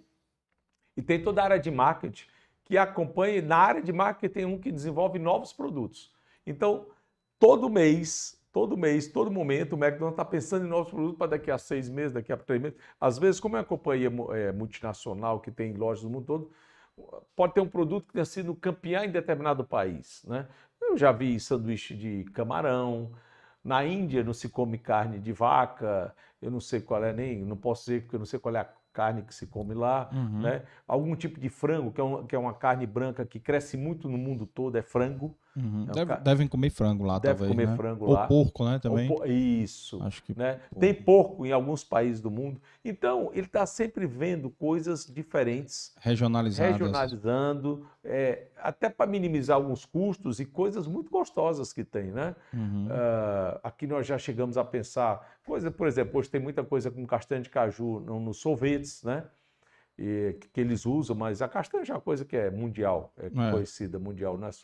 E tem toda a área de marketing que acompanha. Na área de marketing tem um que desenvolve novos produtos. Então, todo mês, todo mês, todo momento, o McDonald's está pensando em novos produtos para daqui a seis meses, daqui a três meses. Às vezes, como é uma companhia é, multinacional que tem lojas no mundo todo, pode ter um produto que tenha sido campeão em determinado país, né? Eu já vi sanduíche de camarão. Na Índia não se come carne de vaca, eu não sei qual é nem, não posso dizer porque eu não sei qual é a carne que se come lá,
Uhum.
né? Algum tipo de frango, que é, um, que é uma carne branca que cresce muito no mundo todo, é frango.
Uhum.
É um
Deve,
ca-
devem comer frango lá,
Deve
talvez,
comer
né?
frango
Ou
lá.
porco, né, também.
Ou po- Isso.
Acho que
Né?
porco.
Tem porco em alguns países do mundo. Então, ele está sempre vendo coisas diferentes,
Regionalizadas.
regionalizando, é, até para minimizar alguns custos e coisas muito gostosas que tem, né?
Uhum.
Ah, aqui nós já chegamos a pensar, coisa, por exemplo, hoje tem muita coisa com castanha de caju no- nos sorvetes, né? E, que, que eles usam, mas a castanha já é uma coisa que é mundial, é
É.
conhecida mundial, não é só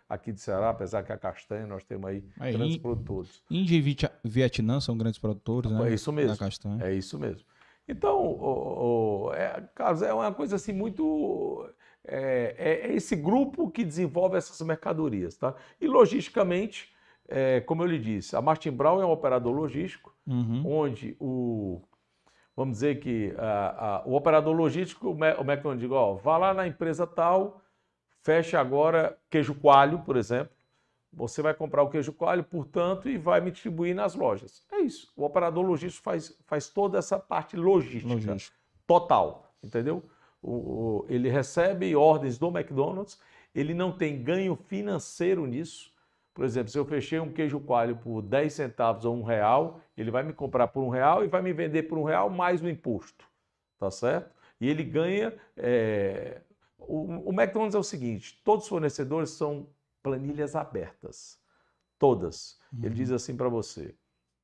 aqui do Ceará, apesar que a castanha nós temos aí, aí grandes in, produtores.
Índia e Vietnã são grandes produtores, né?
É isso mesmo.
Da castanha.
É isso mesmo. Então, o, o, é, Carlos, é uma coisa assim muito... É, é esse grupo que desenvolve essas mercadorias, tá? E logisticamente, é, como eu lhe disse, a Martin Brown é um operador logístico, uhum. onde o... Vamos dizer que a, a, o operador logístico, o McDonald's diz, ó, vá lá na empresa tal, feche agora queijo coalho, por exemplo. Você vai comprar o queijo coalho, portanto, e vai me distribuir nas lojas. É isso. O operador logístico faz, faz toda essa parte logística. Logístico. Total, entendeu? O, o, ele recebe ordens do McDonald's, ele não tem ganho financeiro nisso. Por exemplo, se eu fechei um queijo coalho por dez centavos ou um real, ele vai me comprar por um real e vai me vender por um real mais o imposto, tá certo? E ele ganha... É... O, o McDonald's é o seguinte, todos os fornecedores são planilhas abertas, todas. Uhum. Ele diz assim para você,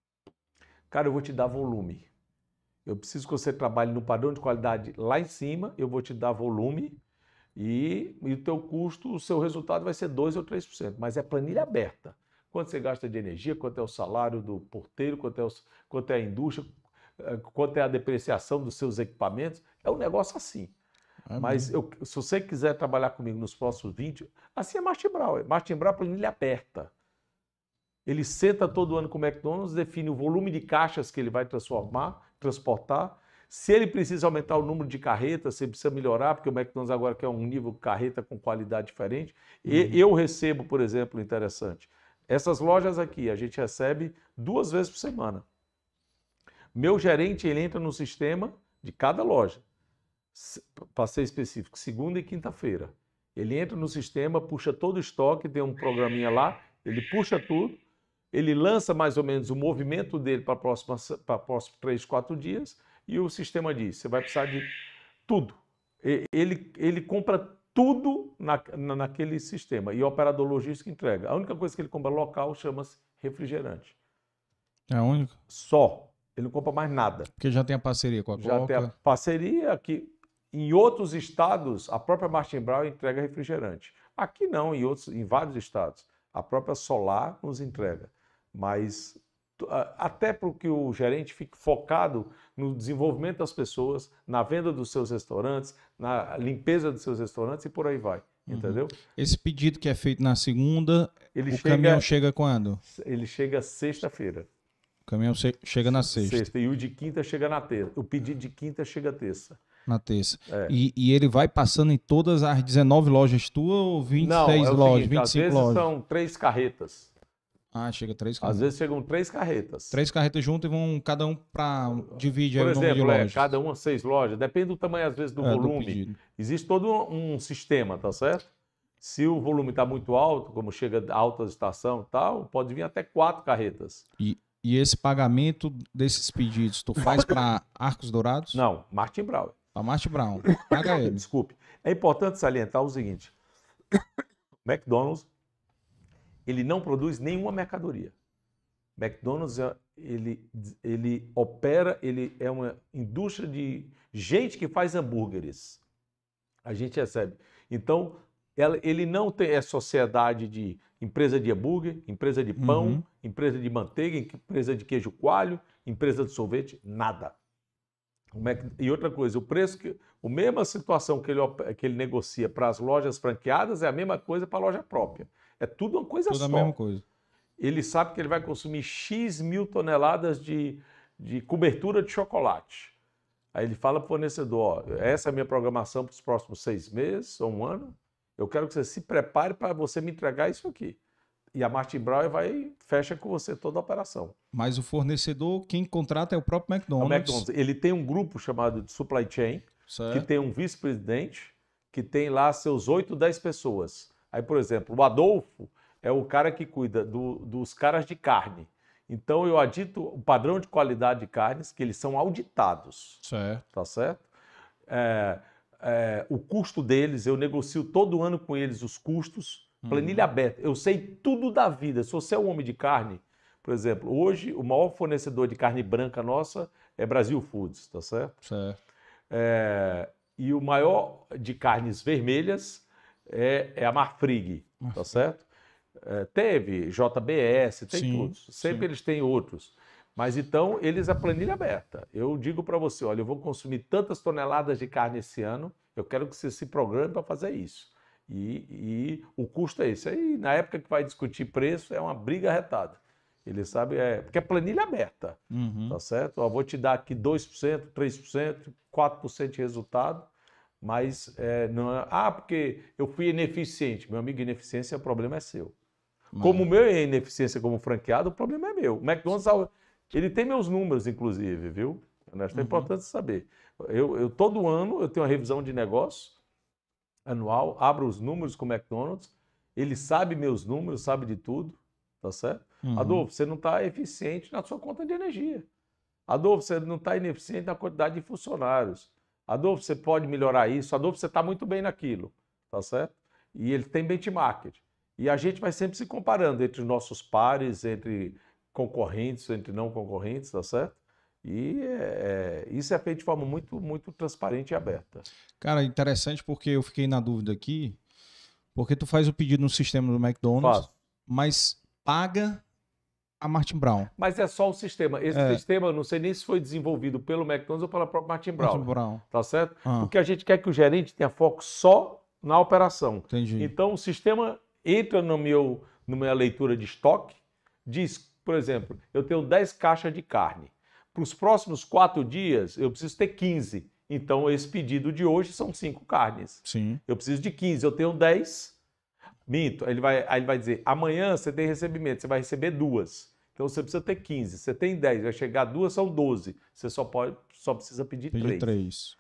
cara, eu vou te dar volume. Eu preciso que você trabalhe no padrão de qualidade lá em cima, eu vou te dar volume, E, e o teu custo, o seu resultado vai ser dois ou três por cento, mas é planilha aberta. Quanto você gasta de energia, quanto é o salário do porteiro, quanto é, o, quanto é a indústria, quanto é a depreciação dos seus equipamentos, é um negócio assim. É mas eu, se você quiser trabalhar comigo nos próximos vinte, assim é Martin Brown. Martin Brown é planilha aberta. Ele senta todo ano com o McDonald's, define o volume de caixas que ele vai transformar, transportar. Se ele precisa aumentar o número de carretas, se ele precisa melhorar, porque o McDonald's agora quer um nível de carreta com qualidade diferente. Uhum. E eu recebo, por exemplo, interessante, essas lojas aqui, a gente recebe duas vezes por semana. Meu gerente, ele entra no sistema de cada loja, para ser específico, segunda e quinta-feira. Ele entra no sistema, puxa todo o estoque, tem um programinha lá, ele puxa tudo, ele lança mais ou menos o movimento dele para próximos três, quatro dias, e o sistema diz, você vai precisar de tudo. Ele, ele compra tudo na, na, naquele sistema e o operador logístico entrega. A única coisa que ele compra local chama-se refrigerante.
É a única?
Só. Ele não compra mais nada.
Porque já tem a parceria com a Coca.
Já tem a parceria que em outros estados a própria Martin Brown entrega refrigerante. Aqui não, em, outros, em vários estados. A própria Solar nos entrega. Mas até para que o gerente fique focado no desenvolvimento das pessoas, na venda dos seus restaurantes, na limpeza dos seus restaurantes e por aí vai, uhum. Entendeu?
Esse pedido que é feito na segunda,
ele
o
chega,
caminhão chega quando?
Ele chega sexta-feira.
O caminhão chega na sexta.
Sexta. E o de quinta chega na terça. O pedido de quinta chega terça.
Na terça.
É.
E, e ele vai passando em todas as dezenove lojas tuas ou vinte e seis
Não, é
lojas,
seguinte,
vinte e cinco
às vezes
lojas?
são três carretas.
Ah, chega três carretas.
Às vezes chegam três carretas.
Três carretas juntas e vão cada um para dividir
Por
o
exemplo,
número de lojas.
É, cada uma seis lojas. Depende do tamanho, às vezes, do
é,
volume.
Do
Existe todo um sistema, tá certo? Se o volume está muito alto, como chega a alta estação e tal, pode vir até quatro carretas.
E, e esse pagamento desses pedidos, tu faz para Arcos Dourados?
Não, Martin Brown.
Para Martin Brown. Paga ele.
Desculpe. É importante salientar o seguinte. O McDonald's, ele não produz nenhuma mercadoria. McDonald's, ele, ele opera, ele é uma indústria de gente que faz hambúrgueres. A gente recebe. Então, ela, ele não tem é sociedade de empresa de hambúrguer, empresa de pão, uhum. empresa de manteiga, empresa de queijo coalho, empresa de sorvete, nada. E outra coisa, o preço, que, a mesma situação que ele, que ele negocia para as lojas franqueadas é a mesma coisa para a loja própria. É tudo uma coisa
tudo
só.
Tudo a mesma coisa.
Ele sabe que ele vai consumir X mil toneladas de, de cobertura de chocolate. Aí ele fala para o fornecedor, ó, essa é a minha programação para os próximos seis meses ou um ano, eu quero que você se prepare para você me entregar isso aqui. E a Martin Brown vai e fecha com você toda a operação.
Mas o fornecedor, quem contrata é o próprio McDonald's.
O McDonald's. Ele tem um grupo chamado de Supply Chain, certo. Que tem um vice-presidente, que tem lá seus oito, dez pessoas. Aí, por exemplo, o Adolfo é o cara que cuida do, dos caras de carne. Então, eu adito o padrão de qualidade de carnes, que eles são auditados.
Certo.
Tá certo? É, é, o custo deles, eu negocio todo ano com eles os custos, planilha uhum. aberta. Eu sei tudo da vida. Se você é um homem de carne, por exemplo, hoje o maior fornecedor de carne branca nossa é Brasil Foods, tá certo?
Certo.
É, e o maior de carnes vermelhas é, é a Marfrig, tá certo? É, teve J B S, tem
Sim,
todos. Sempre
sim.
eles têm outros. Mas então, eles a planilha aberta. Eu digo para você, olha, eu vou consumir tantas toneladas de carne esse ano, eu quero que você se programe para fazer isso. E, e o custo é esse. Aí, na época que vai discutir preço, é uma briga retada. Ele sabe, é, porque é planilha aberta,
Uhum.
tá certo? Ó, vou te dar aqui dois por cento, três por cento, quatro por cento de resultado, mas é, não é, ah, porque eu fui ineficiente. Meu amigo, ineficiência, o problema é seu. Como o meu é ineficiência como franqueado, o problema é meu. O McDonald's, ele tem meus números, inclusive, viu? Acho que é importante saber. Eu, eu, todo ano, eu tenho uma revisão de negócio anual, abro os números com o McDonald's, ele sabe meus números, sabe de tudo, tá certo?
Uhum.
Adolfo, você não está eficiente na sua conta de energia. Adolfo, você não está ineficiente na quantidade de funcionários. Adolfo, você pode melhorar isso. Adolfo, você está muito bem naquilo, tá certo? E ele tem benchmark. E a gente vai sempre se comparando entre nossos pares, entre concorrentes, entre não concorrentes, tá certo? E é, isso é feito de forma muito, muito transparente e aberta.
Cara, interessante porque eu fiquei na dúvida aqui, porque tu faz o pedido no sistema do McDonald's,
Faço.
mas paga a Martin Brown.
Mas é só o sistema. Esse
É.
sistema, eu não sei nem se foi desenvolvido pelo McDonald's ou pela própria Martin Brown.
Martin Brown.
Tá certo?
Ah.
Porque a gente quer que o gerente tenha foco só na operação.
Entendi.
Então, o sistema entra no meu, na minha leitura de estoque, diz, por exemplo, eu tenho dez caixas de carne. Para os próximos quatro dias, eu preciso ter quinze. Então, esse pedido de hoje são cinco carnes.
Sim.
Eu preciso de quinze, eu tenho dez. Minto. Ele vai, aí ele vai dizer, amanhã você tem recebimento, você vai receber duas. Então, você precisa ter quinze. Você tem dez, vai chegar duas, são doze. Você só, pode, só precisa pedir
Pedi
três.
três.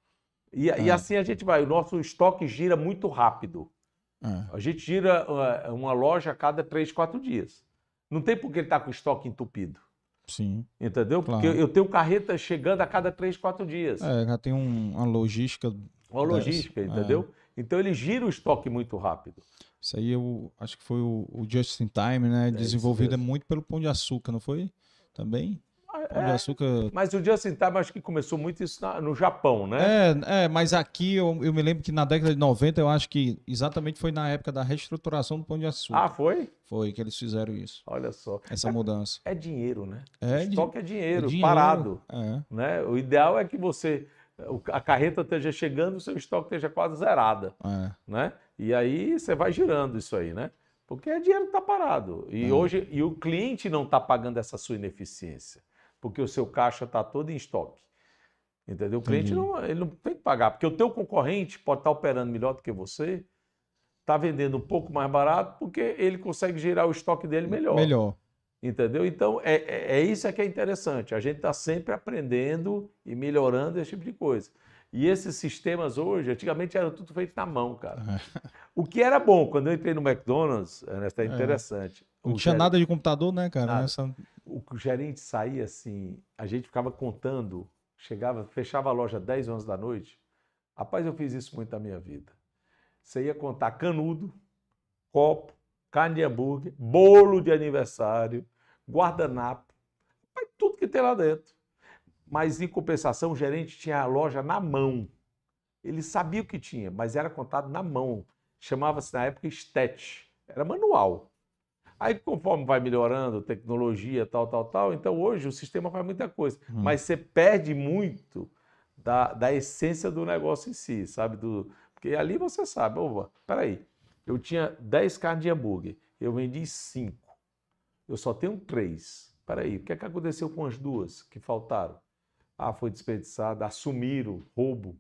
E,
É.
e assim a gente vai. O nosso estoque gira muito rápido.
É.
A gente gira uma, uma loja a cada três, quatro dias. Não tem por que ele estar com o estoque entupido.
Sim.
Entendeu?
Claro.
Porque eu tenho carreta chegando a cada três, quatro dias.
É, já tem um, uma logística.
Uma logística,
dessa.
entendeu?
É.
Então ele gira o estoque muito rápido.
Isso aí eu acho que foi o, o Just in Time, né?
É
Desenvolvido
isso mesmo.
muito pelo Pão de Açúcar, não foi? Também? Pão de
É,
Açúcar.
mas o Just in Time acho que começou muito isso na- no Japão, né?
É, é, mas aqui eu, eu me lembro que na década de noventa, eu acho que exatamente foi na época da reestruturação do Pão de Açúcar.
Ah, foi?
Foi que eles fizeram isso,
Olha só.
essa mudança.
É dinheiro, né?
É,
Estoque é dinheiro,
é dinheiro,
parado.
É.
Né? O ideal é que você, a carreta esteja chegando, o seu estoque esteja quase zerada.
É.
Né? E aí você vai girando isso aí, né? Porque é dinheiro que está parado. E
É.
hoje e o cliente não está pagando essa sua ineficiência, porque o seu caixa está todo em estoque. Entendeu? O cliente
Entendi.
não, ele não tem que pagar, porque o teu concorrente pode estar operando melhor do que você, está vendendo um pouco mais barato, porque ele consegue gerar o estoque dele melhor.
Melhor.
Entendeu? Então, é, é, é isso que é interessante. A gente está sempre aprendendo e melhorando esse tipo de coisa. E esses sistemas hoje, antigamente era tudo feito na mão, cara.
É.
O que era bom, quando eu entrei no McDonald's, Ernesto, é interessante.
Não
O
tinha
gerente-
nada de computador, né, cara?
Nada.
Nessa...
O gerente saía assim, a gente ficava contando, chegava, fechava a loja dez, onze da noite. Rapaz, eu fiz isso muito na minha vida. Você ia contar canudo, copo, carne de hambúrguer, bolo de aniversário, guardanapo, rapaz, tudo que tem lá dentro. Mas, em compensação, o gerente tinha a loja na mão. Ele sabia o que tinha, mas era contado na mão. Chamava-se, na época, Stet. Era manual. Aí, conforme vai melhorando, tecnologia, tal, tal, tal, então hoje o sistema faz muita coisa.
Hum.
Mas você perde muito da, da essência do negócio em si, sabe? Do, porque ali você sabe, opa, peraí, eu tinha dez carnes de hambúrguer, eu vendi cinco, eu só tenho três. Peraí, o que é que aconteceu com as duas que faltaram? Ah, foi desperdiçada, assumiram, roubo,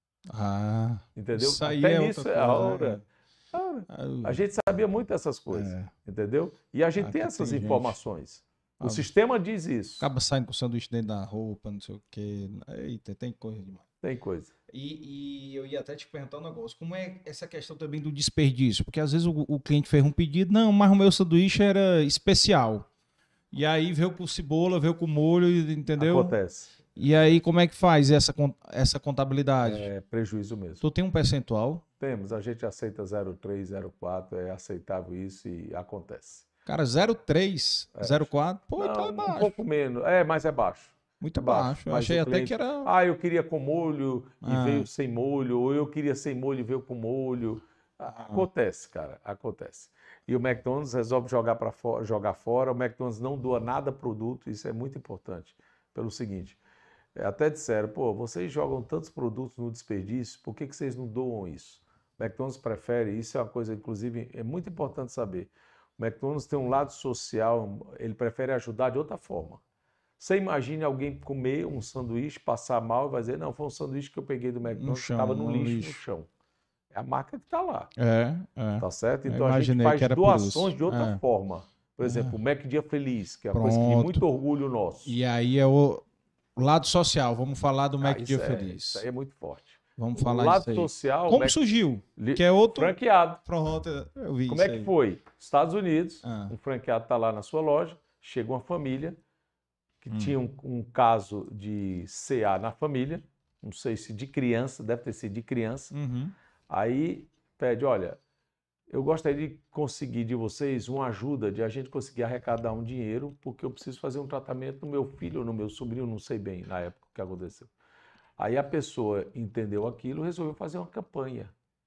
Ah,
entendeu?
isso aí
Até
é
nisso
outra
é a
coisa,
hora.
né?
Cara,
Ah,
a gente sabia muito dessas coisas,
É.
entendeu? E a gente
Aqui
tem essas
tem gente.
informações. O
Ah,
sistema diz isso.
Acaba saindo com sanduíche dentro da roupa, não sei o quê. Eita, tem coisa demais.
Tem coisa.
E, e eu ia até te perguntar um negócio, como é essa questão também do desperdício? Porque às vezes o, o cliente fez um pedido, não, mas o meu sanduíche era especial. E aí veio com cebola, veio com molho, entendeu?
Acontece.
E aí como é que faz essa, con- essa contabilidade?
É prejuízo mesmo.
Tu tem um percentual?
Temos, a gente aceita zero vírgula três, zero vírgula quatro, é aceitável isso e acontece.
Cara, zero vírgula três,
É.
zero vírgula quatro, pô,
Não,
então é
um
baixo.
pouco menos. É, mas é baixo.
Muito
é baixo,
baixo. Eu
mas
achei
o
até
cliente-
que era...
Ah, eu queria com molho e
Ah.
veio sem molho, ou eu queria sem molho e veio com molho. Acontece, cara, acontece. E o McDonald's resolve jogar para fora, jogar fora. O McDonald's não doa nada produto, isso é muito importante. Pelo seguinte, até disseram, pô, vocês jogam tantos produtos no desperdício, por que, que vocês não doam isso? O McDonald's prefere, isso é uma coisa, inclusive, é muito importante saber. O McDonald's tem um lado social, ele prefere ajudar de outra forma. Você imagine alguém comer um sanduíche, passar mal e vai dizer, não, foi um sanduíche que eu peguei do McDonald's que estava no, no lixo, lixo, no chão. É a marca que está lá.
É, é.
Tá certo? Então a gente faz doações de outra é. forma. Por exemplo, é. o Mac Dia Feliz, que é uma Pronto. coisa de muito orgulho nosso.
E aí é o lado social. Vamos falar do Mac ah, Dia
é,
Feliz.
Isso aí é muito forte.
Vamos falar
o lado
disso aí.
social.
Como Mac... surgiu? Que é outro.
Franqueado.
Pronto, eu vi
Como
isso
é que
aí.
foi? Estados Unidos,
ah.
um franqueado está lá na sua loja, chega uma família que hum. tinha um, um caso de C A na família, não sei se de criança, deve ter sido de criança.
Uhum.
Aí pede, olha, eu gostaria de conseguir de vocês uma ajuda de a gente conseguir arrecadar um dinheiro, porque eu preciso fazer um tratamento no meu filho ou no meu sobrinho, não sei bem na época que aconteceu. Aí a pessoa entendeu aquilo e resolveu fazer uma campanha.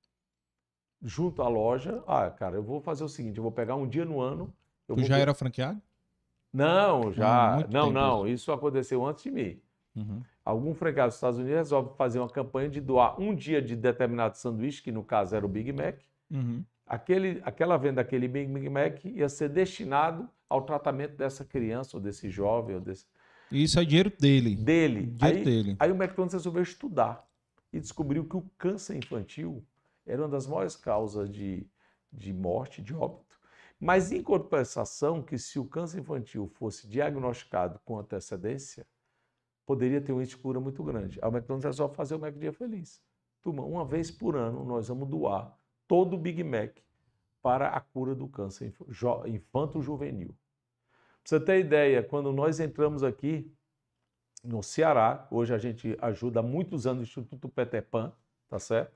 Junto à loja, ah, cara, eu vou fazer o seguinte, eu vou pegar um dia no ano... Eu
tu
vou...
já era franqueado?
Não, já...
Ah,
não,
tempo.
não, isso aconteceu antes de mim.
Uhum.
Algum franqueado dos Estados Unidos resolve fazer uma campanha de doar um dia de determinado sanduíche, que no caso era o Big Mac.
Uhum.
Aquele, aquela venda daquele Big Mac ia ser destinado ao tratamento dessa criança, ou desse jovem, ou desse...
Isso é dinheiro dele.
Dele.
Dinheiro
aí,
dele.
aí o McDonald's resolveu estudar e descobriu que o câncer infantil era uma das maiores causas de, de morte, de óbito. Mas em compensação, que se o câncer infantil fosse diagnosticado com antecedência, poderia ter um índice de cura muito grande. A McDonald's resolve fazer o Mac Dia Feliz. Turma, uma vez por ano nós vamos doar todo o Big Mac para a cura do câncer infanto-juvenil. Para você ter ideia, quando nós entramos aqui no Ceará, hoje a gente ajuda há muitos anos o Instituto Peter Pan, tá certo?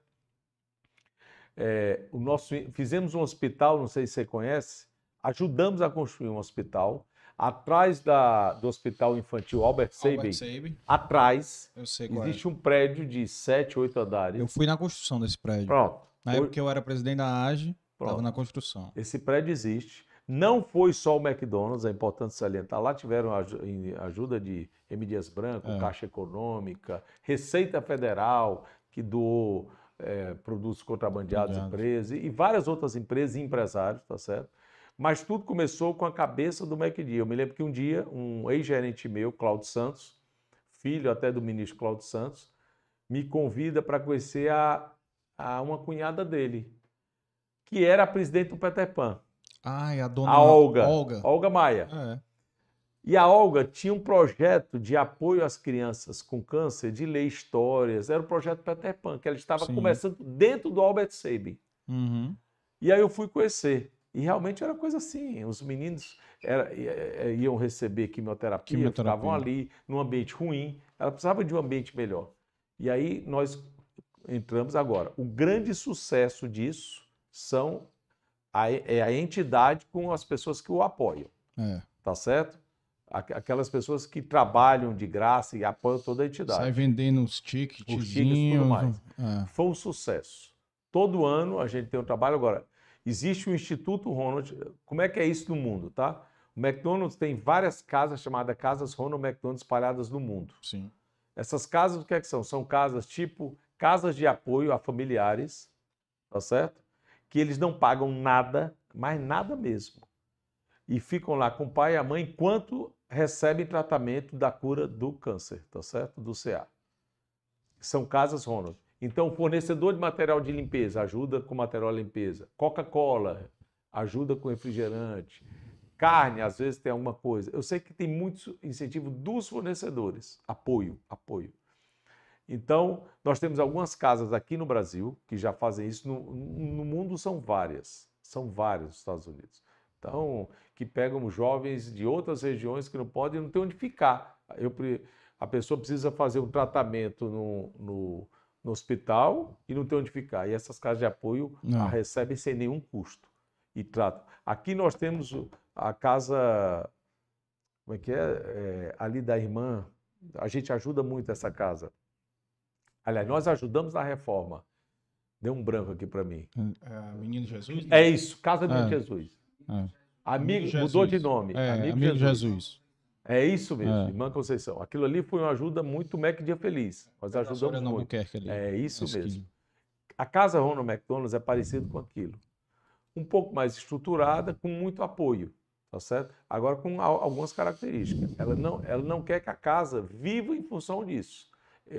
É, o nosso, fizemos um hospital, não sei se você conhece, ajudamos a construir um hospital. Atrás da, do Hospital Infantil Albert Sabin, atrás, existe é. um prédio de sete, oito andares.
Eu fui na construção desse prédio.
Pronto.
Na época que eu era presidente da A G E, estava na construção.
Esse prédio existe. Não foi só o McDonald's, é importante salientar. Lá tiveram ajuda de M. Dias Branco, é. Caixa Econômica, Receita Federal, que doou é, produtos contrabandeados à empresa, e várias outras empresas e empresários, tá certo? Mas tudo começou com a cabeça do Mac Dia. Eu me lembro que um dia, um ex-gerente meu, Cláudio Santos, filho até do ministro Cláudio Santos, me convida para conhecer a, a uma cunhada dele, que era a presidente do Peter Pan.
Ah, é a dona
a Olga,
Olga.
Olga Maia.
É.
E a Olga tinha um projeto de apoio às crianças com câncer, de ler histórias. Era o projeto Peter Pan, que ela estava Sim. começando dentro do Albert Sabin.
Uhum.
E aí eu fui conhecer. E realmente era coisa assim, os meninos era, iam receber quimioterapia, quimioterapia, ficavam ali num ambiente ruim, ela precisava de um ambiente melhor. E aí nós entramos agora. O grande sucesso disso são a, é a entidade com as pessoas que o apoiam,
é.
tá certo? Aquelas pessoas que trabalham de graça e apoiam toda a entidade.
Sai vendendo os tickets,
os tickets e tudo mais.
É.
Foi um sucesso. Todo ano a gente tem um trabalho agora. Existe o Instituto Ronald. Como é que é isso no mundo, tá? O McDonald's tem várias casas chamadas Casas Ronald McDonald espalhadas no mundo.
Sim.
Essas casas, o que é que são? São casas tipo casas de apoio a familiares, tá certo? Que eles não pagam nada, mas nada mesmo. E ficam lá com o pai e a mãe enquanto recebem tratamento da cura do câncer, tá certo? Do C A. São casas Ronald. Então, fornecedor de material de limpeza, ajuda com material de limpeza. Coca-Cola, ajuda com refrigerante. Carne, às vezes tem alguma coisa. Eu sei que tem muito incentivo dos fornecedores. Apoio, apoio. Então, nós temos algumas casas aqui no Brasil que já fazem isso. No, no mundo são várias. São várias nos Estados Unidos. Então, que pegam jovens de outras regiões que não podem, não tem onde ficar. Eu, a pessoa precisa fazer um tratamento no... no no hospital e não tem onde ficar. E essas casas de apoio a recebem sem nenhum custo e tratam. Aqui nós temos a casa, como é que é? é? Ali da irmã, a gente ajuda muito essa casa. Aliás, nós ajudamos na reforma. Deu um branco aqui para mim.
É, Menino Jesus?
É isso, Casa do
É.
Menino Jesus.
É.
Amigo,
Amigo
mudou
Jesus.
de nome.
É,
Amigo,
Amigo
Jesus.
Jesus.
É isso mesmo,
É.
Irmã Conceição. Aquilo ali foi uma ajuda muito Mac Dia Feliz. Nós ajudamos muito.
Ali,
É isso
esquina.
mesmo. A Casa Ronald McDonald's é parecido com aquilo. Um pouco mais estruturada, com muito apoio, tá certo? Agora com algumas características. Ela não, ela não quer que a casa viva em função disso.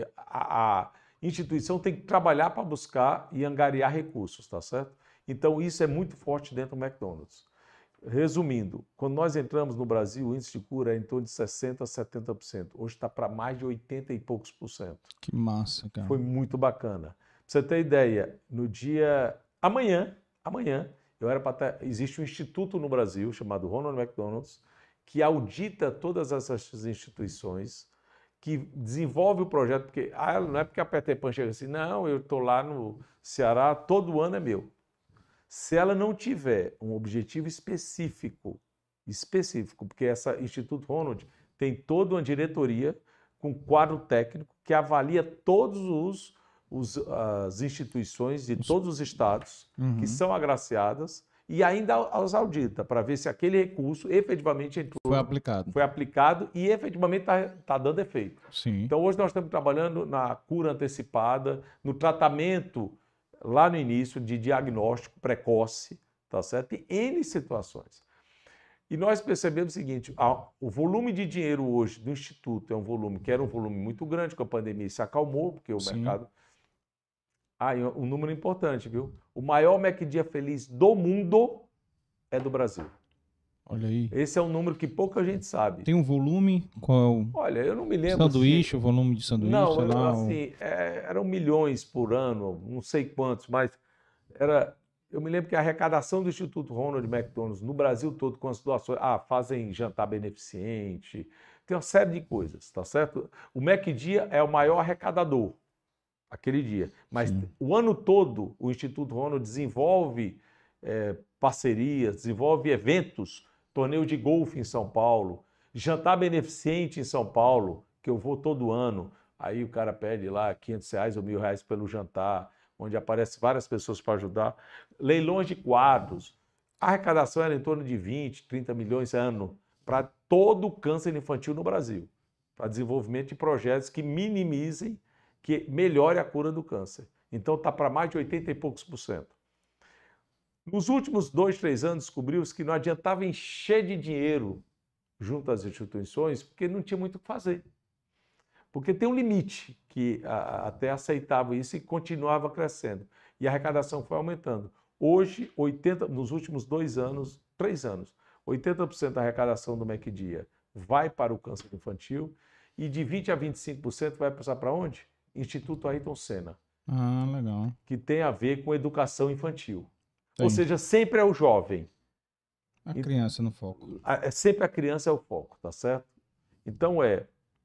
A, a instituição tem que trabalhar para buscar e angariar recursos, tá certo? Então isso é muito forte dentro do McDonald's. Resumindo, quando nós entramos no Brasil, o índice de cura é em torno de sessenta por cento a setenta por cento. Hoje está para mais de oitenta e poucos por cento.
Que massa, cara.
Foi muito bacana. Pra você ter ideia, no dia... Amanhã, amanhã, eu era para ter... Existe um instituto no Brasil chamado Ronald McDonald's que audita todas essas instituições, que desenvolve o projeto, porque ah, não é porque a Peter Pan chega assim, não, eu estou lá no Ceará, todo ano é meu. Se ela não tiver um objetivo específico, específico, porque essa Instituto Ronald tem toda uma diretoria com quadro técnico que avalia todos os, os as instituições de todos os estados uhum. que são agraciadas e ainda os audita para ver se aquele recurso efetivamente entrou,
foi aplicado,
foi aplicado e efetivamente está tá dando efeito.
Sim.
Então hoje nós estamos trabalhando na cura antecipada, no tratamento lá no início de diagnóstico precoce, tá certo? Em N situações. E nós percebemos o seguinte, o volume de dinheiro hoje do Instituto é um volume que era um volume muito grande, com a pandemia se acalmou, porque o Sim. mercado... Ah, e um número importante, viu? O maior Mac Dia Feliz do mundo é do Brasil.
Olha aí.
Esse é um número que pouca gente sabe.
Tem um volume? Qual?
Olha, eu não me lembro.
Sanduíche, se... o volume de sanduíche?
Não,
sei
eu,
lá,
assim, é, eram milhões por ano, não sei quantos, mas era. Eu me lembro que a arrecadação do Instituto Ronald McDonald's no Brasil todo com as doações, ah, fazem jantar beneficente, tem uma série de coisas, tá certo? O Mac Dia é o maior arrecadador aquele dia, mas Sim. o ano todo o Instituto Ronald desenvolve é, parcerias, desenvolve eventos. Torneio de golfe em São Paulo, jantar beneficente em São Paulo, que eu vou todo ano. Aí o cara pede lá quinhentos reais ou mil reais pelo jantar, onde aparecem várias pessoas para ajudar. Leilões de quadros. A arrecadação era em torno de vinte, trinta milhões ano para todo o câncer infantil no Brasil, para desenvolvimento de projetos que minimizem, que melhore a cura do câncer. Então está para mais de oitenta e poucos por cento. Nos últimos dois, três anos, descobriu-se que não adiantava encher de dinheiro junto às instituições, porque não tinha muito o que fazer. Porque tem um limite que a, até aceitava isso e continuava crescendo. E a arrecadação foi aumentando. Hoje, oitenta por cento, nos últimos dois anos, três anos, oitenta por cento da arrecadação do Mac Dia vai para o câncer infantil e de vinte por cento a vinte e cinco por cento vai passar para onde? Instituto Ayrton Senna.
Ah, legal.
Que tem a ver com educação infantil.
Tem.
Ou seja, sempre é o jovem.
A criança no foco.
É sempre a criança é o foco, tá certo? Então é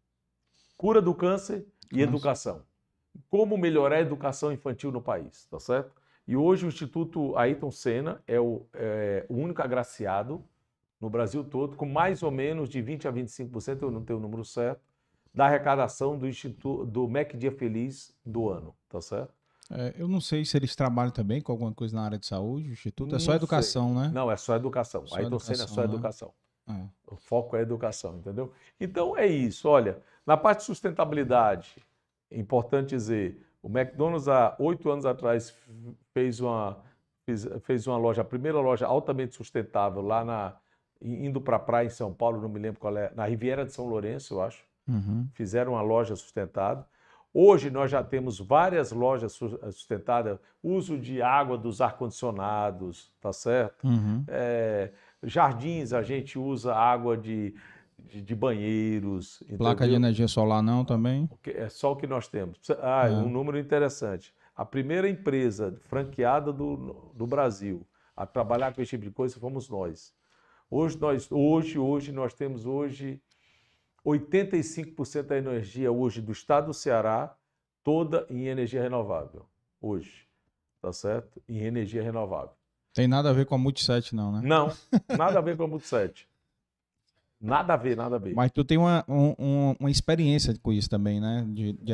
cura do câncer e Nossa. educação. Como melhorar a educação infantil no país, tá certo? E hoje o Instituto Ayrton Senna é o, é o único agraciado no Brasil todo, com mais ou menos de vinte a vinte e cinco por cento, eu não tenho o número certo, da arrecadação do Instituto do Mac Dia Feliz do ano, tá certo?
É, eu não sei se eles trabalham também com alguma coisa na área de saúde, o Instituto. É só
Não
educação,
sei.
né?
Não, é só educação.
Só
Ayrton Senna é só
né?
educação.
É.
O foco é a educação, entendeu? Então é isso. Olha, na parte de sustentabilidade, é importante dizer, o McDonald's há oito anos atrás fez uma, fez, fez uma loja, a primeira loja altamente sustentável lá na, indo para a praia em São Paulo, não me lembro qual é, na Riviera de São Lourenço, eu acho.
Uhum.
Fizeram uma loja sustentada. Hoje nós já temos várias lojas sustentadas, uso de água dos ar-condicionados, tá certo?
Uhum.
É, jardins, a gente usa água de, de, de banheiros.
Placa
entendeu?
de energia solar não também?
É só o que nós temos. Ah,
é.
um número interessante. A primeira empresa franqueada do, do Brasil a trabalhar com esse tipo de coisa fomos nós. Hoje, nós, hoje, hoje nós temos hoje... oitenta e cinco por cento da energia hoje do estado do Ceará, toda em energia renovável. Hoje, tá certo? Em energia renovável.
Tem nada a ver com a Multiset, não, né?
Não, nada a ver com a Multiset. Nada a ver, nada a ver.
Mas tu tem uma, um, uma experiência com isso também, né? De, de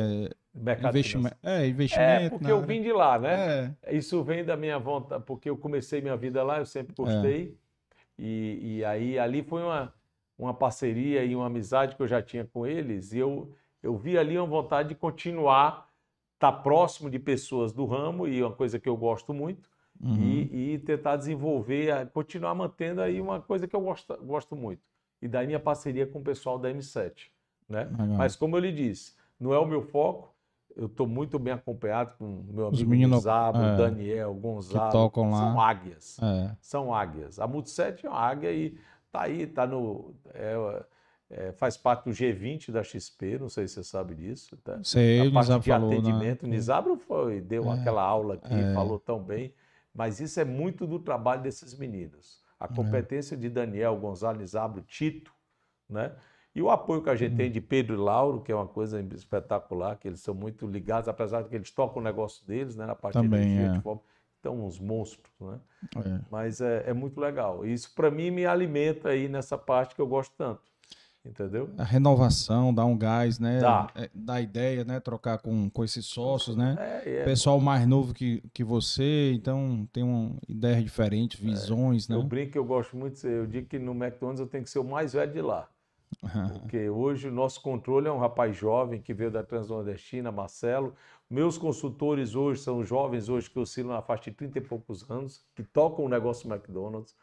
Mercado
investimento.
financeiro.
É, investimento.
É, porque eu vim de lá, né?
É.
Isso vem da minha vontade, porque eu comecei minha vida lá, eu sempre gostei. É. E, e aí ali foi uma, uma parceria e uma amizade que eu já tinha com eles. E eu, eu vi ali uma vontade de continuar, estar próximo de pessoas do ramo, e uma coisa que eu gosto muito, uhum. e, e tentar desenvolver, continuar mantendo aí uma coisa que eu gosto, gosto muito. E daí minha parceria com o pessoal da M sete. Né? Mas como eu lhe disse, não é o meu foco. Eu estou muito bem acompanhado com o meu amigo Gonzalo, é, Daniel, Gonzalo.
Que tocam lá.
São águias.
É.
São águias. A Multiset é uma águia e está aí, tá no, é, é, faz parte do G vinte da X P, não sei se você sabe disso. Tá?
Sei,
a parte
Nizabro
de
falou,
atendimento.
Né?
O Nizabro foi, deu é. aquela aula aqui, é. falou tão bem. Mas isso é muito do trabalho desses meninos. A competência é. de Daniel, Gonzalo, Nizabro, Tito, né? E o apoio que a gente hum. tem de Pedro e Lauro, que é uma coisa espetacular, que eles são muito ligados, apesar de que eles tocam o negócio deles, né, na parte
Também,
de energia,
é.
de forma, então uns monstros, né?
É.
Mas é, é muito legal. E isso, para mim, me alimenta aí nessa parte que eu gosto tanto, entendeu?
A renovação, dá um gás, né?
Dá.
É, dá ideia, né? Trocar com, com esses sócios, né?
É, é,
Pessoal mais novo que, que você, então tem uma ideias diferentes, visões,
é.
né?
Eu brinco que eu gosto muito, eu digo que no McDonald's eu tenho que ser o mais velho de lá. Porque hoje o nosso controle é um rapaz jovem que veio da Transnordestina, Marcelo. Meus consultores hoje são jovens hoje que oscilam na faixa de trinta e poucos anos, que tocam o negócio McDonald's.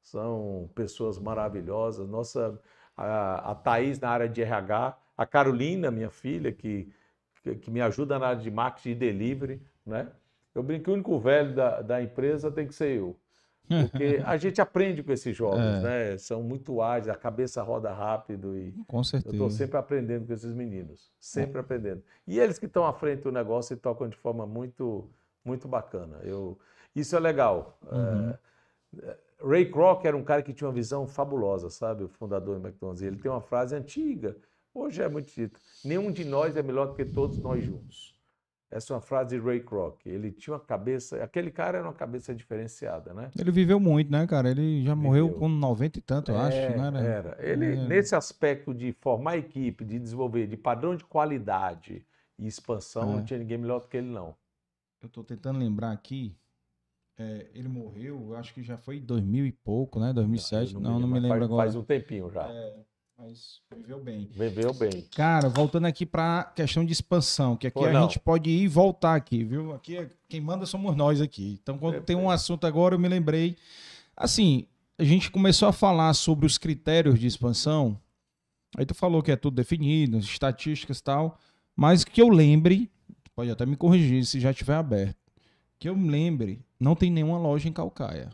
São pessoas maravilhosas. Nossa, a, a Thaís na área de R H, a Carolina, minha filha, que, que, que me ajuda na área de marketing e delivery, né? Eu brinco que o único velho da, da empresa tem que ser eu. Porque a gente aprende com esses jovens, é. né? São muito ágeis, a cabeça roda rápido e
com certeza.
Eu estou sempre aprendendo com esses meninos, sempre é. aprendendo. E eles que estão à frente do negócio e tocam de forma muito, muito bacana. Eu, isso é legal. Uhum. É, Ray Kroc era um cara que tinha uma visão fabulosa, sabe? O fundador do McDonald's. Ele tem uma frase antiga, hoje é muito dita: nenhum de nós é melhor do que todos nós juntos. Essa é uma frase de Ray Kroc. Ele tinha uma cabeça... Aquele cara era uma cabeça diferenciada, né?
Ele viveu muito, né, cara? Ele já viveu. morreu com noventa e tanto, eu
é,
acho, né? Era,
era. Ele, é. nesse aspecto de formar equipe, de desenvolver, de padrão de qualidade e expansão, é. não tinha ninguém melhor do que ele, não.
Eu tô tentando lembrar aqui. É, ele morreu, eu acho que já foi em dois mil e pouco, né? dois mil e sete. Não, não, me, não me lembro
faz,
agora.
Faz um tempinho já.
É. Mas viveu bem.
Viveu bem.
Cara, voltando aqui para questão de expansão, que aqui Pô, a
não.
gente pode ir e voltar aqui, viu? Aqui quem manda somos nós aqui. Então, quando é, tem um é. assunto agora, eu me lembrei. Assim, a gente começou a falar sobre os critérios de expansão. Aí tu falou que é tudo definido, estatísticas e tal. Mas que eu lembre, pode até me corrigir se já estiver aberto. Que eu me lembre, não tem nenhuma loja em Caucaia.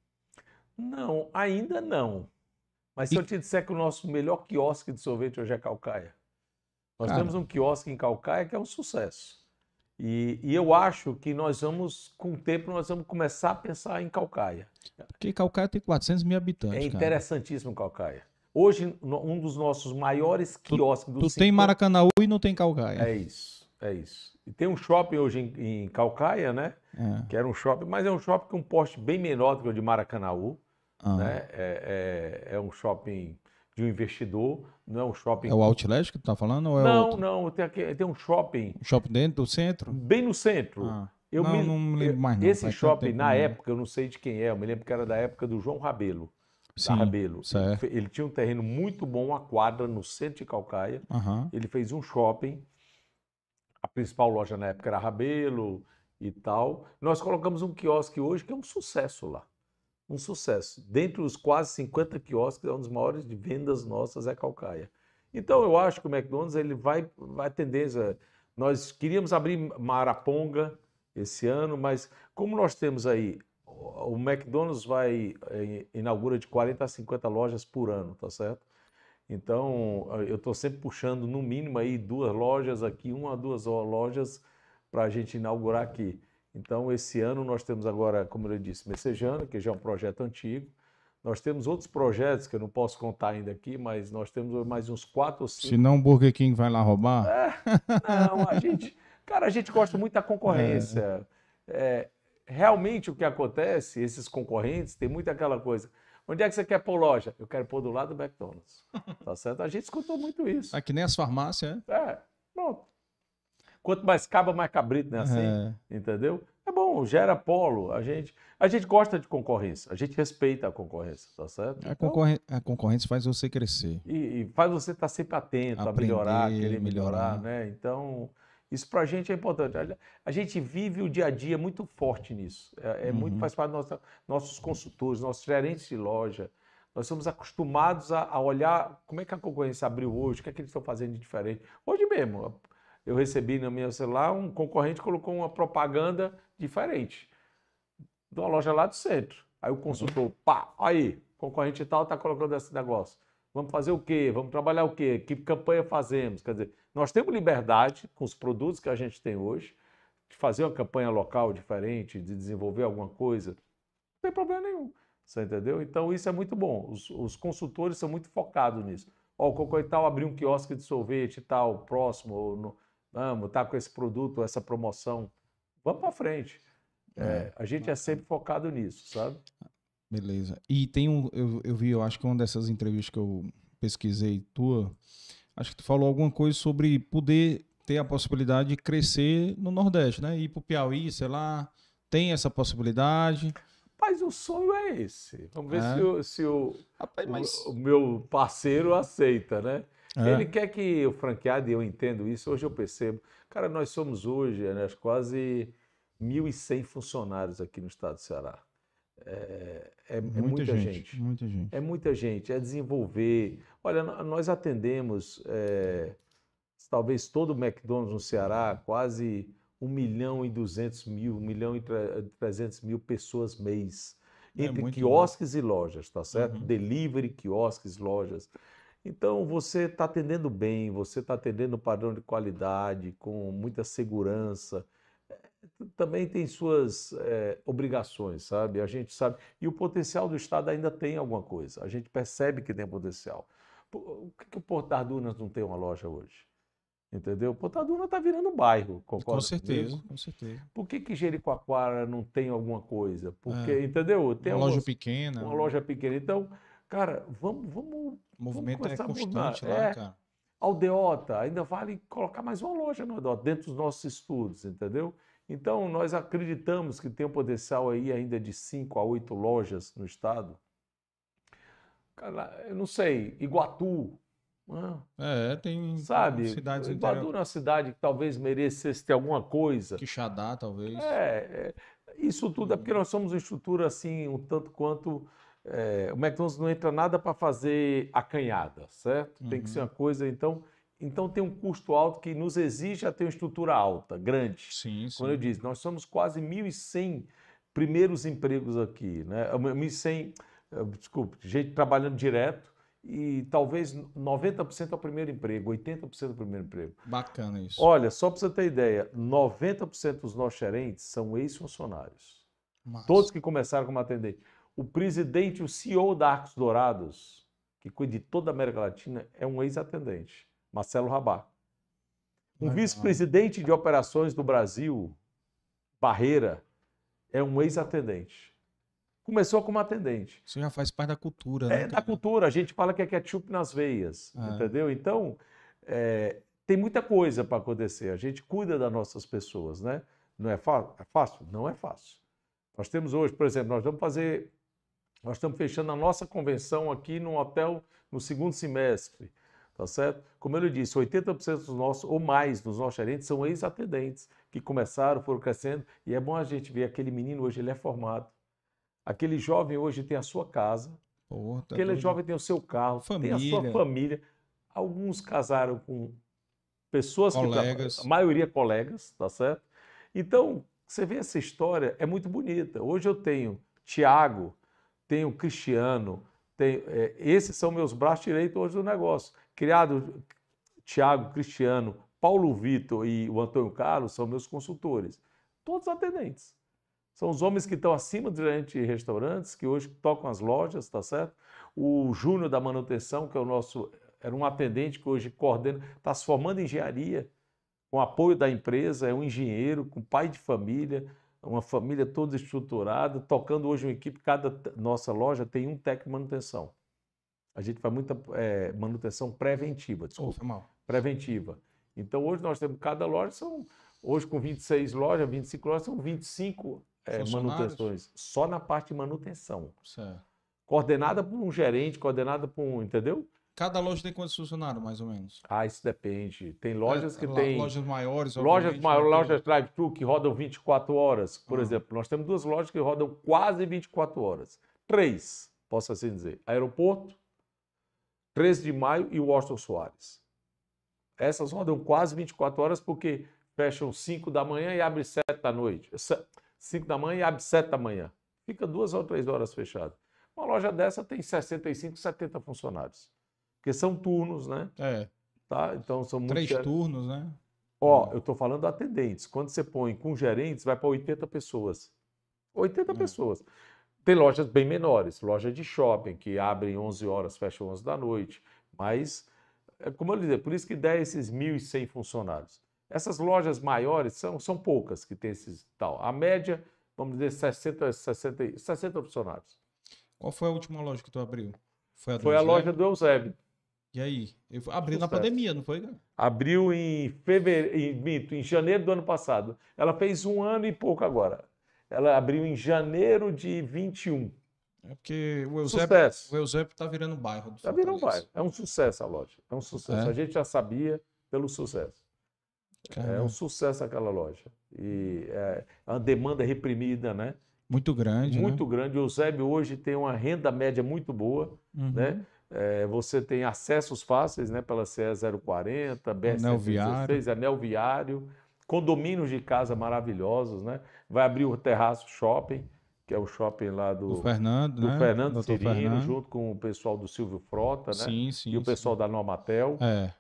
Não, ainda não. Mas se e... eu te disser que o nosso melhor quiosque de sorvete hoje é Caucaia. Nós Cara. temos um quiosque em Caucaia que é um sucesso. E, e eu acho que nós vamos, com o tempo, nós vamos começar a pensar em Caucaia.
Porque Caucaia tem quatrocentos mil habitantes.
É interessantíssimo cara. Caucaia. Hoje, um dos nossos maiores quiosques...
Tu, tu tem Maracanaú e não tem Caucaia.
É isso, é isso. E tem um shopping hoje em, em Caucaia, né? É. Que era um shopping, mas é um shopping com um porte bem menor do que o de Maracanaú. Ah. Né? É, é, é um shopping de um investidor, não é um shopping...
É o Outlet que tu tá falando ou é
Não,
outro?
não, tem, aqui, tem um shopping...
Um shopping dentro do centro?
Bem no centro.
Ah.
Eu
não,
me,
não me lembro mais não.
Esse
Faz
shopping, na época, eu não sei de quem é, eu me lembro que era da época do João Rabelo.
Sim,
Rabelo.
certo.
Ele, ele tinha um terreno muito bom, uma quadra no centro de Caucaia.
Uhum.
Ele fez um shopping, a principal loja na época era Rabelo e tal. Nós colocamos um quiosque hoje que é um sucesso lá. Um sucesso. Dentre os quase cinquenta quiosques, é um dos maiores de vendas nossas é Caucaia. Então, eu acho que o McDonald's ele vai, vai tendência... Nós queríamos abrir Maraponga esse ano, mas como nós temos aí... O McDonald's vai inaugura de quarenta a cinquenta lojas por ano, tá certo? Então, eu estou sempre puxando no mínimo aí duas lojas aqui, uma, duas lojas para a gente inaugurar aqui. Então, esse ano nós temos agora, como eu disse, Messejana, que já é um projeto antigo. Nós temos outros projetos que eu não posso contar ainda aqui, mas nós temos mais uns quatro ou cinco.
Se não o Burger King vai lá roubar?
É, não, a gente... Cara, a gente gosta muito da concorrência. É, realmente o que acontece, esses concorrentes, tem muito aquela coisa. Onde é que você quer pôr loja? Eu quero pôr do lado do McDonald's. Tá certo? A gente escutou muito isso.
É que nem as farmácias,
é? É, pronto. quanto mais cabra, mais cabrito, não é assim?
É.
Entendeu? É bom, gera polo. A gente, a gente gosta de concorrência, a gente respeita a concorrência, tá certo?
A,
Então,
concorren a concorrência faz você crescer.
e, e faz você estar sempre atento,
Aprender,
a melhorar, querer melhorar,
melhorar.
né? Então, isso para a gente é importante. A, a gente vive o dia a dia muito forte nisso. É, é
Uhum.
muito, faz parte dos nossa, nossos consultores, nossos gerentes de loja. Nós somos acostumados a, a olhar como é que a concorrência abriu hoje, o que é que eles estão fazendo de diferente. Hoje mesmo, eu recebi no meu celular, um concorrente colocou uma propaganda diferente de uma loja lá do centro. Aí o consultor, pá, aí, concorrente tal está colocando esse negócio. Vamos fazer o quê? Vamos trabalhar o quê? Que campanha fazemos? Quer dizer, nós temos liberdade com os produtos que a gente tem hoje de fazer uma campanha local diferente, de desenvolver alguma coisa. Não tem problema nenhum. Você entendeu? Então isso é muito bom. Os, os consultores são muito focados nisso. Ó, o concorrente tal abriu um quiosque de sorvete e tal, próximo, ou no, vamos, tá com esse produto, essa promoção. Vamos para frente. É, é, a gente é sempre focado nisso, sabe?
Beleza. E tem um, eu, eu vi, eu acho que uma dessas entrevistas que eu pesquisei tua, acho que tu falou alguma coisa sobre poder ter a possibilidade de crescer no Nordeste, né? Ir pro Piauí, sei lá, tem essa possibilidade.
Mas o sonho é esse. Vamos ver é. se, o, se o,
Rapaz, mas...
o, o meu parceiro aceita, né? É. Ele quer que o franqueado, e eu entendo isso, hoje eu percebo. Cara, nós somos hoje né, quase mil e cem funcionários aqui no estado do Ceará. É, é, muita, é muita gente, gente.
Muita gente.
É muita gente. É desenvolver. Olha, nós atendemos é, talvez todo o McDonald's no Ceará, quase um milhão e duzentos mil, um milhão e trezentos mil pessoas mês. Entre é quiosques bom. E lojas, tá certo? Uhum. Delivery, quiosques, lojas. Então, você está atendendo bem, você está atendendo padrão de qualidade, com muita segurança. Também tem suas é, obrigações, sabe? A gente sabe. E o potencial do Estado ainda tem alguma coisa. A gente percebe que tem potencial. Por que, que o Porto das Dunas não tem uma loja hoje? Entendeu? O Porto das Dunas está virando um bairro, concorda?
Com certeza, comigo? Com certeza.
Por que, que Jericoacoara não tem alguma coisa? Porque, é. entendeu? Tem
uma
algumas,
loja pequena.
Uma loja pequena. Então, cara, vamos. vamos
o movimento
vamos
é constante lá,
é,
cara.
Aldeota, ainda vale colocar mais uma loja no Aldeota, dentro dos nossos estudos, entendeu? Então, nós acreditamos que tem um potencial aí ainda de cinco a oito lojas no estado. Cara, eu não sei, Iguatu.
É, tem
sabe,
cidades
Iguatu é uma cidade que talvez merecesse ter alguma coisa.
Quixadá, talvez.
É, é, isso tudo é porque nós somos uma estrutura assim, um tanto quanto... É, o McDonald's não entra nada para fazer acanhada, certo? Uhum. Tem que ser uma coisa, então... Então tem um custo alto que nos exige a ter uma estrutura alta, grande.
Sim, sim.
Como eu disse, nós somos quase mil e cem primeiros empregos aqui, né? mil e cem, desculpe, gente trabalhando direto e talvez noventa por cento é o primeiro emprego, oitenta por cento é o primeiro emprego.
Bacana isso.
Olha, só para você ter ideia, noventa por cento dos nossos gerentes são ex-funcionários. Todos que começaram como atendente. O presidente, o C E O da Arcos Dourados, que cuida de toda a América Latina, é um ex-atendente. Marcelo Rabá. Um vice-presidente de operações do Brasil, Barreira, é um ex-atendente. Começou como atendente.
Isso já faz parte da cultura,
né? É,
cara?
da cultura. A gente fala que é ketchup nas veias, é. entendeu? Então, é, tem muita coisa para acontecer. A gente cuida das nossas pessoas, né? Não é, é fácil? Não é fácil. Nós temos hoje, por exemplo, nós vamos fazer... Nós estamos fechando a nossa convenção aqui num hotel no segundo semestre. Tá certo? Como eu lhe disse, oitenta por cento dos nossos, ou mais dos nossos gerentes são ex-atendentes que começaram, foram crescendo, e é bom a gente ver aquele menino hoje, ele é formado. Aquele jovem hoje tem a sua casa, Pô, tá aquele doido. Jovem tem o seu carro, família. Tem a sua família. Alguns casaram com pessoas
colegas.
que... A maioria colegas, tá certo? Então, você vê essa história, é muito bonita. Hoje eu tenho Tiago, tenho Cristiano, tenho, é, esses são meus braços direitos hoje do negócio. Criado Tiago, Cristiano, Paulo Vitor e o Antônio Carlos são meus consultores. Todos atendentes. São os homens que estão acima de gerente de restaurantes, que hoje tocam as lojas, tá certo? O Júnior da manutenção, que é o nosso, era um atendente que hoje coordena, está se formando em engenharia, com apoio da empresa, é um engenheiro, com pai de família, uma família toda estruturada, tocando hoje uma equipe, cada nossa loja tem um técnico de manutenção. A gente faz muita é, manutenção preventiva, desculpa.
Oh, foi mal.
Preventiva. Então, hoje nós temos, cada loja são, hoje com vinte e seis lojas, vinte e cinco lojas, são vinte e cinco é, manutenções, só na parte de manutenção.
Certo.
Coordenada por um gerente, coordenada por um, entendeu?
Cada loja tem quantos funcionários, mais ou menos?
Ah, isso depende. Tem lojas
é,
que tem...
Lojas maiores,
Lojas maiores,
tem...
lojas drive-thru que rodam vinte e quatro horas. Por
ah.
exemplo, nós temos duas lojas que rodam quase vinte e quatro horas. Três, posso assim dizer. Aeroporto, treze de maio e Washington Soares. Essas rodam quase vinte e quatro horas porque fecham cinco da manhã e abrem sete da noite. cinco da manhã e abre sete da manhã. Fica duas ou três horas fechado. Uma loja dessa tem sessenta e cinco, setenta funcionários. Porque são turnos, né?
É.
Tá? Então são
Três
muitos...
turnos, né?
Ó, eu estou falando atendentes. Quando você põe com gerentes, vai para oitenta pessoas. oitenta é. pessoas. Tem lojas bem menores, loja de shopping, que abrem onze horas, fecham onze da noite. Mas, como eu disse, por isso que dá esses mil e cem funcionários. Essas lojas maiores são, são poucas que tem esses tal. A média, vamos dizer, sessenta, sessenta, sessenta funcionários.
Qual foi a última loja que tu abriu?
Foi a, foi a loja do Eusébio.
E aí? Eu abriu na pandemia, não foi, cara?
Abriu em fevereiro, em, em janeiro do ano passado. Ela fez um ano e pouco agora. Ela abriu em janeiro de vinte e um.
É porque o Eusébio,
sucesso.
O Eusébio tá virando bairro.
Está virando bairro. É um sucesso a loja. É um sucesso. É. A gente já sabia pelo sucesso. Caramba. É um sucesso aquela loja. E é uma demanda reprimida, né?
Muito grande,
Muito
né?
grande. O Eusébio hoje tem uma renda média muito boa, uhum. né? É, você tem acessos fáceis, né? Pela C E zero quarenta, B S cento e dezesseis, anel viário, condomínios de casa maravilhosos, né? Vai abrir o Terraço Shopping, que é o shopping lá do,
do Fernando,
do
né?
Fernando Cirino, Fernando. Junto com o pessoal do Silvio Frota,
sim,
né?
Sim,
e o pessoal
sim.
da Normatel.
É.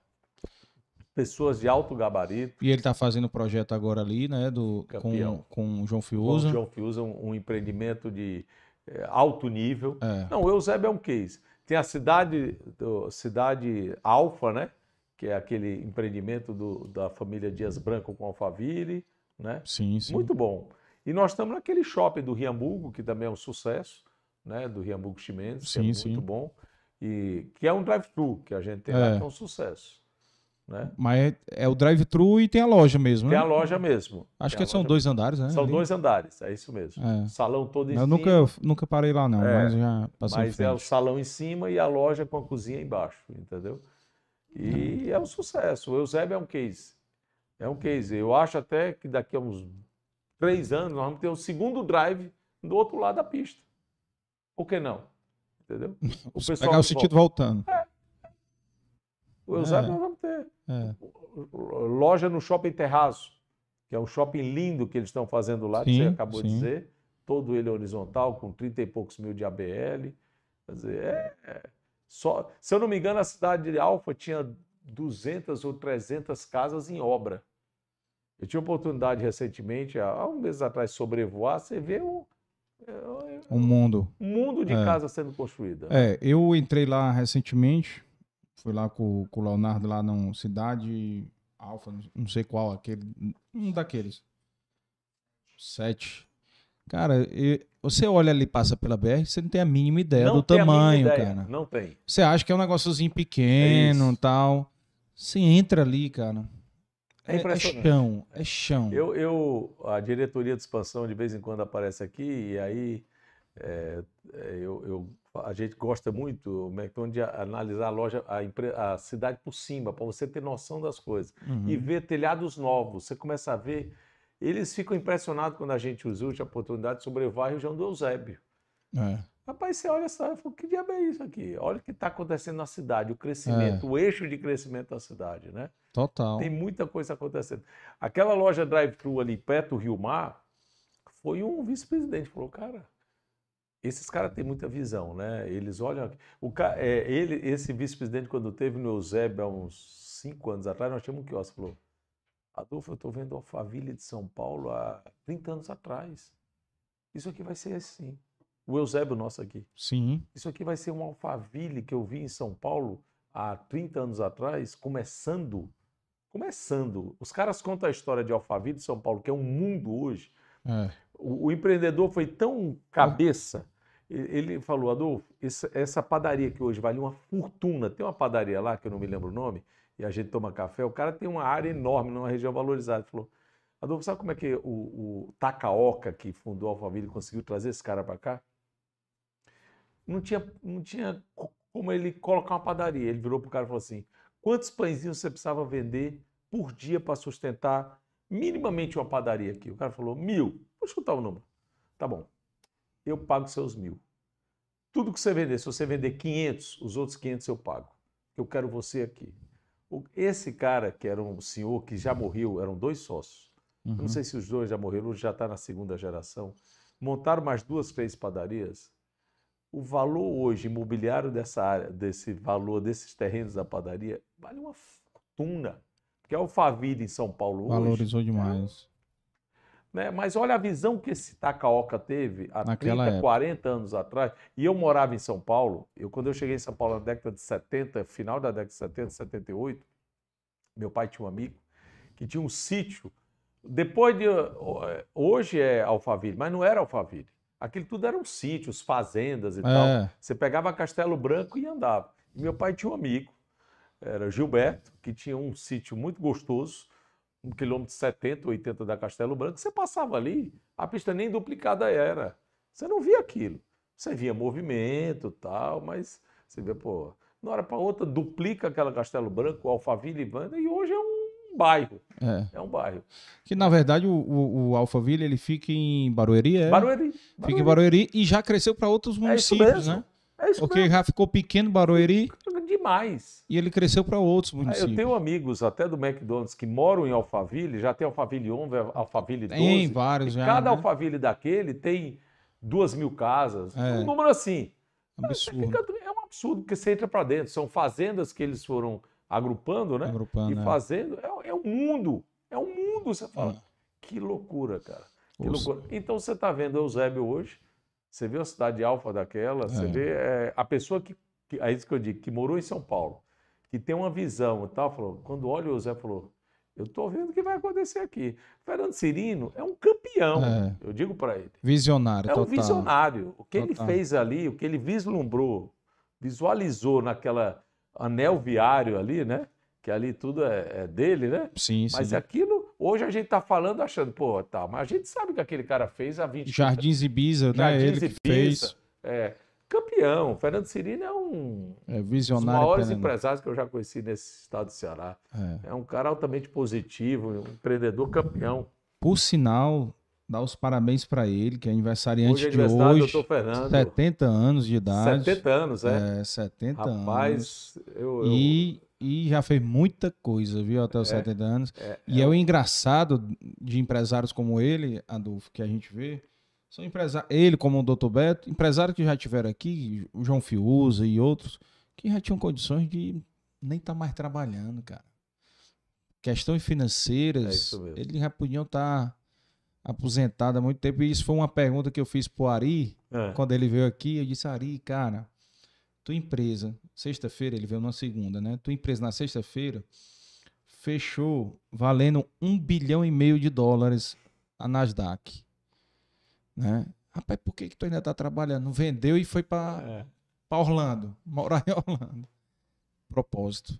Pessoas de alto gabarito.
E ele está fazendo o projeto agora ali, né? Do, com, com o João Fiuza.
Com o João Fiuza, um, um empreendimento de é, alto nível.
É.
Não, o Eusébio é um case. Tem a cidade, do, cidade Alfa, né? Que é aquele empreendimento do, da família Dias Branco com Alphaville, né?
Sim, sim.
Muito bom. E nós estamos naquele shopping do Riamburgo, que também é um sucesso, né? Do Riamburgo Chimenez, que sim, é muito sim. bom. E que é um drive-thru que a gente tem é. lá, que é um sucesso. Né?
Mas é, é o drive-thru e tem a loja mesmo, né?
Tem a loja mesmo.
Acho
tem
que são dois mesmo. andares, né?
São
ali?
dois andares, é isso mesmo. É. Salão todo em
eu
cima.
Nunca, nunca parei lá não, é, mas já passei
Mas é o salão em cima e a loja com a cozinha embaixo, entendeu? E hum. é um sucesso. O Eusébio é um case. É um case. Eu acho até que daqui a uns três anos nós vamos ter o segundo drive do outro lado da pista. Por que não? Entendeu?
O pessoal pegar o sentido volta. voltando.
É. O Eusébio é. nós vamos ter. É. Loja no Shopping Terraço, que é um shopping lindo que eles estão fazendo lá, sim, que você acabou sim. de dizer. Todo ele horizontal, com trinta e poucos mil de A B L. Quer dizer, é, é. Só, se eu não me engano, a cidade de Alfa tinha duzentas ou trezentas casas em obra. Eu tive oportunidade recentemente, há um mês atrás, sobrevoar, você vê um,
um mundo.
Um mundo de é. casa sendo construída.
É, eu entrei lá recentemente. Fui lá com, com o Leonardo lá na cidade Alfa, não sei qual, aquele, um daqueles. Sete. Cara, e, você olha ali, passa pela B R, você não tem a mínima ideia não do tamanho, ideia. cara.
Não tem.
Você acha que é um negóciozinho pequeno e é tal. Você entra ali, cara.
É, é, é
chão, é chão.
Eu, eu, a diretoria de expansão de vez em quando aparece aqui e aí é, eu... eu a gente gosta muito, o McDonald's, de analisar a loja, a, empre... a cidade por cima, para você ter noção das coisas. Uhum. E ver telhados novos. Você começa a ver. Eles ficam impressionados quando a gente usa a oportunidade de sobrevoar a região do Eusébio. É. Rapaz, você olha só e fala, que diabo é isso aqui? Olha o que está acontecendo na cidade, o crescimento, é. o eixo de crescimento da cidade, né?
Total.
Tem muita coisa acontecendo. Aquela loja drive-thru ali perto do Rio Mar, foi um vice-presidente que falou, cara, esses caras têm muita visão, né? Eles olham... O ca... é, ele, esse vice-presidente, quando teve no Eusébio, há uns cinco anos atrás, nós tínhamos um quiosque, falou, Adolfo, eu estou vendo Alphaville de São Paulo há trinta anos atrás. Isso aqui vai ser assim. O Eusébio nosso aqui.
Sim.
Isso aqui vai ser um Alphaville que eu vi em São Paulo há trinta anos atrás, começando. Começando. Os caras contam a história de Alphaville de São Paulo, que é um mundo hoje. É. O, o empreendedor foi tão cabeça... Ele falou, Adolfo, essa, essa padaria que hoje vale uma fortuna, tem uma padaria lá, que eu não me lembro o nome, e a gente toma café, o cara tem uma área enorme, numa região valorizada. Ele falou, Adolfo, sabe como é que o, o Takaoka, que fundou a Alphaville, conseguiu trazer esse cara para cá? Não tinha, não tinha como ele colocar uma padaria. Ele virou para o cara e falou assim, quantos pãezinhos você precisava vender por dia para sustentar minimamente uma padaria aqui? O cara falou, mil. Vou chutar o número. Tá bom. Eu pago seus mil. Tudo que você vender, se você vender quinhentos, os outros quinhentos eu pago. Eu quero você aqui. Esse cara, que era um senhor que já morreu, eram dois sócios. Uhum. Não sei se os dois já morreram, ou já está na segunda geração. Montaram mais duas, três padarias. O valor hoje imobiliário dessa área, desse valor desses terrenos da padaria, vale uma fortuna. Porque a Alphaville em São Paulo hoje...
Valorizou demais.
É, né? Mas olha a visão que esse Takaoka teve há
Naquela
trinta,
época.
quarenta anos atrás. E eu morava em São Paulo. Eu, quando eu cheguei em São Paulo na década de setenta, final da década de setenta, setenta e oito, meu pai tinha um amigo que tinha um sítio. Depois de... Hoje é Alphaville, mas não era Alphaville. Aquilo tudo eram sítios, fazendas e é. tal. Você pegava Castelo Branco e andava. E meu pai tinha um amigo, era Gilberto, que tinha um sítio muito gostoso, um quilômetro setenta, oitenta da Castelo Branco. Você passava ali, a pista nem duplicada era. Você não via aquilo. Você via movimento e tal, mas você vê, pô, de uma hora para outra duplica aquela Castelo Branco, Alphaville e Banda, e hoje é um bairro. É. é um bairro.
Que, na verdade, o, o, o Alphaville, ele fica em Barueri, é?
Barueri.
Barueri. Fica em Barueri e já cresceu para outros municípios, é isso mesmo. né?
É isso
Porque
mesmo.
já ficou pequeno Barueri.
Demais.
E ele cresceu para outros municípios.
Eu tenho amigos até do McDonald's que moram em Alphaville, já tem Alphaville onze, Alphaville doze.
Tem vários já.
Cada
né?
Alphaville daquele tem duas mil casas. É. Um número assim.
Absurdo.
Fica, é um absurdo, porque você entra para dentro. São fazendas que eles foram agrupando, né?
Agrupando,
e
é.
fazendo. É, é um mundo. É um mundo, você fala. É. Que loucura, cara. Que Nossa. loucura. Então você está vendo o Eusébio hoje, você vê a cidade alfa daquela, é. você vê é, a pessoa que, que, é isso que eu digo, que morou em São Paulo, que tem uma visão e tal, falou, quando olha o Eusébio, falou, eu estou vendo o que vai acontecer aqui. Fernando Cirino é um campeão, é. eu digo para ele.
Visionário,
É um
total.
visionário. O que
total.
ele fez ali, o que ele vislumbrou, visualizou naquela anel viário ali, né? Que ali tudo é, é dele, né?
Sim,
Mas
sim.
aquilo, hoje a gente tá falando achando, pô, tá, mas a gente sabe que aquele cara fez há vinte anos.
Jardins Ibiza, né?
Jardins
Ele
Ibiza,
que fez.
É, campeão. Fernando Cirino é um
é visionário,
dos maiores
Fernando.
empresários que eu já conheci nesse estado do Ceará.
É.
é um cara altamente positivo, um empreendedor campeão.
Por sinal, dá os parabéns para ele, que é aniversariante
hoje é
de
aniversário
hoje.
do doutor Fernando.
setenta anos de idade.
setenta anos, é?
É, setenta
Rapaz,
anos.
Eu, eu...
E, e já fez muita coisa, viu, até os é, setenta anos. É, e é, é o engraçado de empresários como ele, Adolfo, que a gente vê, são empresários, ele como o doutor Beto, empresários que já tiveram aqui, o João Fiuza e outros, que já tinham condições de nem estar tá mais trabalhando, cara. Questões financeiras,
é
eles já podiam estar tá aposentados há muito tempo. E isso foi uma pergunta que eu fiz pro Ari, é. quando ele veio aqui. Eu disse, Ari, cara, tua empresa, sexta-feira, ele veio na segunda, né? Tua empresa na sexta-feira fechou valendo um bilhão e meio de dólares a Nasdaq. Né? Rapaz, por que, que tu ainda tá trabalhando? Vendeu e foi para é. Orlando, morar em Orlando. Propósito.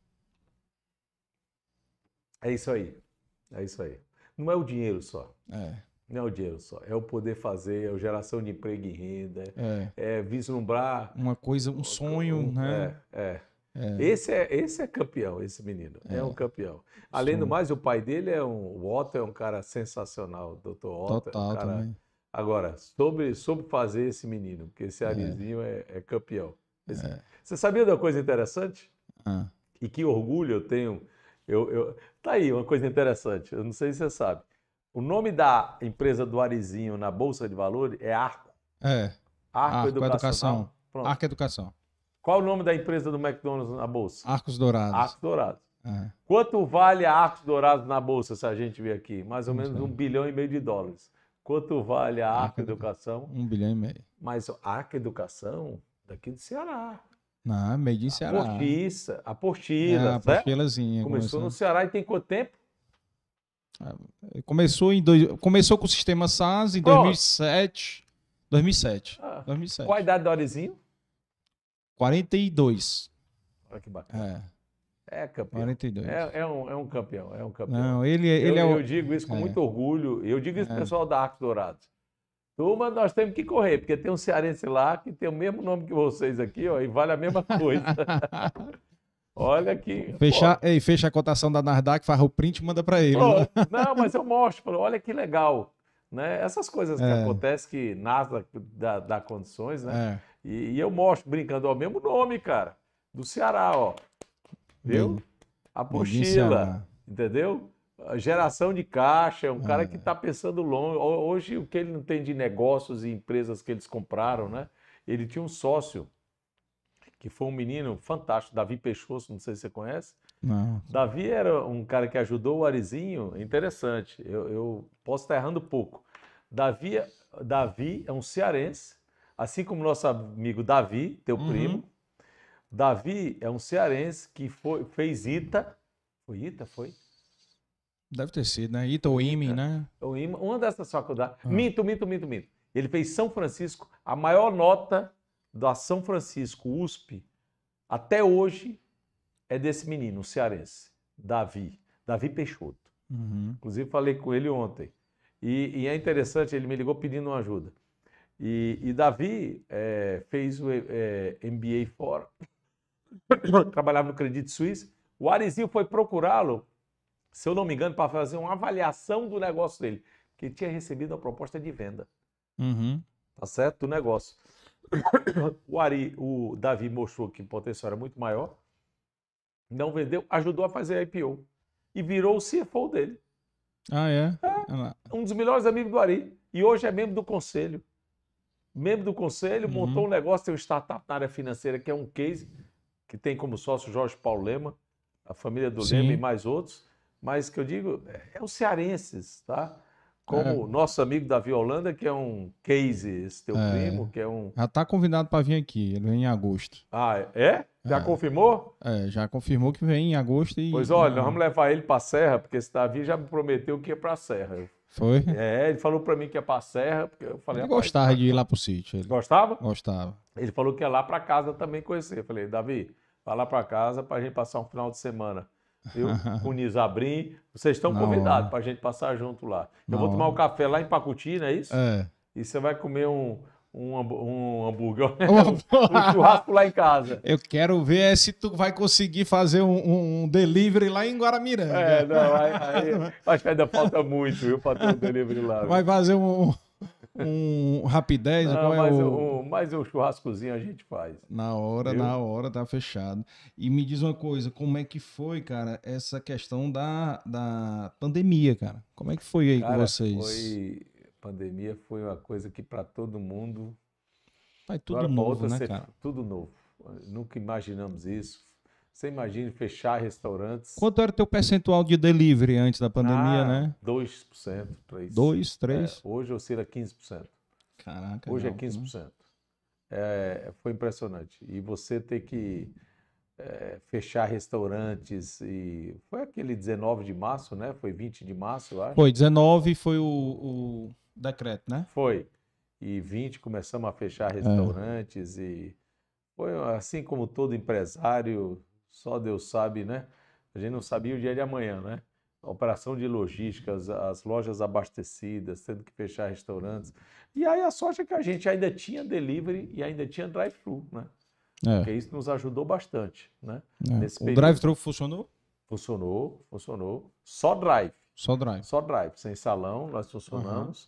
É isso aí. É isso aí. Não é o dinheiro só.
É.
Não é o dinheiro só. É o poder fazer, é a geração de emprego e renda,
é,
é vislumbrar...
Uma coisa, um sonho, um,
né? É, é. É. Esse, é, esse é campeão, esse menino. É, é um campeão. Além sonho. do mais, o pai dele é um... O Otto é um cara sensacional, doutor Otto.
Total,
é um cara...
também.
Agora, soube, soube fazer esse menino, porque esse Arizinho é, é, é campeão. Esse...
É.
Você sabia de uma coisa interessante?
Ah.
E que orgulho eu tenho... Eu, eu... Tá aí uma coisa interessante, eu não sei se você sabe. O nome da empresa do Arizinho na Bolsa de Valores é Arco.
É.
Arco, Arco Educação.
Arco Educação.
Qual o nome da empresa do McDonald's na Bolsa?
Arcos Dourados.
Arcos Dourados.
É.
Quanto vale a Arcos Dourados na Bolsa, se a gente ver aqui? Mais ou não menos sei. um bilhão e meio de dólares. Quanto vale a Arco, Arco Educação?
Um bilhão e meio.
Mas a Arco Educação daqui do Ceará.
Não, meio de Ceará.
A Postiça, a Postila, é,
a Postilazinha.
Começou, começou no Ceará e tem quanto tempo?
Começou, em dois, começou com o sistema SaaS em Pronto. dois mil e sete. dois mil e sete.
Ah,
dois mil e sete.
Qual a idade do Arizinho?
quarenta e dois.
Olha que bacana.
É.
É campeão.
quarenta e dois.
É, é, um, é um campeão, é um campeão.
Não, ele, ele
eu,
é o...
eu digo isso com
é.
muito orgulho. Eu digo isso
É.
pro pessoal da Arcos Dourados. Turma, nós temos que correr, porque tem um cearense lá que tem o mesmo nome que vocês aqui, ó, e vale a mesma coisa. Olha que...
Fecha, ei, fecha a cotação da Nasdaq, faz o print e manda para ele.
Pô, não, mas eu mostro, falo, olha que legal. Né? Essas coisas que
É.
acontecem que Nasdaq dá, dá condições, né?
É.
E, e eu mostro, brincando, ó, o mesmo nome, cara, do Ceará, ó. Viu?
Bem,
Apostila, entendeu? A geração de caixa, é um cara
É.
que está pensando longe. Hoje, o que ele não tem de negócios e empresas que eles compraram, né? Ele tinha um sócio, que foi um menino fantástico, Davi Peixoto, não sei se você conhece.
Não.
Davi era um cara que ajudou o Arizinho, interessante, eu, eu posso estar errando pouco. Davi, Davi é um cearense, assim como nosso amigo Davi, teu
Uhum.
primo. Davi é um cearense que foi, fez ITA. Foi ITA, foi?
Deve ter sido, né? Ita ou I M E, né?
O IMA, uma dessas faculdades.
Ah.
Minto, minto, minto, minto. Ele fez São Francisco, a maior nota da São Francisco U S P, até hoje, é desse menino, um cearense, Davi, Davi Peixoto.
Uhum.
Inclusive, falei com ele ontem. E, e é interessante, ele me ligou pedindo uma ajuda. E, e Davi é, fez o é, M B A fora, trabalhava no Credit Suisse. O Arizinho foi procurá-lo, se eu não me engano, para fazer uma avaliação do negócio dele, que ele tinha recebido uma proposta de venda.
Uhum.
Tá certo? Do negócio. O, Ari, o Davi mostrou que o potencial era muito maior, não vendeu, ajudou a fazer a I P O e virou o C F O dele.
Ah, é?
É um dos melhores amigos do Ari e hoje é membro do conselho. Membro do conselho,
Uhum.
montou um negócio, tem um startup na área financeira que é um case, que tem como sócio Jorge Paulo Lema, a família do
Sim.
Lema e mais outros, mas que eu digo, é os cearenses, tá? Como o nosso amigo Davi Holanda, que é um case, esse teu
É.
primo, que é um...
Já tá convidado para vir aqui, ele vem em agosto.
Ah, é? Já
É.
confirmou?
É, já confirmou que vem em agosto e...
Pois olha, nós vamos levar ele para a Serra, porque esse Davi já me prometeu que ia para a Serra. Eu-
Foi?
É, ele falou para mim que ia para a Serra, porque eu falei...
Ele
"Rapaz,
gostava
tá-
de ir lá pro sítio. Ele
Gostava?
gostava.
Ele falou que ia lá para casa também conhecer. Eu falei, Davi, vai lá para casa para a gente passar um final de semana. Viu? Com o Nizabrim. Vocês estão
Na
convidados
hora.
para a gente passar junto lá. Eu
Na
vou tomar
hora.
um café lá em Pacuti, não é isso?
É.
E você vai comer um, um, hambú- um hambúrguer,
Um
um churrasco lá em casa.
Eu quero ver se tu vai conseguir fazer um, um delivery lá em Guaramiranga.
É, não, aí, aí acho que ainda falta muito, viu, para ter um delivery lá. viu?
Vai fazer um, um rapidez,
Não,
qual é
mas,
o...
um, mas um churrascozinho a gente faz.
Na hora,
Viu?
na hora, tá fechado. E me diz uma coisa, como é que foi, cara, essa questão da, da pandemia, cara? Como é que foi aí
Cara,
com vocês?
foi... Pandemia foi uma coisa que para todo mundo...
Vai tudo
Agora, pra
novo,
outra
né,
ser
cara?
Tudo novo. Nunca imaginamos isso. Você imagina fechar restaurantes...
Quanto era o teu percentual de delivery antes da pandemia,
Ah,
né?
dois por cento, três por cento.
Dois, três?
É, hoje oscila quinze por cento.
Caraca.
Hoje é
não,
quinze por cento. É, foi impressionante. E você ter que é, fechar restaurantes e... Foi aquele dezenove de março, né? Foi vinte de março, eu acho.
Foi, dezenove foi o, o decreto, né?
Foi. E vinte começamos a fechar
É.
restaurantes e foi assim como todo empresário, só Deus sabe, né? A gente não sabia o dia de amanhã, né? A operação de logística, as, as lojas abastecidas, tendo que fechar restaurantes. E aí a sorte é que a gente ainda tinha delivery e ainda tinha drive-thru, né? Porque
É.
isso nos ajudou bastante, né?
é.
Nesse
O
período.
drive-thru funcionou?
Funcionou, funcionou. Só drive.
Só drive.
Só drive, sem salão, nós funcionamos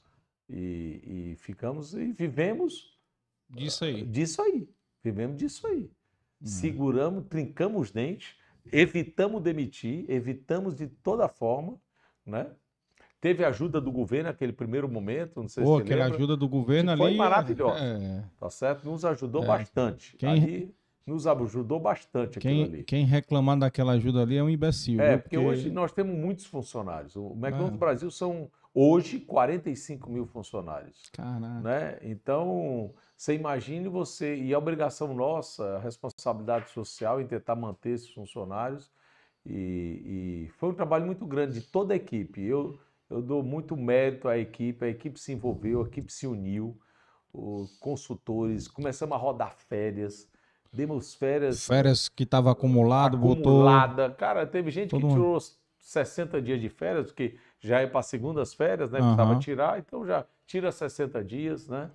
e, e ficamos e vivemos
Disso aí.
disso aí. Vivemos disso aí.
Uhum.
Seguramos, trincamos os dentes, evitamos demitir, evitamos de toda forma, né? Teve ajuda do governo naquele primeiro momento, não sei
Pô,
se você
aquela
lembra,
ajuda do governo
que foi
ali.
maravilhosa.
É.
tá certo? Nos ajudou
É.
bastante.
Quem-
Ali nos ajudou bastante aquilo
Quem,
ali.
quem reclamar daquela ajuda ali é um imbecil.
É,
viu?
porque hoje nós temos muitos funcionários. O McDonald's
É.
Brasil são, hoje, quarenta e cinco mil funcionários.
Caraca.
Né? Então, você imagine você, e a obrigação nossa, a responsabilidade social em tentar manter esses funcionários, e, e foi um trabalho muito grande de toda a equipe. Eu, eu dou muito mérito à equipe, a equipe se envolveu, a equipe se uniu, os consultores, começamos a rodar férias, demos férias...
Férias que estava acumulado,
acumulada.
botou...
Cara, teve gente
Todo
que
mundo.
tirou sessenta dias de férias, porque já é para segundas férias, né?
Aham.
Precisava tirar, então já tira sessenta dias, né?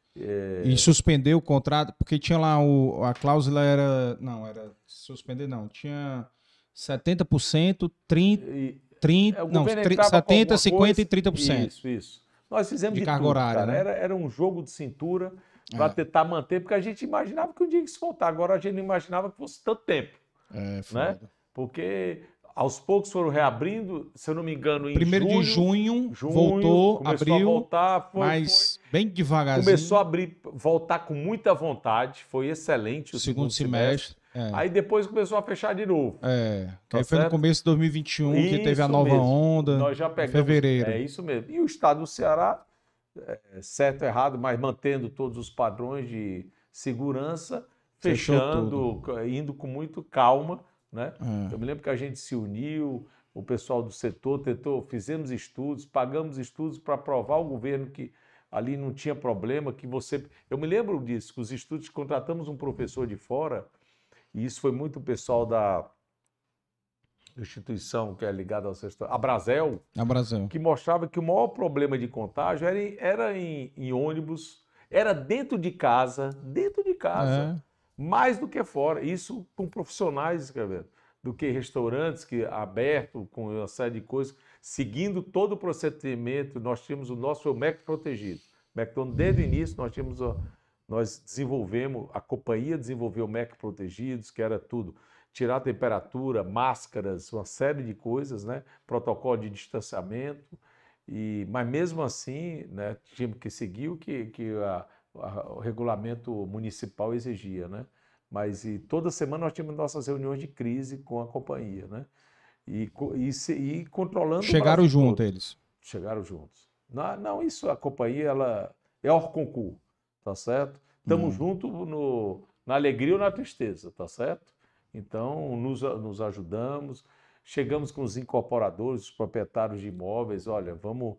É,
E suspendeu o contrato, porque tinha lá o, a cláusula era... Não, era suspender não. Tinha setenta por cento, trinta,
e-
trinta,
é, o
não,
governo
tri-
entrava com
setenta,
alguma
cinquenta e
coisa.
trinta por cento.
Isso, isso. Nós fizemos
De
de,
carga
tudo,
horária,
cara.
né?
Era, era um jogo de cintura para
É.
tentar manter, porque a gente imaginava que um dia isso voltar. Agora a gente não imaginava que fosse tanto tempo,
É,
né?
foda.
Porque aos poucos foram reabrindo, se eu não me engano, em
Primeiro
julho,
de junho,
junho,
voltou,
começou
abriu,
a voltar, foi,
mas
foi.
bem devagarzinho.
Começou a abrir, voltar com muita vontade, foi excelente o
segundo
segundo semestre.
semestre. É.
Aí depois começou a fechar de novo.
É, que
Tá
aí foi no
certo?
começo de dois mil e vinte e um que teve a
Isso
nova
mesmo.
onda,
Nós já
em
pegamos,
fevereiro.
é isso mesmo. E o estado do Ceará, é, certo ou errado, mas mantendo todos os padrões de segurança,
Fechou
fechando, indo com muito calma, né?
É.
Eu me lembro que a gente se uniu, o pessoal do setor tentou, fizemos estudos, pagamos estudos para provar ao governo que ali não tinha problema, que você... Eu me lembro disso, que os estudos, contratamos um professor de fora, e isso foi muito o pessoal da instituição que é ligada ao setor, a Brasel,
Na Brasil.
que mostrava que o maior problema de contágio era em, era em, em ônibus, era dentro de casa, dentro de casa,
É.
mais do que fora. Isso com profissionais, escrevendo, do que restaurantes que aberto com uma série de coisas, seguindo todo o procedimento. Nós tínhamos o nosso M E C protegido. McDonald's, desde o início, nós tínhamos a, nós desenvolvemos, a companhia desenvolveu o M E C protegidos, que era tudo. Tirar a temperatura, máscaras, uma série de coisas, né? Protocolo de distanciamento. E, mas mesmo assim, né, tínhamos que seguir o que, que a, a, o regulamento municipal exigia, né? Mas e toda semana nós tínhamos nossas reuniões de crise com a companhia, né? E, e, se, e controlando
Chegaram
o Brasil
junto
todo.
eles.
Chegaram juntos. Não, não, isso a companhia ela é Orconcourt, tá certo? Estamos
Hum.
juntos no, na alegria ou na tristeza, tá certo? Então, nos, nos ajudamos, chegamos com os incorporadores, os proprietários de imóveis, olha, vamos,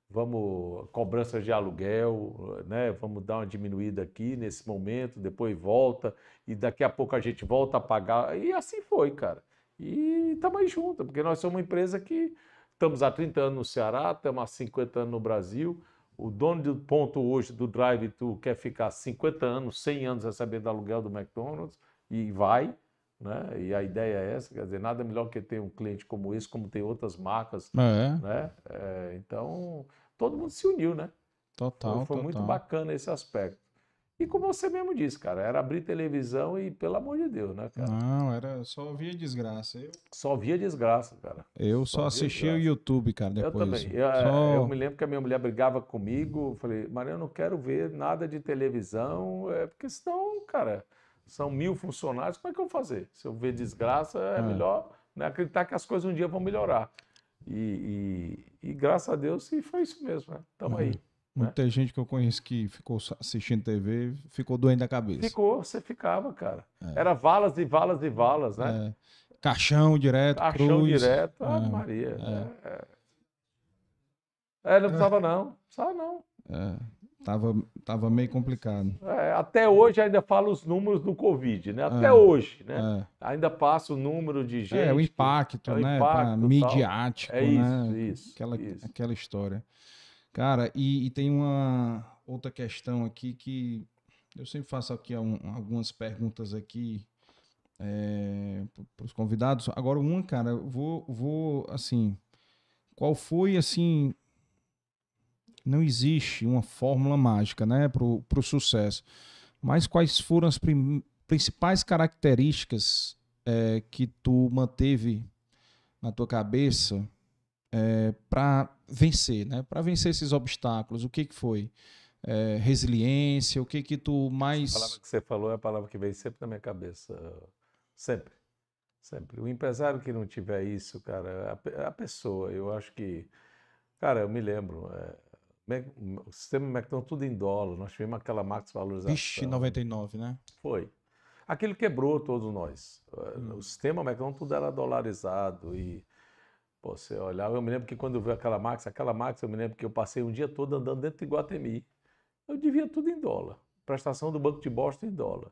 vamos cobrança de aluguel, né? Vamos dar uma diminuída aqui nesse momento, depois volta, e daqui a pouco a gente volta a pagar, e assim foi, cara. E estamos aí juntos, porque nós somos uma empresa que estamos há trinta anos no Ceará, estamos há cinquenta anos no Brasil, o dono do ponto hoje do drive-thru quer ficar cinquenta anos, cem anos recebendo aluguel do McDonald's, e vai, né? E a ideia é essa, quer dizer, nada melhor que ter um cliente como esse, como tem outras marcas,
É.
né? É, então, todo mundo se uniu, né?
Total,
Foi, foi
total.
muito bacana esse aspecto. E como você mesmo disse, cara, era abrir televisão e, pelo amor de Deus, né, cara?
Não, era só via desgraça. Eu,
Só via desgraça, cara.
eu só,
via
assistia o
desgraça.
YouTube, cara,
Eu
depois.
também. Eu,
Só...
eu me lembro que a minha mulher brigava comigo, eu falei, Maria, eu não quero ver nada de televisão, é, porque senão, cara, são mil funcionários, como é que eu vou fazer? Se eu ver desgraça, é,
É.
melhor, né, acreditar que as coisas um dia vão melhorar. E, e, e graças a Deus, sim, foi isso mesmo, né? Estamos
É.
aí.
Muita gente que eu conheço que ficou só assistindo T V ficou doente da cabeça.
Ficou, você ficava, cara. Era valas e valas e valas, né?
É. Caixão direto,
Achão
cruz.
direto, ah,
É,
Maria.
é.
É, é. É, não precisava não, não precisava não.
É, tava, tava meio complicado.
É, até hoje ainda fala os números do Covid, né? Até
É,
hoje, né?
É,
Ainda passa o número de gente.
é o
que-
impacto,
é o
né?
impacto,
pra-
tal.
midiático,
É isso,
né?
isso,
Aquela,
isso.
aquela história. Cara, e, e tem uma outra questão aqui que eu sempre faço aqui um- algumas perguntas aqui para os convidados. Agora, uma, cara, eu vou, vou, assim, qual foi, assim, não existe uma fórmula mágica, né, para o sucesso, mas quais foram as prim- principais características é, que tu manteve na tua cabeça é, para vencer, né, para vencer esses obstáculos? O que que foi? É, resiliência, o que que tu mais...
A palavra que você falou é a palavra que vem sempre na minha cabeça. Sempre. Sempre. O empresário que não tiver isso, cara, a, a pessoa, eu acho que... Cara, eu me lembro, é, o sistema McDonald's tudo em dólar, nós tivemos aquela max valorização.
Vixe, noventa e nove, né?
Foi. Aquilo quebrou todos nós. Hum. O sistema McDonald's tudo era dolarizado e... Pô, você olhava, eu me lembro que quando eu vi aquela Max, aquela Max, eu me lembro que eu passei um dia todo andando dentro de Iguatemi. Eu devia tudo em dólar. Prestação do Banco de Boston em dólar.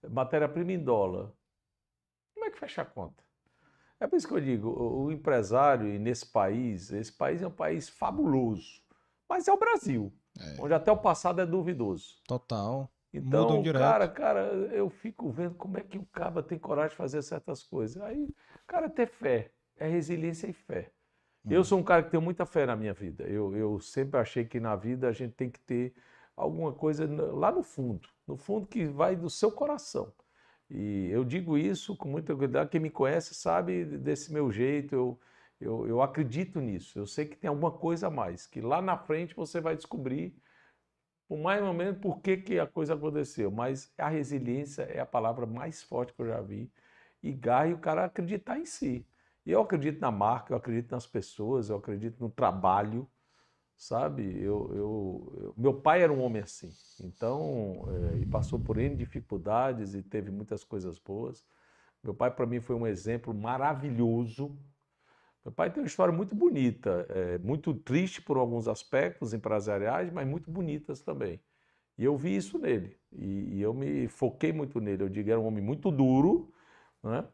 matéria-prima em dólar. Como é que fecha a conta? É por isso que eu digo, o, o empresário nesse país, esse país é um país fabuloso, mas é o Brasil, é. onde até o passado é duvidoso.
Total.
Então, cara, cara, eu fico vendo como é que o cara tem coragem de fazer certas coisas. Aí, cara, ter fé, é resiliência e fé. Hum. Eu sou um cara que tem muita fé na minha vida. Eu, eu sempre achei que na vida a gente tem que ter alguma coisa lá no fundo, no fundo que vai do seu coração. E eu digo isso com muita cuidado. Quem me conhece sabe desse meu jeito. Eu, eu, eu acredito nisso. Eu sei que tem alguma coisa a mais, que lá na frente você vai descobrir, por mais ou menos, por que, que a coisa aconteceu. Mas a resiliência é a palavra mais forte que eu já vi. E garra o cara acreditar em si. E eu acredito na marca, eu acredito nas pessoas, eu acredito no trabalho, sabe? Eu, eu, eu, meu pai era um homem assim, então, é, e passou por N dificuldades e teve muitas coisas boas. Meu pai, para mim, foi um exemplo maravilhoso. Meu pai tem uma história muito bonita, é, muito triste por alguns aspectos empresariais, mas muito bonitas também. E eu vi isso nele, e, e eu me foquei muito nele. Eu digo, era um homem muito duro, né?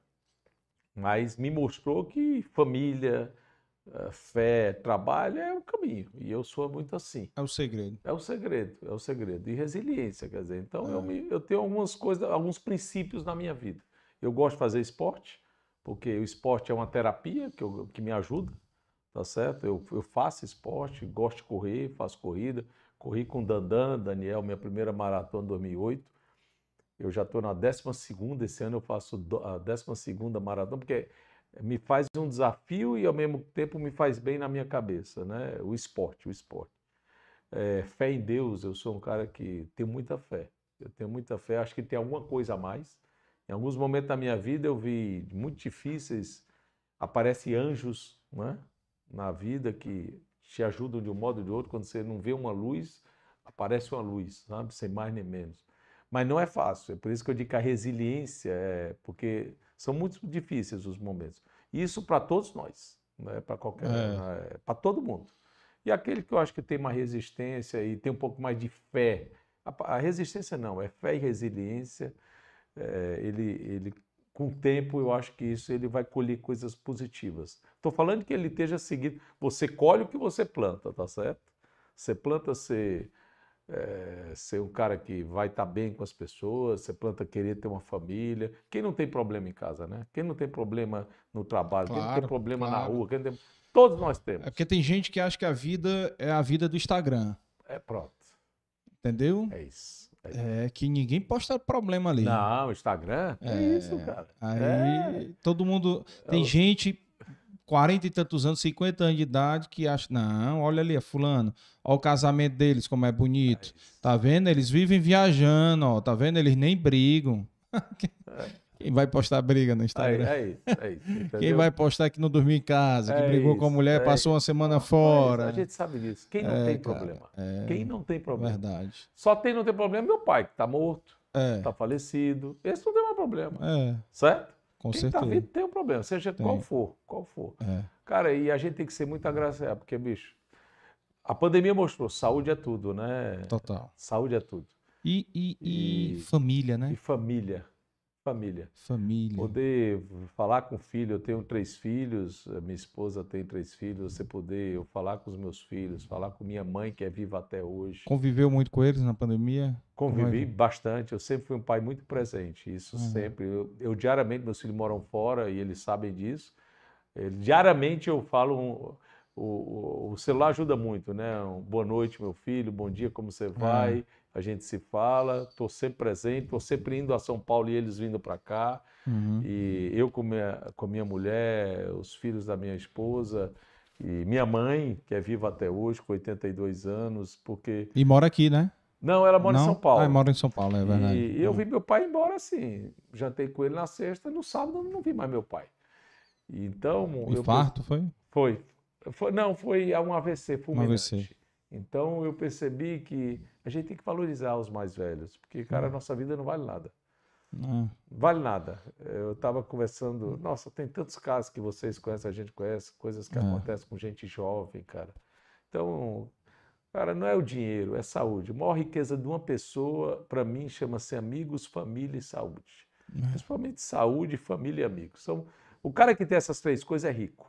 Mas me mostrou que família, fé, trabalho é o caminho. E eu sou muito assim.
É o segredo.
É o segredo, é o segredo. E resiliência, quer dizer. Então, é. eu, me, eu tenho algumas coisas, alguns princípios na minha vida. Eu gosto de fazer esporte, porque o esporte é uma terapia que, eu, que me ajuda, tá certo? Eu, eu faço esporte, gosto de correr, faço corrida. Corri com o Dandan, Daniel, minha primeira maratona em dois mil e oito. Eu já estou na décima segunda, esse ano eu faço a décima segunda maratona, porque me faz um desafio e ao mesmo tempo me faz bem na minha cabeça, né? O esporte, o esporte. É, fé em Deus, eu sou um cara que tem muita fé. Eu tenho muita fé, acho que tem alguma coisa a mais. Em alguns momentos da minha vida eu vi muito difíceis, aparecem anjos, né? Na vida que te ajudam de um modo ou de outro. Quando você não vê uma luz, aparece uma luz, sabe? Sem mais nem menos. Mas não é fácil, é por isso que eu digo que a resiliência é, porque são muito difíceis os momentos. Isso para todos nós, né? Para qualquer, é. para todo mundo. E aquele que eu acho que tem uma resistência e tem um pouco mais de fé, a, a resistência não, é fé e resiliência, é, ele, ele, com o tempo eu acho que isso ele vai colher coisas positivas. Estou falando que ele esteja seguindo, você colhe o que você planta, tá certo? Você planta ser... É, ser um cara que vai estar tá bem com as pessoas, você planta querer ter uma família. Quem não tem problema em casa, né? Quem não tem problema no trabalho, claro, quem não tem problema claro. na rua, quem tem... todos nós temos.
É porque tem gente que acha que a vida é a vida do Instagram.
É pronto.
Entendeu?
É isso. É, isso.
É que ninguém posta problema ali.
Não, o Instagram é, é isso, cara.
Aí
é.
todo mundo... Tem é. gente... quarenta e tantos anos, cinquenta anos de idade, que acha, não, olha ali, é fulano, olha o casamento deles, como é bonito, é tá vendo? Eles vivem viajando, ó, tá vendo? Eles nem brigam. É. Quem vai postar briga no Instagram?
É, é isso, é isso.
Quem vai postar que não dormiu em casa, que
é
brigou
isso,
com a mulher,
é
passou
isso.
uma semana não, fora.
A gente sabe disso. Quem não
é,
tem
cara,
problema?
É...
Quem não tem problema?
Verdade.
Só tem não tem problema meu pai, que tá morto,
é.
tá falecido. Esse não tem mais problema.
É.
Certo?
Com
Quem
certeza.
tá vivo tem um problema, seja
tem.
qual for, qual for.
É.
Cara, e a gente tem que ser muito agraciado, porque, bicho, a pandemia mostrou, saúde é tudo, né?
Total.
Saúde é tudo.
E, e, e, e família, né?
E família. Família.
Família.
Poder falar com o filho, eu tenho três filhos, minha esposa tem três filhos, você poder eu falar com os meus filhos, falar com minha mãe, que é viva até hoje.
Conviveu muito com eles na pandemia?
Convivi bastante, eu sempre fui um pai muito presente, isso uhum. sempre. Eu, eu diariamente, meus filhos moram fora e eles sabem disso. Eu, diariamente eu falo, um, o, o, o celular ajuda muito, né? Um, boa noite, meu filho, bom dia, como você vai? Uhum. A gente se fala, estou sempre presente, estou sempre indo a São Paulo e eles vindo para cá. Uhum. E eu com minha, com minha mulher, os filhos da minha esposa e minha mãe, que é viva até hoje, com oitenta e dois anos, porque...
E mora aqui, né?
Não, ela mora
Não?
em São Paulo.
Ah, mora em São Paulo, é verdade.
E eu vi meu pai embora assim, jantei com ele na sexta, no sábado não vi mais meu pai. Então...
Infarto, eu... foi?
Foi. foi? Não, foi um A V C fulminante.
Um A V C.
Então eu percebi que a gente tem que valorizar os mais velhos, porque, cara, a nossa vida não vale nada.
Não
vale nada. Eu estava conversando, nossa, tem tantos casos que vocês conhecem, a gente conhece, coisas que é. acontecem com gente jovem, cara. Então, Cara, não é o dinheiro, é saúde. A maior riqueza de uma pessoa, para mim, chama-se amigos, família e saúde. É. Principalmente saúde, família e amigos. São... O cara que tem essas três coisas é rico.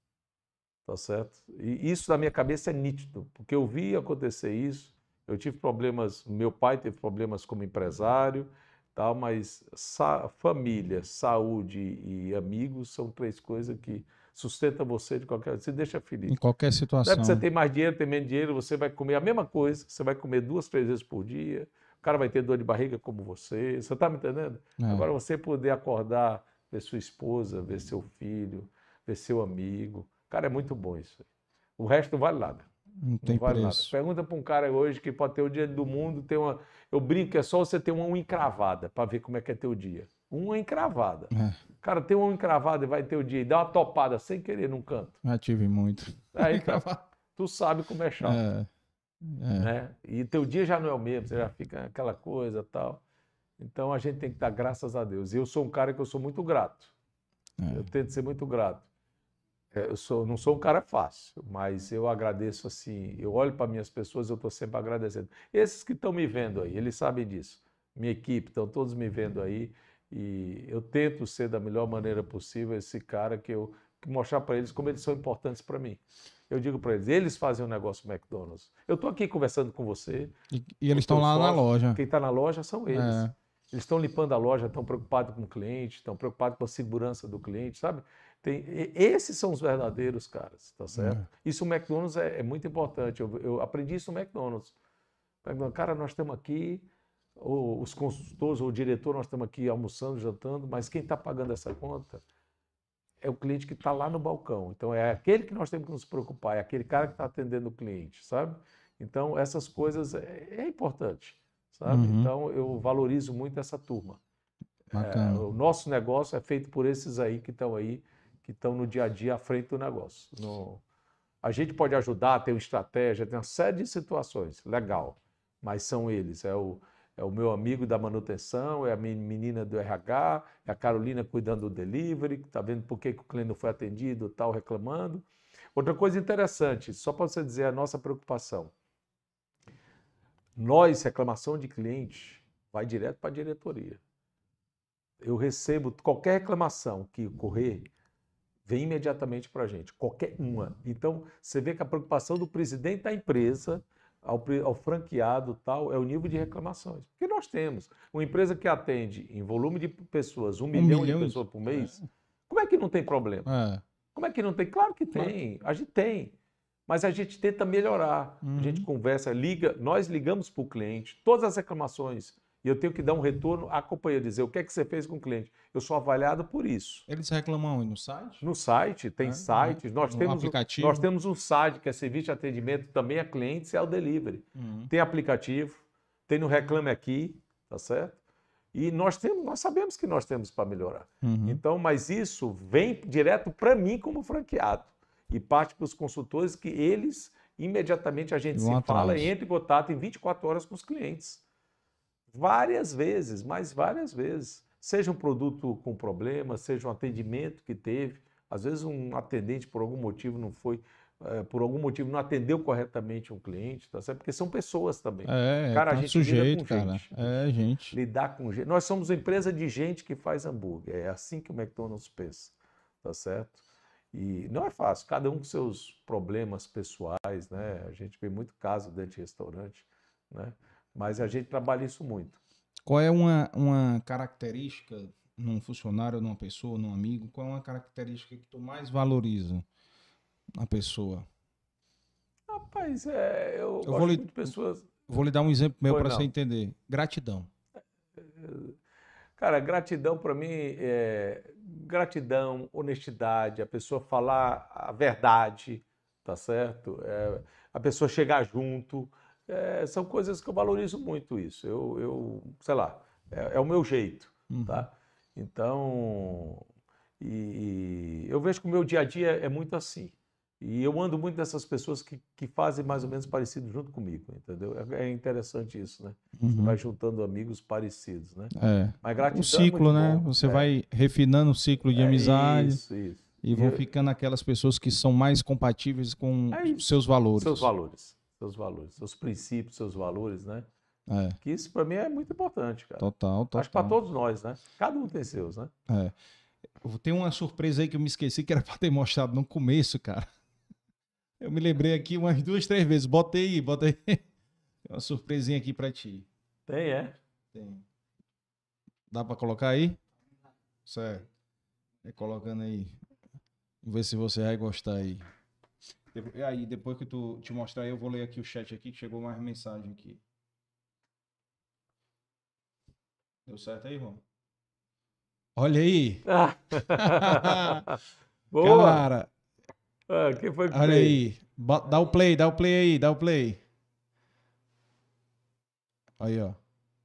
Tá certo? E isso na minha cabeça é nítido, porque eu vi acontecer isso. Eu tive problemas, meu pai teve problemas como empresário, tal, mas sa família, saúde e amigos são três coisas que sustentam você de qualquer... Você deixa feliz.
Em qualquer situação.
Não é que você tem mais dinheiro, tem menos dinheiro, você vai comer a mesma coisa, você vai comer duas, três vezes por dia, o cara vai ter dor de barriga como você, você está me entendendo? É. Agora você poder acordar, ver sua esposa, ver seu filho, ver seu amigo, cara, é muito bom isso. O resto não vale nada.
Não tem
não vale
preço.
Nada. Pergunta para um cara hoje que pode ter o dia do mundo, ter uma... eu brinco que é só você ter uma unha encravada para ver como é que é teu dia. Uma encravada. É. Cara, tem uma unha encravada e vai ter o dia e dá uma topada sem querer num canto.
Já tive muito.
Aí então, tu sabe como é chato. É. É. Né? E teu dia já não é o mesmo, você já fica aquela coisa tal. Então a gente tem que dar graças a Deus. E eu sou um cara que eu sou muito grato. É. Eu tento ser muito grato. Eu sou, não sou um cara fácil, mas eu agradeço assim, eu olho para minhas pessoas, eu estou sempre agradecendo. Esses que estão me vendo aí, eles sabem disso. Minha equipe, estão todos me vendo aí e eu tento ser da melhor maneira possível esse cara que eu que mostrar para eles como eles são importantes para mim. Eu digo para eles, eles fazem um negócio no McDonald's. Eu estou aqui conversando com você.
E, e eles estão lá sócio, na loja.
Quem está na loja são eles. É. Eles estão limpando a loja, estão preocupados com o cliente, estão preocupados com a segurança do cliente, sabe? Tem, esses são os verdadeiros caras, tá certo? É. Isso o McDonald's é, é muito importante. Eu, eu aprendi isso no McDonald's. Cara, nós estamos aqui, ou os consultores ou o diretor, nós estamos aqui almoçando, jantando, mas quem está pagando essa conta é o cliente que está lá no balcão. Então é aquele que nós temos que nos preocupar, é aquele cara que está atendendo o cliente, sabe? Então essas coisas é, é importante, sabe? Uhum. Então eu valorizo muito essa turma. É, o nosso negócio é feito por esses aí que estão aí, que estão no dia a dia à frente do negócio. No... A gente pode ajudar, tem uma estratégia, tem uma série de situações, legal, mas são eles, é o, é o meu amigo da manutenção, é a minha menina do R H, é a Carolina cuidando do delivery, que está vendo por que o cliente não foi atendido, tal, reclamando. Outra coisa interessante, só para você dizer a nossa preocupação, nós, reclamação de cliente, vai direto para a diretoria. Eu recebo qualquer reclamação que ocorrer, vem imediatamente para a gente, qualquer uma. Então, você vê que a preocupação do presidente da empresa, ao, ao franqueado tal, é o nível de reclamações. Porque nós temos uma empresa que atende em volume de pessoas, um, um milhão, milhão de pessoas por mês, é. Como é que não tem problema? É. Como é que não tem? Claro que tem, claro. A gente tem. Mas a gente tenta melhorar. Uhum. A gente conversa, liga, nós ligamos para o cliente, todas as reclamações, e eu tenho que dar um retorno à companhia, dizer o que é que você fez com o cliente. Eu sou avaliado por isso.
Eles reclamam no site?
No site, tem é, sites. Nós,
no
temos
aplicativo.
Um, nós temos um site que é serviço de atendimento também a clientes e ao delivery. Uhum. Tem aplicativo, tem no Reclame Aqui, tá certo? E nós, temos, nós sabemos que nós temos para melhorar. Uhum. Então, mas isso vem direto para mim como franqueado. E parte para os consultores que eles, imediatamente, a gente se fala e entra em contato em vinte e quatro horas com os clientes. Várias vezes, mas várias vezes. Seja um produto com problema, seja um atendimento que teve. Às vezes um atendente, por algum motivo, não foi, é, por algum motivo, não atendeu corretamente um cliente, tá certo? Porque são pessoas também.
É, cara, tá a gente sujeito, lida com cara. Gente. É, gente.
Lidar com gente. Nós somos uma empresa de gente que faz hambúrguer. É assim que o McDonald's pensa, tá certo? E não é fácil, cada um com seus problemas pessoais, né? A gente vê muito caso dentro de restaurante, né? Mas a gente trabalha isso muito.
Qual é uma, uma característica num funcionário, numa pessoa, num amigo, qual é uma característica que tu mais valoriza na pessoa?
Rapaz, é, eu,
eu
gosto
vou lhe,
muito de pessoas...
Vou lhe dar um exemplo meu para você entender. Gratidão.
Cara, gratidão para mim é gratidão, honestidade, a pessoa falar a verdade, tá certo? É, a pessoa chegar junto... É, são coisas que eu valorizo muito isso. Eu, eu sei lá, é, é o meu jeito, uhum. Tá? Então, e, e eu vejo que o meu dia a dia é muito assim. E eu ando muito dessas pessoas que, que fazem mais ou menos parecido junto comigo, entendeu? É, é interessante isso, né? Uhum. Você vai juntando amigos parecidos, né?
É. Mas gratidão o ciclo, é né? Bom. Você é. vai refinando o ciclo de é amizade. Isso, isso. E vão eu... ficando aquelas pessoas que são mais compatíveis com é seus valores.
Seus valores. seus valores, seus princípios, seus valores, né?
É.
Que isso para mim é muito importante, cara.
Total, total.
Acho que para todos nós, né? Cada um tem seus, né?
É. Tem uma surpresa aí que eu me esqueci que era para ter mostrado no começo, cara. Eu me lembrei aqui umas duas, três vezes. Botei aí, botei. Tem uma surpresinha aqui para ti.
Tem, é?
Tem. Dá para colocar aí? Certo. É colocando aí. Vamos ver se você vai gostar aí. E aí, depois que tu te mostrar aí, eu vou ler aqui o chat aqui, que chegou mais mensagem aqui. Deu certo aí, irmão? Olha aí!
Boa!
Cara!
Ah, quem foi que
olha
fez?
aí! Dá o play, dá o play aí, dá o play. Aí, ó.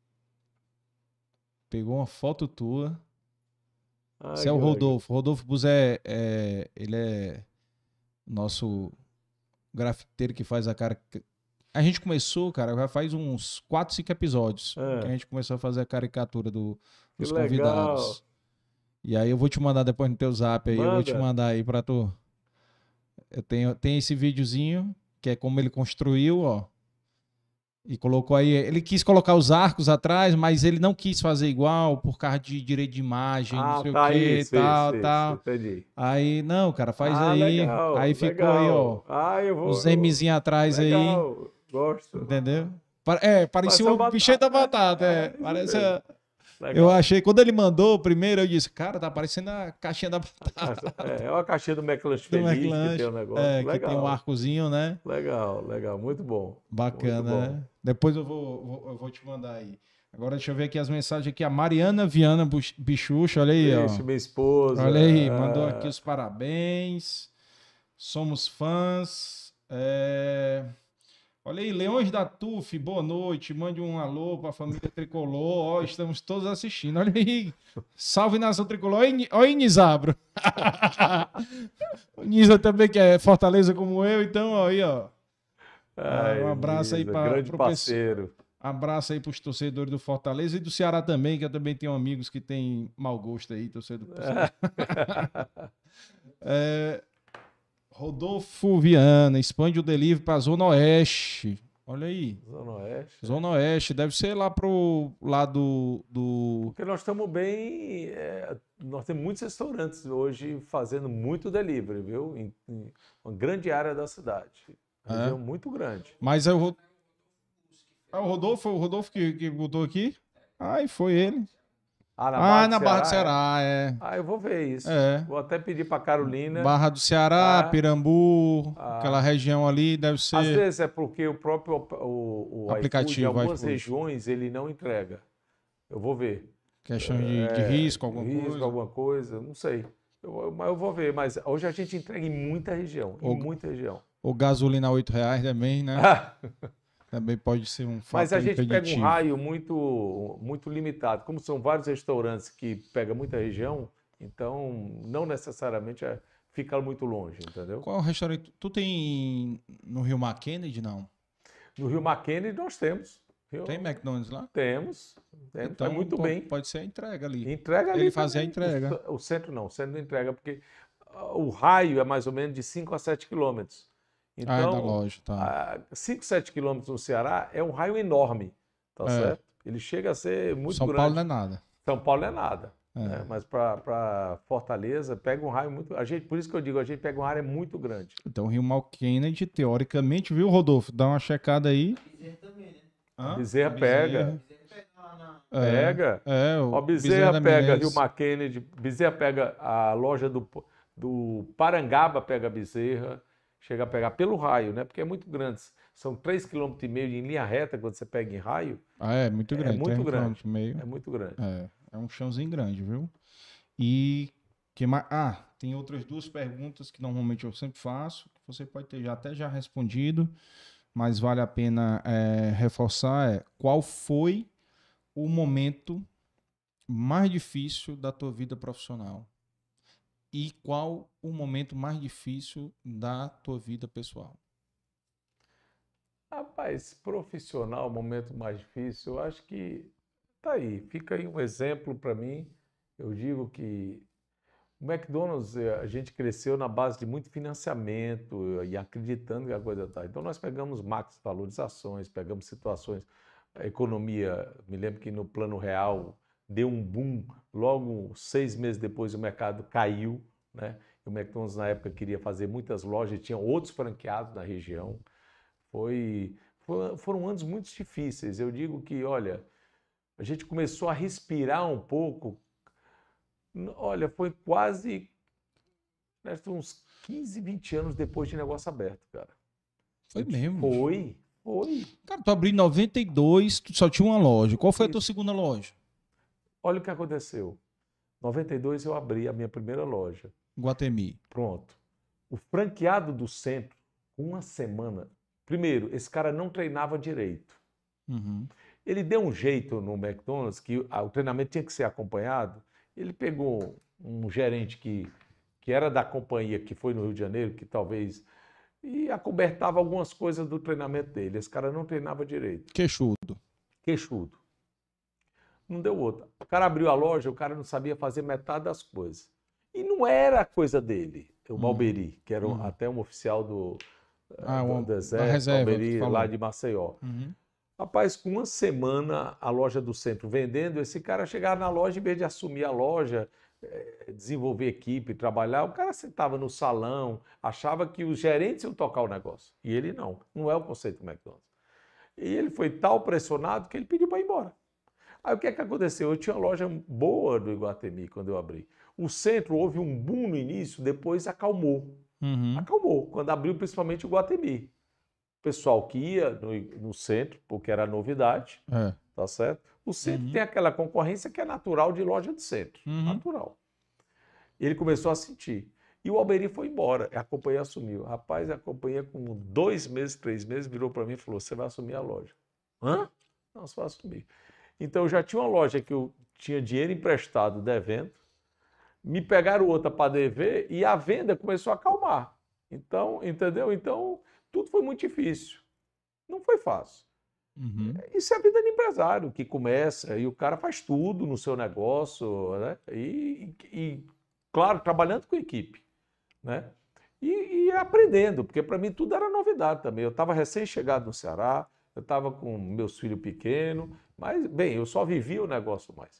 Pegou uma foto tua.
Ai,
Esse é o
que
Rodolfo. Rodolfo Buzé, é, ele é nosso grafiteiro que faz a cara. A gente começou, cara, já faz uns quatro, cinco episódios
É.
que a gente começou a fazer a caricatura do, dos
Que legal.
convidados. E aí eu vou te mandar depois no teu zap aí, eu vou te
Manda.
mandar aí pra tu. Eu tenho, tem esse videozinho, que é como ele construiu, ó. E colocou aí, ele quis colocar os arcos atrás, mas ele não quis fazer igual por causa de direito de imagem, não
Ah,
sei
tá
o que,
isso,
tal,
isso,
tal.
isso, entendi.
Aí, não, cara, faz
Ah,
aí.
legal,
Aí ficou aí, ó,
legal. Ah, eu vou...
os Mzinhos atrás aí,
Legal, gosto.
entendeu? Pa- É, parecia
Parece
o
uma
bicheiro da
batata,
batata,
é,
é.
é isso
Parece
mesmo.
a-
Legal.
Eu achei, quando ele mandou primeiro, eu disse, cara, tá parecendo a caixinha da batata.
É, é uma caixinha do McLanche
Do
Feliz que
McLanche,
tem um negócio.
é,
Legal.
que tem um arcozinho, né?
Legal, legal, muito bom.
Bacana,
muito bom.
né? Depois eu vou, vou- eu vou te mandar aí. Agora deixa eu ver aqui as mensagens aqui. A Mariana Viana Bux- Bichucha, olha aí,
Deixa
ó.
minha esposa.
Olha aí,
é,
mandou aqui os parabéns. Somos fãs. É... Olha aí, Leões da Tuf, boa noite. Mande um alô para a família Tricolor. Ó, estamos todos assistindo. Olha aí. Salve nação Tricolor. Olha aí, olha aí, Nizabro. O Nisa também que é Fortaleza como eu, então, ó, aí, ó.
Ai,
um abraço aí
Nisa,
para
grande
o
parceiro.
Abraço aí para os torcedores do Fortaleza e do Ceará também, que eu também tenho amigos que têm mau gosto aí, torcedor. torcedor. É, Rodolfo Viana, expande o delivery para a Zona Oeste. Olha aí.
Zona Oeste.
Zona Oeste, deve ser lá pro lado do.
Porque nós estamos bem. é, nós temos muitos restaurantes hoje fazendo muito delivery, viu? Em, em uma grande área da cidade. Uma
É.
região muito grande.
Mas é o, Ro- é o Rodolfo, o Rodolfo que, que botou aqui? Ai, foi ele.
Ah, na
Ah,
Barra do
na Barra do
Ceará,
Ceará, é.
é? Ah, eu vou ver isso.
É.
Vou até pedir para Carolina.
Barra do Ceará,
Ah.
Pirambu,
Ah.
aquela região ali, deve ser.
Às vezes é porque o próprio o, o
Aplicativo,
iFood, em algumas
iFood.
regiões, ele não entrega. Eu vou ver.
Questão de, de
É,
risco, alguma
risco,
coisa.
alguma coisa, não sei. Eu, mas eu vou ver, mas hoje a gente entrega em muita região, em
Ou-
muita região.
Ou gasolina a oito reais também, né? Também pode ser um fator
Mas a gente pega um
impeditivo.
raio muito, muito limitado. Como são vários restaurantes que pegam muita região, então não necessariamente é, fica muito longe, entendeu?
Qual restaurante? Tu tem no Rio Mar Kennedy, não?
No Rio McKinney nós temos. Rio-
Tem McDonald's lá?
Temos. temos
Então,
faz muito
po-
bem.
Pode ser a entrega ali.
Entrega ali
Ele fazia a
também.
entrega.
O, o centro não, o centro não entrega, porque ah, o raio é mais ou menos de cinco a sete quilômetros. Então,
ah, é da loja, tá.
cinco, sete quilômetros no Ceará é um raio enorme, tá
É.
certo? Ele chega a ser muito
São
grande.
Paulo não é nada.
São Paulo não é nada.
É.
né? Mas para Fortaleza, pega um raio muito. A gente, por isso que eu digo, a gente pega uma área muito grande.
Então, Rio Mar Kennedy, teoricamente, viu, Rodolfo? Dá uma checada aí.
Bezerra também, né?
Hã?
Bezerra pega.
Bezerra pega lá na...
É,
Pega.
É, o
Ó, Bezerra
da
pega
Menezes.
Rio McKennedy, Bezerra pega a loja do, do Parangaba, pega Bezerra, chega a pegar pelo raio, né? Porque é muito grande. São três vírgula cinco quilômetros em linha reta quando você pega em raio.
Ah, é muito grande.
É muito
três
grande.
quilômetros e meio.
É muito grande.
É, é um chãozinho grande, viu? E que mais? Ah, tem outras duas perguntas que normalmente eu sempre faço, que você pode ter já até já respondido, mas vale a pena é, reforçar. É, qual foi o momento mais difícil da tua vida profissional? E qual o momento mais difícil da tua vida pessoal?
Rapaz, profissional, momento mais difícil, eu acho que tá aí. Fica aí um exemplo para mim. Eu digo que O McDonald's, a gente cresceu na base de muito financiamento e acreditando que a coisa está. Então, nós pegamos max valorizações, pegamos situações, a economia, me lembro que no plano real deu um boom, logo seis meses depois o mercado caiu, né? O McDonald's na época queria fazer muitas lojas, tinha outros franqueados na região. Foi, foi, foram anos muito difíceis. Eu digo que, olha, a gente começou a respirar um pouco. Olha, foi quase né, uns quinze, vinte anos depois de negócio aberto, cara.
Foi mesmo?
Foi, foi.
Cara, tu abriu em noventa e dois, tu só tinha uma loja. Qual foi a tua segunda loja?
Olha o que aconteceu. Em noventa e dois eu abri a minha primeira loja.
Guatemi.
Pronto. O franqueado do centro, uma semana... Primeiro, esse cara não treinava direito.
Uhum.
Ele deu um jeito no McDonald's, que o treinamento tinha que ser acompanhado. Ele pegou um gerente que, que era da companhia, que foi no Rio de Janeiro, que talvez... E acobertava algumas coisas do treinamento dele. Esse cara não treinava direito.
Queixudo.
Queixudo. Não deu outra. O cara abriu a loja, o cara não sabia fazer metade das coisas. E não era a coisa dele, o Balberi, que era um,
Uhum.
até um oficial do,
Ah,
do,
um,
do Exército, Balberi, lá de Maceió.
Uhum.
Rapaz, com uma semana a loja do centro vendendo, esse cara chegava na loja, em vez de assumir a loja, desenvolver equipe, trabalhar, o cara sentava no salão, achava que os gerentes iam tocar o negócio. E ele não, não é o conceito do McDonald's. E ele foi tal pressionado que ele pediu para ir embora. Aí o que é que aconteceu? Eu tinha uma loja boa do Iguatemi quando eu abri. O centro houve um boom no início, depois acalmou.
Uhum.
Acalmou, quando abriu principalmente o Iguatemi. O pessoal que ia no, no centro, porque era novidade,
É.
tá certo? O centro
Uhum.
tem aquela concorrência que é natural de loja de centro.
Uhum.
Natural. Ele começou a sentir. E o Alberi foi embora, a companhia assumiu. Rapaz, a companhia com dois meses, três meses, virou para mim e falou, você vai assumir a loja. Hã? Não, você vai assumir. Então eu já tinha uma loja que eu tinha dinheiro emprestado devendo, me pegaram outra para dever e a venda começou a acalmar. Então, entendeu? Então, tudo foi muito difícil. Não foi fácil.
Uhum.
Isso é a vida de empresário, que começa e o cara faz tudo no seu negócio, né? E, e, e claro, trabalhando com equipe, né? E, e aprendendo, porque para mim tudo era novidade também. Eu estava recém-chegado no Ceará, eu estava com meus filhos pequenos, mas, bem, eu só vivia o negócio mais.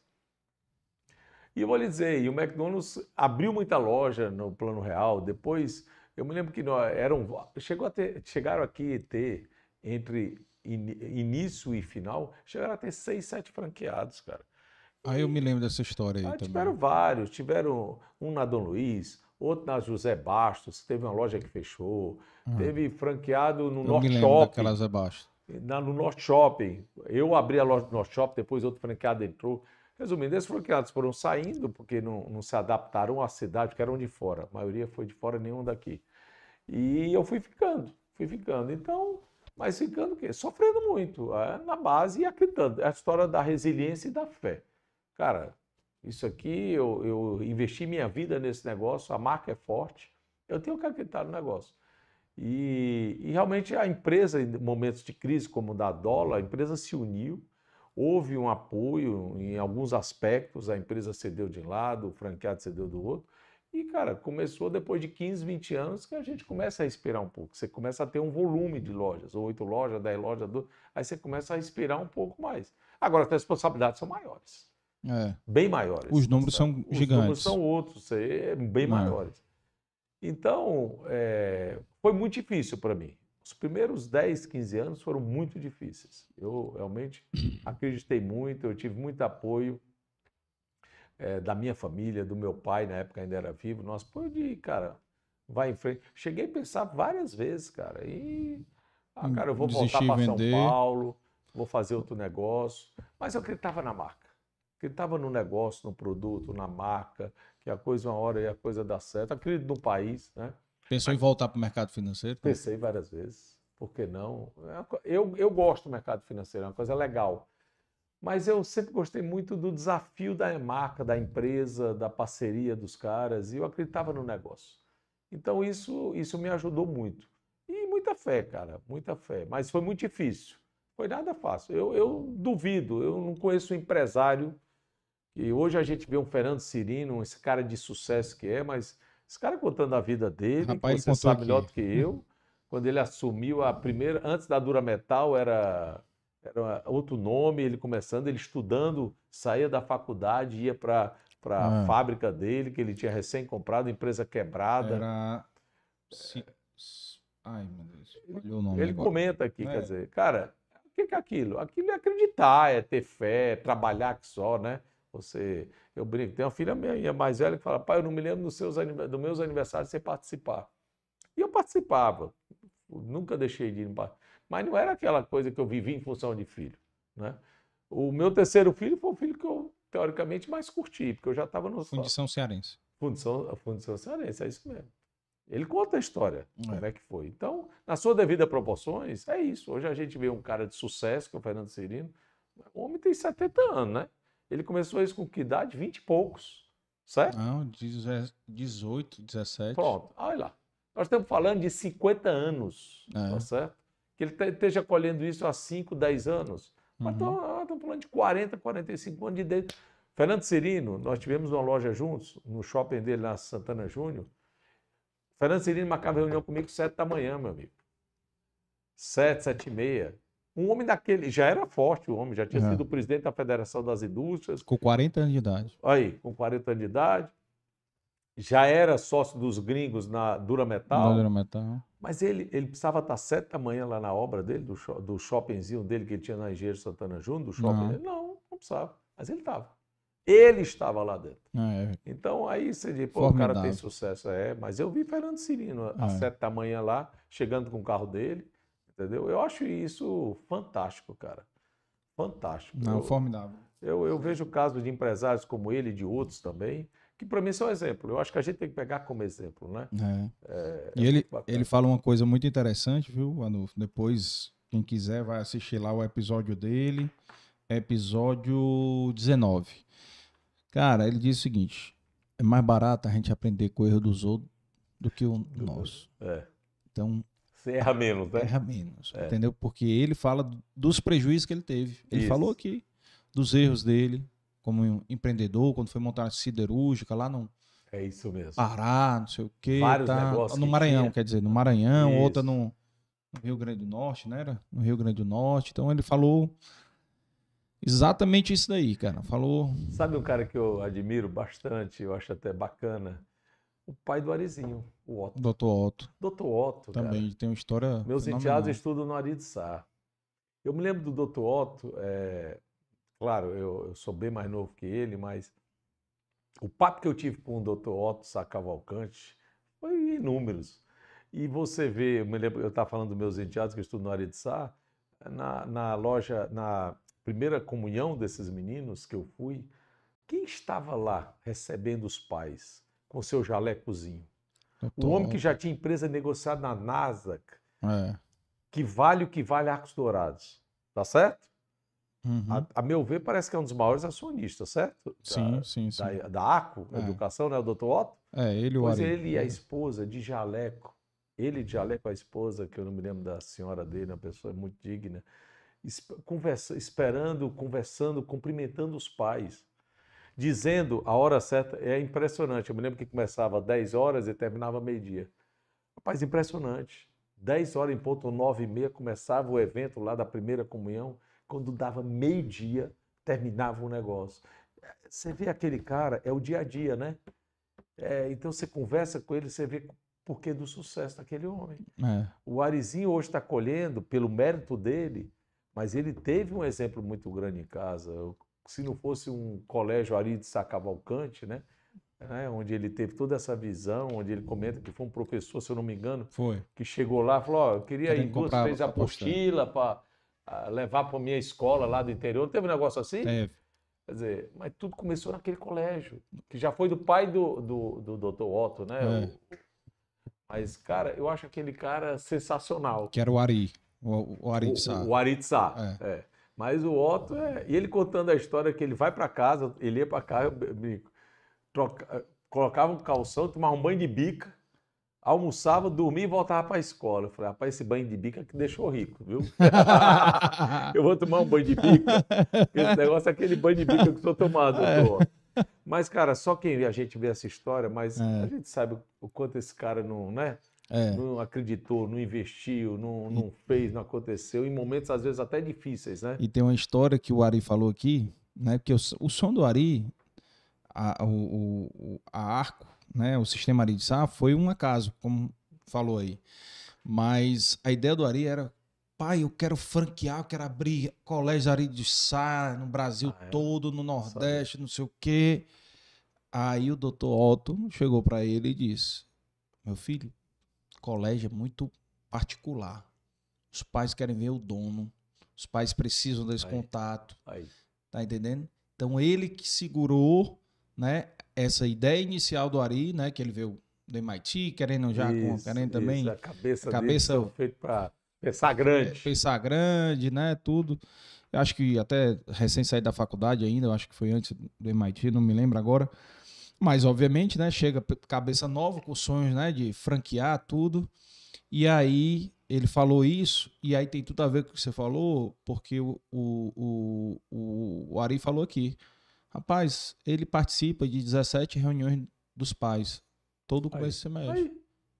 E eu vou lhe dizer, e o McDonald's abriu muita loja no Plano Real, depois, eu me lembro que nós, eram, chegou a ter, chegaram aqui a ter, entre in, início e final, chegaram a ter seis, sete franqueados, cara.
Aí eu me lembro dessa história aí
Ah,
também.
tiveram vários, tiveram um na Dom Luiz, outro na José Bastos, teve uma loja que fechou,
Uhum.
teve franqueado no
Eu
Norte
me lembro
Shopping.
daquelas abaixo.
Na, no Norte Shopping. Eu abri a loja do Norte Shopping, depois outro franqueado entrou. Resumindo, esses franqueados foram saindo porque não, não se adaptaram à cidade, porque eram de fora. A maioria foi de fora, nenhum daqui. E eu fui ficando, fui ficando. Então, mas ficando o quê? Sofrendo muito, é, na base e acreditando. É a história da resiliência e da fé. Cara, isso aqui, eu, eu investi minha vida nesse negócio, a marca é forte, eu tenho que acreditar no negócio. E, e realmente a empresa, em momentos de crise como o da dólar, a empresa se uniu, houve um apoio em alguns aspectos, a empresa cedeu de um lado, o franqueado cedeu do outro, e, cara, começou depois de quinze, vinte anos que a gente começa a respirar um pouco, você começa a ter um volume de lojas, oito lojas, dez lojas, doze, aí você começa a respirar um pouco mais. Agora, as responsabilidades são maiores,
É.
bem maiores.
Os números são
Os
gigantes.
números são outros, é, bem
É.
maiores. Então, é, foi muito difícil para mim. Os primeiros dez, quinze anos foram muito difíceis. Eu realmente acreditei muito, eu tive muito apoio é, da minha família, do meu pai, na época ainda era vivo. Nosso apoio de, cara, vai em frente. Cheguei a pensar várias vezes, cara, e, ah, cara, eu vou voltar
Desistir,
para São
vender.
Paulo, vou fazer outro negócio. Mas eu acreditava na marca. Acreditava no negócio, no produto, na marca, que a coisa uma hora e a coisa dá certo. Acredito no país, né?
Pensou em voltar para o mercado financeiro?
Pensei várias vezes. Por que não? Eu, eu gosto do mercado financeiro, é uma coisa legal. Mas eu sempre gostei muito do desafio da marca, da empresa, da parceria dos caras, e eu acreditava no negócio. Então isso, isso me ajudou muito. E muita fé, cara, muita fé. Mas foi muito difícil. Foi nada fácil. Eu, eu duvido, eu não conheço um empresário E hoje a gente vê um Fernando Cirino, esse cara de sucesso que é, mas esse cara contando a vida dele,
Rapaz,
que
ele
você
contou
sabe
aqui.
melhor do que eu, quando ele assumiu a primeira, antes da Dura Metal era, era outro nome, ele começando, ele estudando, saía da faculdade, ia para para a
Ah.
fábrica dele, que ele tinha recém comprado, empresa quebrada.
Era. Si- s- Ai, meu Deus. Olhou o nome
Ele
agora.
comenta aqui,
É.
quer dizer, cara, o que que é aquilo? Aquilo é acreditar, é ter fé, é trabalhar que só, né? Você, eu brinco, tem uma filha minha mais velha que fala, pai, eu não me lembro dos, seus, anive- dos meus aniversários sem participar. E eu participava, nunca deixei de ir, em par- mas não era aquela coisa que eu vivi em função de filho, né? O meu terceiro filho foi o filho que eu, teoricamente, mais curti, porque eu já estava no...
Fundição Cearense.
Fundição, a Fundição Cearense, é isso mesmo. Ele conta a história,
É.
como é que foi. Então, na sua devida proporções, é isso. Hoje a gente vê um cara de sucesso, que é o Fernando Cirino. O homem tem setenta anos, né? Ele começou isso com que idade? vinte e poucos, certo?
Não, deze- dezoito, dezessete.
Pronto, olha lá. Nós estamos falando de cinquenta anos,
É.
tá certo? Que ele te- esteja colhendo isso há cinco, dez anos. Mas
Uhum.
então, nós estamos falando de quarenta, quarenta e cinco anos de idade. Fernando Cirino, nós tivemos uma loja juntos, no shopping dele na Santana Júnior. Fernando Cirino marcava reunião comigo sete da manhã, meu amigo. Sete, sete e meia. Um homem daquele, já era forte o homem, já tinha
É.
sido presidente da Federação das Indústrias,
Com quarenta anos de idade.
aí, com quarenta anos de idade. Já era sócio dos gringos na Dura Metal,
Dura Metal.
mas ele, ele precisava estar sete da manhã lá na obra dele, do, sho- do shoppingzinho dele que ele tinha na Engenheiro Santana Júnior, do shopping
Não.
dele. Não, não precisava. Mas ele estava. Ele estava lá dentro.
É.
Então aí você diz, pô, o cara tem
Formidável.
sucesso. É, mas eu vi Fernando Cirino às
É.
sete da manhã lá, chegando com o carro dele, entendeu? Eu acho isso fantástico, cara. Fantástico.
Não,
eu,
formidável.
eu, eu vejo casos de empresários como ele e de outros também, que para mim são exemplo. Eu acho que a gente tem que pegar como exemplo, né?
É. E ele,
muito bacana.
ele fala uma coisa muito interessante, viu, Anulfo? Depois, quem quiser, vai assistir lá o episódio dele. Episódio dezenove. Cara, ele diz o seguinte: é mais barato a gente aprender com o erro dos outros do que o nosso.
É.
Então,
Você erra menos, né?
erra menos,
É.
entendeu? Porque ele fala dos prejuízos que ele teve. Ele
Isso.
falou aqui dos erros dele como um empreendedor, quando foi montar a siderúrgica lá no
É isso mesmo.
Pará, não sei o quê.
Vários
tá,
negócios
no
que
Maranhão,
tinha.
quer dizer, no Maranhão,
Isso.
outra no, no Rio Grande do Norte, né? Era? No Rio Grande do Norte. Então ele falou exatamente isso daí, cara. Falou.
Sabe um cara que eu admiro bastante, eu acho até bacana? O pai do Arizinho, o Otto.
doutor Otto
doutor Otto,
também
cara.
tem uma história.
Meus
fenomenal.
enteados estudam no Ari de Sá. Eu me lembro do doutor Otto, é, claro, eu, eu sou bem mais novo que ele, mas o papo que eu tive com o doutor Otto Sá Cavalcante foi inúmeros. E você vê, eu me lembro, eu estava falando dos meus enteados que estudam no Ari de Sá, na, na loja, na primeira comunhão desses meninos que eu fui, quem estava lá recebendo os pais com seu jalecozinho?
doutor
O homem que
Otto.
já tinha empresa negociada na Nasdaq,
É.
que vale o que vale Arcos Dourados, tá certo?
Uhum.
A, a meu ver, parece que é um dos maiores acionistas, certo?
Sim,
Da,
sim, sim.
Da, da ACO,
É.
Educação, né? O doutor Otto?
É, ele e o
Pois
Ari.
ele e a esposa de jaleco, ele de jaleco, a esposa, que eu não me lembro da senhora dele, uma pessoa muito digna, esp- conversa, esperando, conversando, cumprimentando os pais, dizendo a hora certa. É impressionante. Eu me lembro que começava às dez horas e terminava meio-dia. Rapaz, impressionante. dez horas em ponto, nove e meia, começava o evento lá da primeira comunhão. Quando dava meio-dia, terminava o negócio. Você vê aquele cara, é o dia a dia, né? É, então você conversa com ele, você vê o porquê do sucesso daquele homem.
É.
O Arizinho hoje está colhendo pelo mérito dele, mas ele teve um exemplo muito grande em casa. Eu- Se não fosse um colégio Ari de Sá Cavalcante, né? né, onde ele teve toda essa visão, onde ele comenta que foi um professor, se eu não me engano,
Foi.
que chegou lá e falou, ó, eu queria ir
Querendo
duas,
comprar
três
a apostila.
apostila para levar para minha escola lá do interior. Não teve um negócio assim?
Teve.
Quer dizer, mas tudo começou naquele colégio, que já foi do pai do, do, do doutor Otto, né?
É.
O- mas, cara, eu acho aquele cara sensacional.
Que era o Ari. O, o Ari de Sá.
O, o Ari de Sá, é. Mas o Otto, é... e ele contando a história que ele vai para casa, ele ia para casa, eu brinco, troca... colocava um calção, tomava um banho de bica, almoçava, dormia e voltava para a escola. Eu falei, rapaz, esse banho de bica que deixou rico, viu? Eu vou tomar um banho de bica. Esse negócio é aquele banho de bica que eu estou tomando, doutor. Mas, cara, só quem a gente vê essa história, mas
É.
a gente sabe o quanto esse cara não, né?
É.
Não acreditou, não investiu, não, não fez, não aconteceu, em momentos às vezes até difíceis, né?
E tem uma história que o Ari falou aqui, né? Porque o, o som do Ari, a, o, o, a Arco, né? O sistema Ari de Sá foi um acaso, como falou aí. Mas a ideia do Ari era, pai, eu quero franquear, eu quero abrir colégio Ari de Sá no Brasil
Ah, é?
todo, no Nordeste, não sei o quê. Aí o doutor Otto chegou para ele e disse, meu filho, colégio é muito particular. Os pais querem ver o dono. Os pais precisam desse
Aí.
contato.
Aí.
Tá entendendo? Então ele que segurou, né, essa ideia inicial do Ari, né, que ele veio do M I T, querendo já, com,
Isso,
querendo
isso,
também
a cabeça,
a cabeça
deles feita para pensar grande.
pensar grande, né, tudo. Eu acho que até recém saí da faculdade ainda, eu acho que foi antes do M I T, não me lembro agora. Mas, obviamente, né, chega cabeça nova com sonhos, né, de franquear tudo. E aí ele falou isso, e aí tem tudo a ver com o que você falou, porque o, o, o, o Ari falou aqui. Rapaz, ele participa de dezessete reuniões dos pais, todo começo de semestre.
Aí.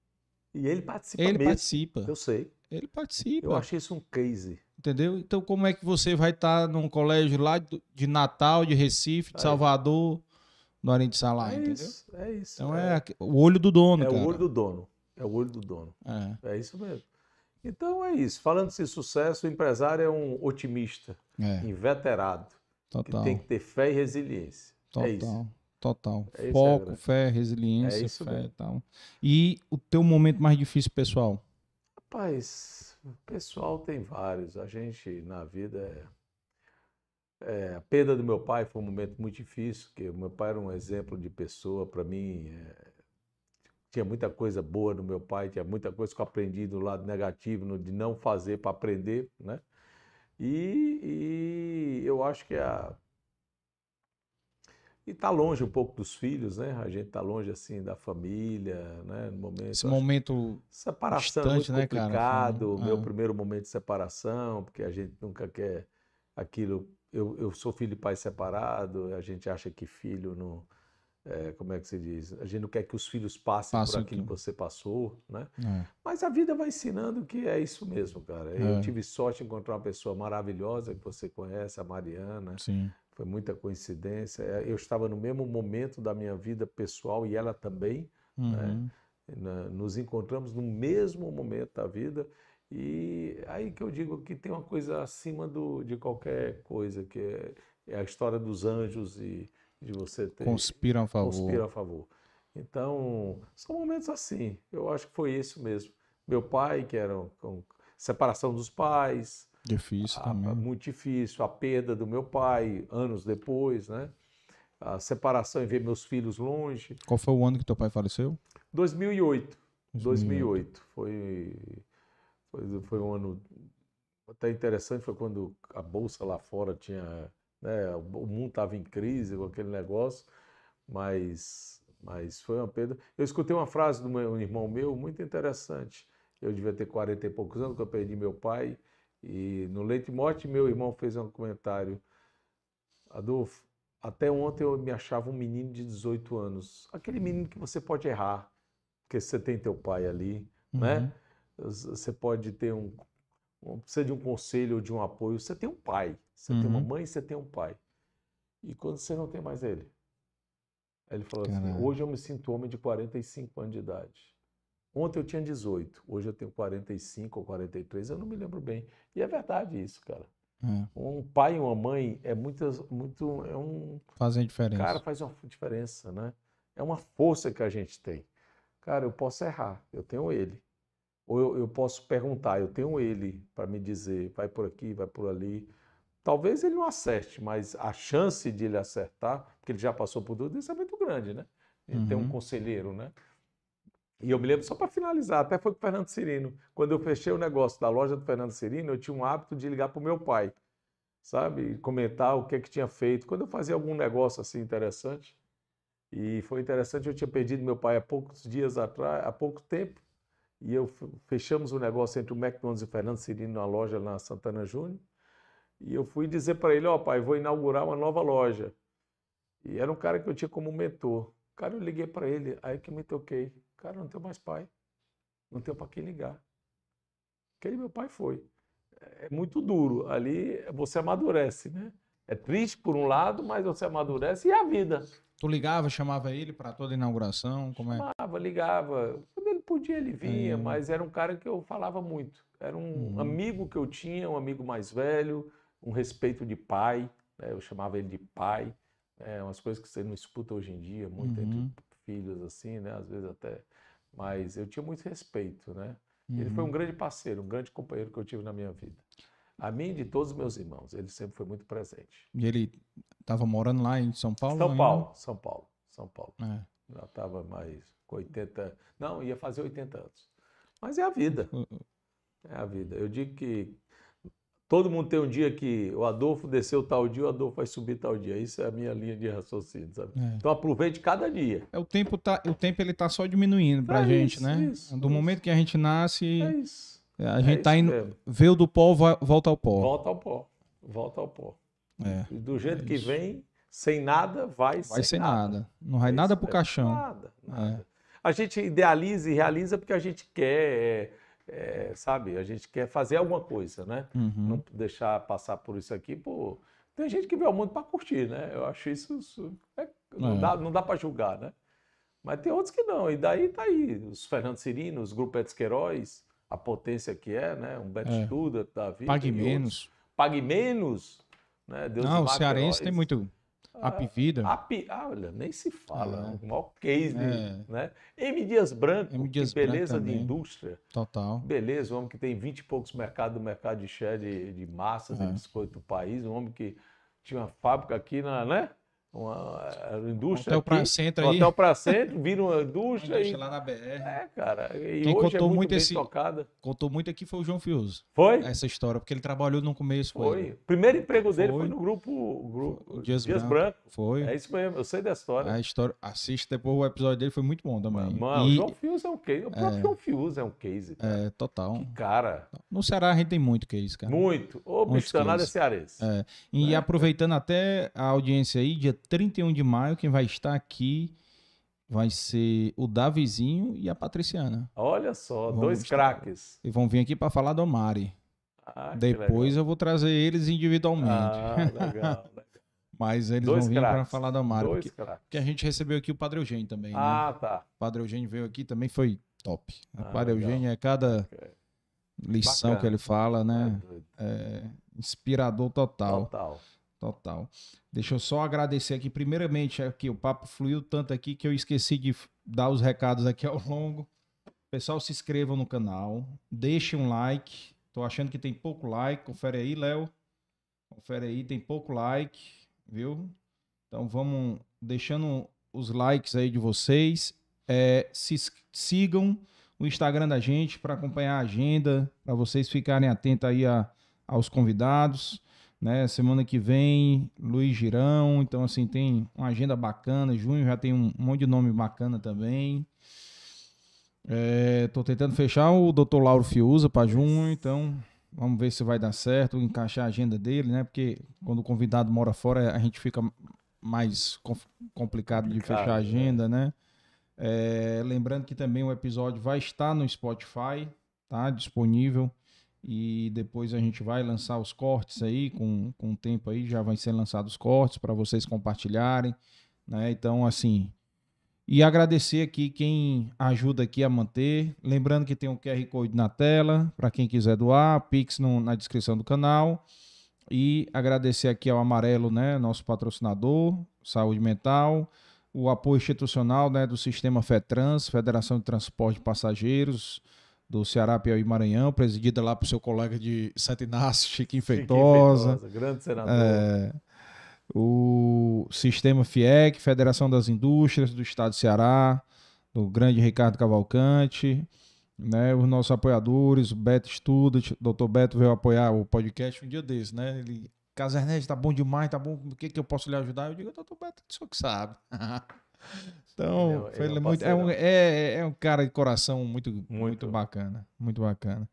E ele participa
Ele
mesmo.
participa.
Eu sei.
Ele participa.
Eu achei isso um case.
Entendeu? Então, como é que você vai estar num colégio lá de Natal, de Recife, de
Aí.
Salvador, no Ari de Sá lá,
É
entendeu?
isso, é isso.
Então
é,
é o olho do dono,
é
cara.
o olho do dono. É o olho do dono.
É,
É isso mesmo. Então é isso. Falando de sucesso, o empresário é um otimista,
é,
inveterado, que
total.
tem que ter fé e resiliência.
Total,
É isso.
total.
É isso,
Foco,
é,
fé, resiliência,
É isso
fé
mesmo.
e tal. E o teu momento mais difícil, pessoal?
Rapaz, o pessoal tem vários. A gente, na vida, é... É, a perda do meu pai foi um momento muito difícil, porque o meu pai era um exemplo de pessoa, para mim, é... tinha muita coisa boa no meu pai, tinha muita coisa que eu aprendi do lado negativo, no, de não fazer para aprender, né? E, e eu acho que a... E tá longe um pouco dos filhos, né? A gente tá longe, assim, da família, né? No momento,
Esse
eu acho
momento
separação é
distante,
muito
né, cara?
complicado,
Foi-
meu
ah,
primeiro momento de separação, porque a gente nunca quer aquilo. Eu, eu sou filho de pai separado, a gente acha que filho não. É, como é que se diz? A gente não quer que os filhos passem
Passa
por aquilo que
aquilo.
você passou, né?
É,
Mas a vida vai ensinando que é isso mesmo, cara. Eu
É.
tive sorte de encontrar uma pessoa maravilhosa que você conhece, a Mariana.
sim.
Foi muita coincidência. É, Eu estava no mesmo momento da minha vida pessoal e ela também, né?
Uhum.
Na- Nos encontramos no mesmo momento da vida e aí que eu digo que tem uma coisa acima do, de qualquer coisa, que é, é a história dos anjos e de você ter
Conspiram a favor.
conspira a favor. Então, são momentos assim. Eu acho que foi isso mesmo. Meu pai, que era um- com separação dos pais,
Difícil
a-
também.
muito difícil, a perda do meu pai anos depois, né? A separação e ver meus filhos longe.
Qual foi o ano que teu pai faleceu?
dois mil e oito.
dois mil e oito.
dois mil e oito. Foi, foi, foi um ano até interessante, foi quando a bolsa lá fora tinha, né, o mundo estava em crise com aquele negócio, mas, mas foi uma perda. Eu escutei uma frase de um irmão meu muito interessante. Eu devia ter quarenta e poucos anos, que eu perdi meu pai, e no leito de morte meu irmão fez um comentário. Adolfo, até ontem eu me achava um menino de dezoito anos. Aquele menino que você pode errar, porque você tem teu pai ali,
Uhum.
né? Você pode ter um, um- precisa de um conselho ou de um apoio. Você tem um pai, você tem uma
Uhum.
mãe, você tem um pai. E quando você não tem mais ele? Aí ele falou assim,
Caralho.
hoje eu me sinto homem de quarenta e cinco anos de idade. Ontem eu tinha dezoito, hoje eu tenho quarenta e cinco ou quarenta e três, eu não me lembro bem. E é verdade isso, cara.
É,
Um pai e uma mãe é muitas, muito, é um,
fazem diferença.
cara, faz uma diferença, né? É uma força que a gente tem. Cara, eu posso errar, eu tenho ele. Ou eu, eu posso perguntar, eu tenho ele para me dizer, vai por aqui, vai por ali. Talvez ele não acerte, mas a chance de ele acertar, porque ele já passou por tudo isso, é muito grande, né? Ele tem um
Uhum.
conselheiro, né? E eu me lembro, só para finalizar, até foi com o Fernando Cirino. Quando eu fechei o negócio da loja do Fernando Cirino, eu tinha um hábito de ligar para o meu pai, sabe? E comentar o que é que tinha feito. Quando eu fazia algum negócio assim interessante. E foi interessante, eu tinha perdido meu pai há poucos dias atrás, há pouco tempo, e eu fechamos o um negócio entre o McDonald's e o Fernando Cirino na loja na Santana Júnior, e eu fui dizer para ele, ó, oh, pai, vou inaugurar uma nova loja. E era um cara que eu tinha como mentor. Cara, eu liguei para ele, aí que me toquei. Cara, não tenho mais pai. Não tenho para quem ligar. Aquele meu pai foi. É muito duro. Ali você amadurece, né? É triste por um lado, mas você amadurece e a vida.
Tu ligava, chamava ele para toda inauguração? Como é?
Chamava, ligava. Quando ele podia, ele vinha, é. Mas era um cara que eu falava muito. Era um uhum. amigo que eu tinha, um amigo mais velho, um respeito de pai. Né? Eu chamava ele de pai. É umas coisas que você não escuta hoje em dia, muito uhum. entre filhos assim, né? Às vezes até. Mas eu tinha muito respeito, né? Uhum. Ele foi um grande parceiro, um grande companheiro que eu tive na minha vida. A mim e de todos os meus irmãos, ele sempre foi muito presente.
E ele estava morando lá em São Paulo?
São Paulo,
ainda?
São Paulo, São Paulo.
É.
Já estava mais com oitenta, não, ia fazer oitenta anos. Mas é a vida, é a vida. Eu digo que todo mundo tem um dia que o Adolfo desceu tal dia, o Adolfo vai subir tal dia. Isso é a minha linha de raciocínio, sabe? É. Então aproveite cada dia.
É, o tempo tá, o tempo ele tá só diminuindo pra é gente, isso, né? Isso, do isso. momento que a gente nasce,
é isso.
a gente
é
tá indo, mesmo. Veio do pó, volta ao pó.
Volta ao pó, volta ao pó.
É.
E do jeito
é
que vem, sem nada, vai,
vai sem,
sem
nada. nada. Não vai é nada pro caixão.
Nada, nada. É. A gente idealiza e realiza porque a gente quer... É, sabe, a gente quer fazer alguma coisa, né?
Uhum.
Não deixar passar por isso aqui, pô. Tem gente que vê o mundo para curtir, né? Eu acho isso, isso é, não, é. Dá, não dá para julgar, né? Mas tem outros que não, e daí tá aí, os Fernando Cirino, os Grupetes Queiroz, a potência que é, né? Um Beto
é.
Studa, da vida.
Pague menos.
Outros. Pague menos, né? Deus
não, o cearense tem muito... Apivida.
Api, ah, olha, nem se fala. É. O maior case,
é.
né? M. Dias Branco,
M. Dias
que beleza
Branco
de indústria.
Total.
Beleza, um homem que tem vinte e poucos mercados do mercado de share de, de massas é. e biscoito do país. Um homem que tinha uma fábrica aqui na, né? Uma indústria.
Hotel Praia Centro aí.
Hotel Praia Centro, vira uma indústria.
Uma indústria
e...
lá na B R.
É, cara. E
Quem
hoje
contou
é muito,
muito
bem
esse,
tocada.
Contou muito aqui foi o João Fiuso.
Foi?
Essa história, porque ele trabalhou no começo.
Foi.
Foi.
O primeiro emprego dele foi,
foi
no grupo, grupo
Dias,
Dias
Branco.
Branco.
Foi.
É isso mesmo, eu sei da história.
A história. Assiste depois o episódio dele, foi muito bom também.
Mano,
e...
o João Fiuso é um case. O próprio é... João Fiuso é um case. Cara.
É, total.
Que cara.
No Ceará a gente tem muito case, cara.
Muito. Ô, bicho danado é cearense.
É. E é. aproveitando até a audiência aí, dia trinta e um de maio, quem vai estar aqui vai ser o Davizinho e a Patriciana.
Olha só,
vão
dois
estar...
craques.
E vão vir aqui para falar do Mari.
Ah,
depois eu vou trazer eles individualmente.
Ah, legal, legal.
Mas eles
dois
vão vir para falar da Mari.
Dois
porque, porque a gente recebeu aqui o Padre Eugênio também.
Ah,
né?
tá.
O Padre Eugênio veio aqui também, foi top.
Ah,
o Padre
legal.
Eugênio é cada lição
Bacana.
que ele fala, né?
É
é, inspirador total.
Total.
Total. Deixa eu só agradecer aqui. Primeiramente, aqui o papo fluiu tanto aqui que eu esqueci de dar os recados aqui ao longo. Pessoal, se inscrevam no canal. Deixe um like. Tô achando que tem pouco like. Confere aí, Léo. Confere aí, tem pouco like. Viu? Então vamos deixando os likes aí de vocês. É, se sigam o Instagram da gente para acompanhar a agenda, para vocês ficarem atentos aí a, aos convidados. Né? Semana que vem, Luiz Girão. Então, assim, tem uma agenda bacana. Junho já tem um monte de nome bacana também. É, tô tentando fechar o doutor Lauro Fiuza para junho. Então, vamos ver se vai dar certo, encaixar a agenda dele, né? Porque quando o convidado mora fora, a gente fica mais complicado de fechar a agenda, né? É, lembrando que também o episódio vai estar no Spotify, tá? Disponível. E depois a gente vai lançar os cortes aí, com, com o tempo aí já vai ser lançados os cortes para vocês compartilharem, né? Então, assim, e agradecer aqui quem ajuda aqui a manter. Lembrando que tem um Q R Code na tela, para quem quiser doar, Pix no, na descrição do canal. E agradecer aqui ao Amarelo, né? Nosso patrocinador, Saúde Mental, o apoio institucional, né, do Sistema FETRANS, Federação de Transporte de Passageiros, do Ceará, Piauí e Maranhão, presidida lá por seu colega de Santo Inácio, Chiquinho Feitosa.
Chiquinho Feitosa, grande senador.
É, o Sistema FIEC, Federação das Indústrias do Estado do Ceará, do grande Ricardo Cavalcante, né, os nossos apoiadores, o Beto Estuda, o doutor Beto veio apoiar o podcast um dia desse, né? Ele, Casernete, tá bom demais, tá bom, o que, que eu posso lhe ajudar? Eu digo, doutor Beto, o senhor que sabe. Então,
Ele é-
foi
ele é um
muito, é, um,
parceirão.
é, é um cara de coração muito, muito,
Muito.
bacana. Muito bacana.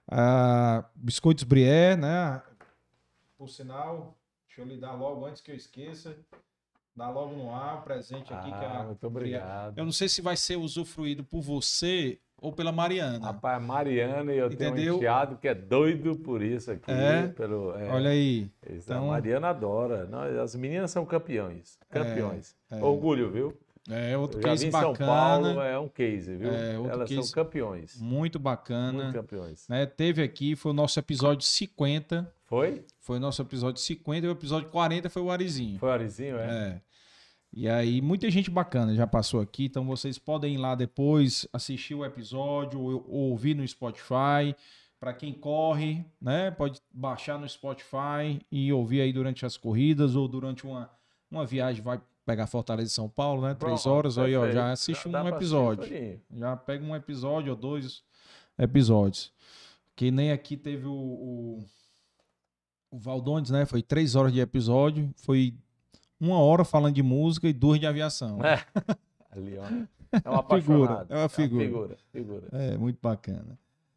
Ah, Biscoitos Brié, né? Por sinal, deixa eu lhe dar logo antes que eu esqueça. Dá logo no ar o presente aqui que é
Ah,
a
muito
Brié.
obrigado.
Eu não sei se vai ser usufruído por você ou pela Mariana.
Rapaz, Mariana, e eu tenho um
Entendeu?
enteado que é doido por isso aqui.
É?
Pelo, é,
Olha aí.
isso, a
Então,
Mariana adora. Não, as meninas são campeões. Campeões.
é.
Orgulho, viu?
é outro
Eu já vi
case
em São
bacana.
Paulo, é um case, viu?
É, outro
Elas
case
são campeões.
Muito bacana.
Muito campeões.
Né? Teve aqui, foi o nosso episódio cinquenta.
Foi?
Foi o nosso episódio cinquenta e o episódio quarenta foi o Arizinho.
Foi o Arizinho, é?
É. E aí, muita gente bacana já passou aqui, então vocês podem ir lá depois, assistir o episódio, ou, ou ouvir no Spotify. Para quem corre, né? Pode baixar no Spotify e ouvir aí durante as corridas ou durante uma, uma viagem, vai pegar Fortaleza e São Paulo, né? Três
Pronto,
horas, aí ó, já
perfeito.
assiste
Já dá
um
pra assistir
episódio.
todinho.
Já pega um episódio ou dois episódios. Que nem aqui teve o, o, o Valdones, né? Foi três horas de episódio, foi uma hora falando de música e duas de aviação.
É. Ali, ó. É uma
Figura,
apaixonada.
é uma figura.
figura, figura.
É, muito bacana.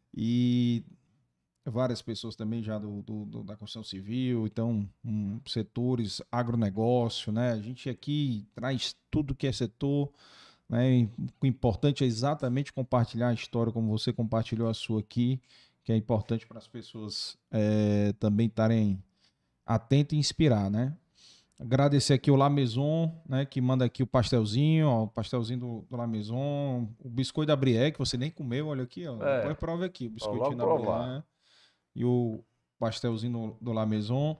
E várias pessoas também já do, do- do- da construção civil, então, hum, setores, agronegócio, né? A gente aqui traz tudo que é setor, né? E o importante é exatamente compartilhar a história como você compartilhou a sua aqui, que é importante para as pessoas eh, também estarem atentas e inspirar, né? Agradecer aqui o La Maison, né, que manda aqui o pastelzinho, ó, o pastelzinho do, do La Maison, o biscoito da Brié, que você nem comeu, olha aqui, ó.
É.
Depois prove aqui, o
Vou
biscoitinho
logo
da
provar.
Brié e o pastelzinho do, do La Maison.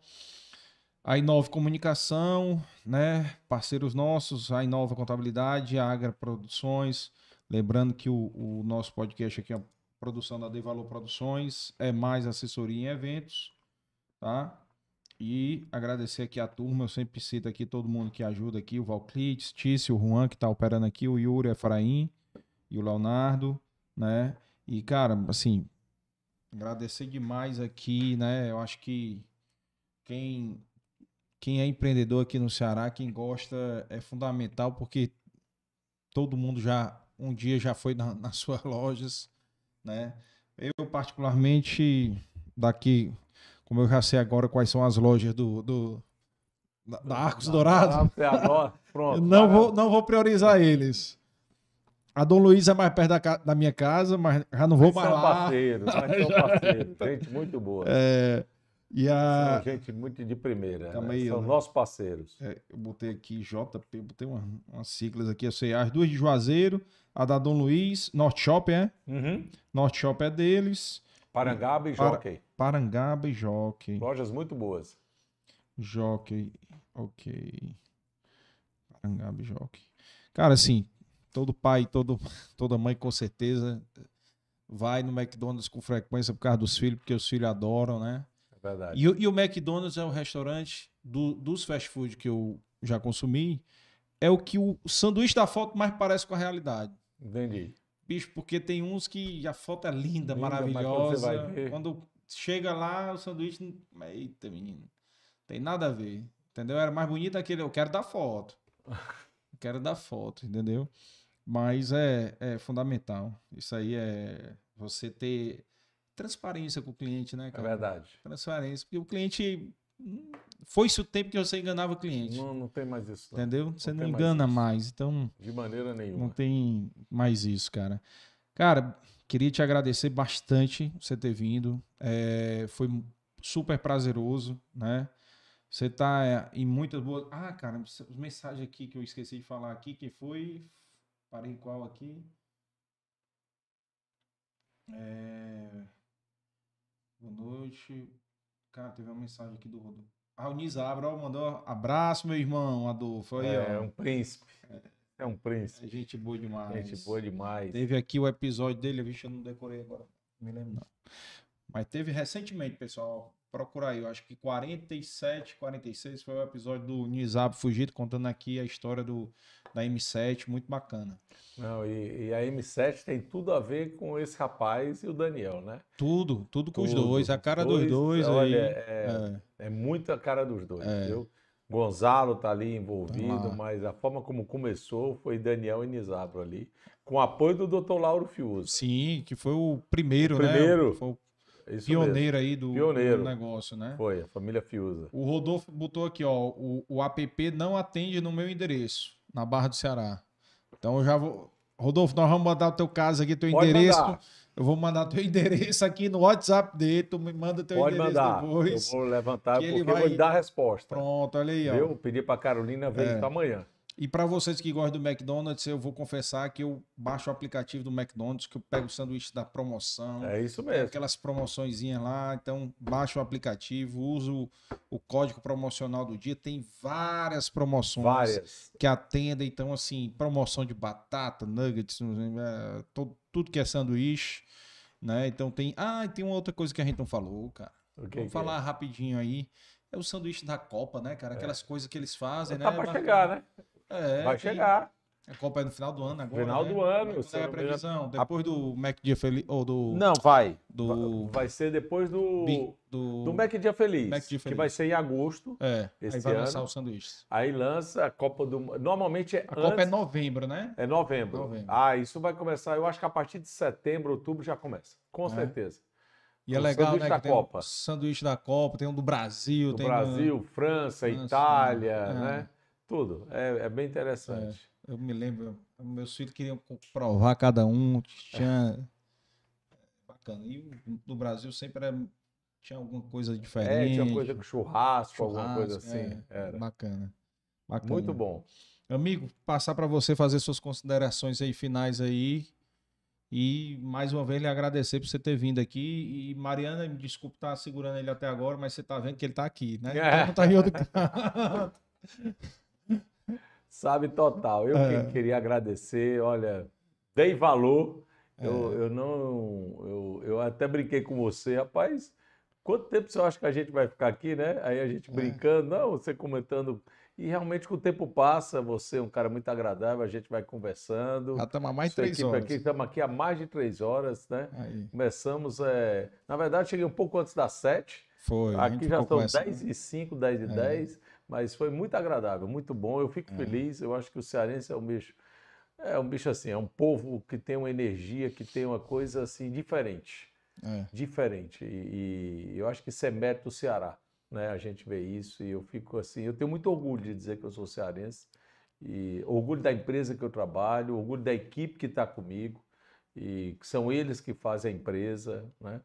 A Inova Comunicação, né, parceiros nossos, a Inova Contabilidade, a Agra Produções. Lembrando que o, o nosso podcast aqui é a produção da De Valor Produções, é mais assessoria em eventos, tá? E agradecer aqui a turma, eu sempre cito aqui todo mundo que ajuda aqui, o Valclites, Tício, o Juan que tá operando aqui, o Yuri, o Efraim e o Leonardo, né? E, cara, assim, agradecer demais aqui, né? Eu acho que quem, quem é empreendedor aqui no Ceará, quem gosta, é fundamental, porque todo mundo já, um dia já foi na- nas suas lojas, né? Eu, particularmente, daqui, como eu já sei agora quais são as lojas do, do- da, da Arcos Dourados,
Ah, você adora. Pronto.
eu não
vai lá.
vou, não vou priorizar eles. A Dom Luiz é mais perto da, ca- da minha casa, mas já não vou
Mas
mais
são
lá.
parceiros, mas são parceiros. Gente muito boa.
É, e a...
São gente muito de primeira.
Calma
né?
aí,
São
eu-
nossos parceiros.
É, eu botei aqui J P, botei uma- umas siglas aqui, eu sei, as duas de Juazeiro, a da Dom Luiz, Norte Shop, é?
Uhum.
Norte Shop é deles,
Parangaba e
Para-
Jockey.
Parangaba e Jockey.
Lojas muito boas.
Jockey, ok. Parangaba e Jockey. Cara, assim, todo pai, todo, toda mãe com certeza vai no McDonald's com frequência por causa dos filhos, porque os filhos adoram, né?
É verdade.
E, o- e o McDonald's é o restaurante do- dos fast food que eu já consumi, é o que o sanduíche da foto mais parece com a realidade.
Entendi.
Bicho, porque tem uns que a foto é linda,
Linda, mas quando você
maravilhosa.
vai ver-
Quando chega lá, o sanduíche. Eita, menino. Tem nada a ver. Entendeu? Era mais bonito aquele. Eu quero dar foto. Eu quero dar foto, entendeu? Mas é, é fundamental. Isso aí é você ter transparência com o cliente, né,
É
cara?
verdade.
Transparência. Porque o cliente. hum, Foi-se o tempo que você enganava o cliente.
Não, não tem mais isso. Não.
Entendeu? Você
não
não
tem mais
engana
isso.
mais. Então.
De maneira
Não
nenhuma.
tem mais isso, cara. Cara, queria te agradecer bastante você ter vindo. É, foi super prazeroso, né? Você tá é, em muitas boas. Ah, cara, as mensagens aqui que eu esqueci de falar aqui, que foi. Parei qual aqui? É... Boa noite. Cara, teve uma mensagem aqui do Rodolfo. Ah, o Nizabra ó, mandou abraço, meu irmão, Adolfo. Aí,
É
ó.
um príncipe. É um príncipe.
É gente boa demais.
Gente boa demais.
Teve aqui o episódio dele, vixe, eu não decorei agora. Não me lembro, não. Mas teve recentemente, pessoal. Procura aí, eu acho que quarenta e sete, quarenta e seis foi o episódio do Nizab Fugido, contando aqui a história do, da M sete, muito bacana.
Não, e, e a M sete tem tudo a ver com esse rapaz e o Daniel, né?
Tudo, tudo com os
Tudo.
dois, a cara
Os
dos dois
olha,
aí.
é,
É.
é muito a cara dos dois,
É.
viu? Gonzalo tá ali envolvido,
Tá.
mas a forma como começou foi Daniel e Nizabro ali, com o apoio do doutor Lauro Fiuza.
Sim, que foi o primeiro,
O
né?
primeiro,
Foi o
isso
pioneiro
mesmo.
aí do, do
Pioneiro.
negócio, né?
Foi, a família Fiuza.
O Rodolfo botou aqui, ó, o, o app não atende no meu endereço, na Barra do Ceará. Então eu já vou... Rodolfo, nós vamos mandar o teu caso aqui, teu
Pode
endereço.
mandar.
Eu vou mandar teu endereço aqui no WhatsApp dele, tu me manda teu
Pode
endereço
mandar.
depois.
Eu vou levantar,
que
porque
ele
eu vou
vai-
lhe dar a resposta.
Pronto, olha aí, ó.
Eu pedi para Carolina ver
É.
isso amanhã.
E para vocês que gostam do McDonald's, eu vou confessar que eu baixo o aplicativo do McDonald's, que eu pego o sanduíche da promoção.
É isso
Tem
mesmo.
aquelas promoçõezinhas lá, então baixo o aplicativo, uso o código promocional do dia, tem várias promoções
Várias.
que atendem, então assim, promoção de batata, nuggets, é, to- tudo que é sanduíche, né? Então tem, ah, e tem uma outra coisa que a gente não falou, cara.
O que
Vamos
que
falar rapidinho aí. É o sanduíche da Copa, né, cara? Aquelas coisas que eles fazem,
é?
né?
Tá para chegar, né?
É,
Vai
tem-
chegar.
A Copa é no final do ano agora,
Final
né?
do ano,
Quando
se
é
eu
a
não me engano.
previsão? Depois do Mac Dia Feliz, ou do...
Não, vai.
Do...
Vai ser depois do,
Bi- do...
do Mac Dia Feliz,
Mac Dia
que
Feliz.
vai ser em agosto.
É,
esse
aí vai lançar
ano.
os sanduíches.
Aí lança a Copa do... Normalmente é
A Copa é
antes...
novembro, né?
É novembro.
Novembro.
Ah, isso vai começar, eu acho que a partir de setembro, outubro já começa. Com
É.
certeza.
E é
O
legal,
sanduíche
né?
da
que tem
Copa.
o sanduíche da Copa, tem um do Brasil,
Do
tem
Brasil, França,
França,
Itália,
é.
né? Tudo. É, é bem interessante.
No... Eu me lembro, meus filhos queriam provar cada um, tinha... Bacana. E o- no Brasil sempre era... tinha alguma coisa
É,
diferente.
tinha coisa com churrasco, alguma coisa
churrasco,
assim.
é,
Era.
Bacana. Bacana.
Muito bom.
Amigo, passar para você fazer suas considerações aí finais aí e mais uma vez lhe agradecer por você ter vindo aqui e Mariana, me desculpe estar segurando ele até agora, mas você tá vendo que ele tá aqui, né? Então não tá em outro canto.
Sabe, total. Eu
É.
que queria agradecer, olha, dei valor.
É.
Eu, eu não. Eu, eu até brinquei com você, rapaz. Quanto tempo você acha que a gente vai ficar aqui, né? Aí a gente brincando, não, você comentando. E realmente, com o tempo passa, você é um cara muito agradável, a gente vai conversando.
Já estamos há mais de
Sua
três
equipe
horas.
Aqui, estamos aqui há mais de três horas, né?
Aí,
Começamos, é... na verdade, cheguei um pouco antes das sete.
foi. a gente
Aqui já
ficou
são
conversando.
dez e cinco, dez e dez, mas foi muito agradável, muito bom. Eu fico feliz. Eu acho que o cearense é um bicho, é um bicho assim, é um povo que tem uma energia, que tem uma coisa assim diferente,
É.
diferente. E, e eu acho que isso é mérito do Ceará, né? A gente vê isso e eu fico assim, eu tenho muito orgulho de dizer que eu sou cearense e orgulho da empresa que eu trabalho, orgulho da equipe que está comigo e que são eles que fazem a empresa, né?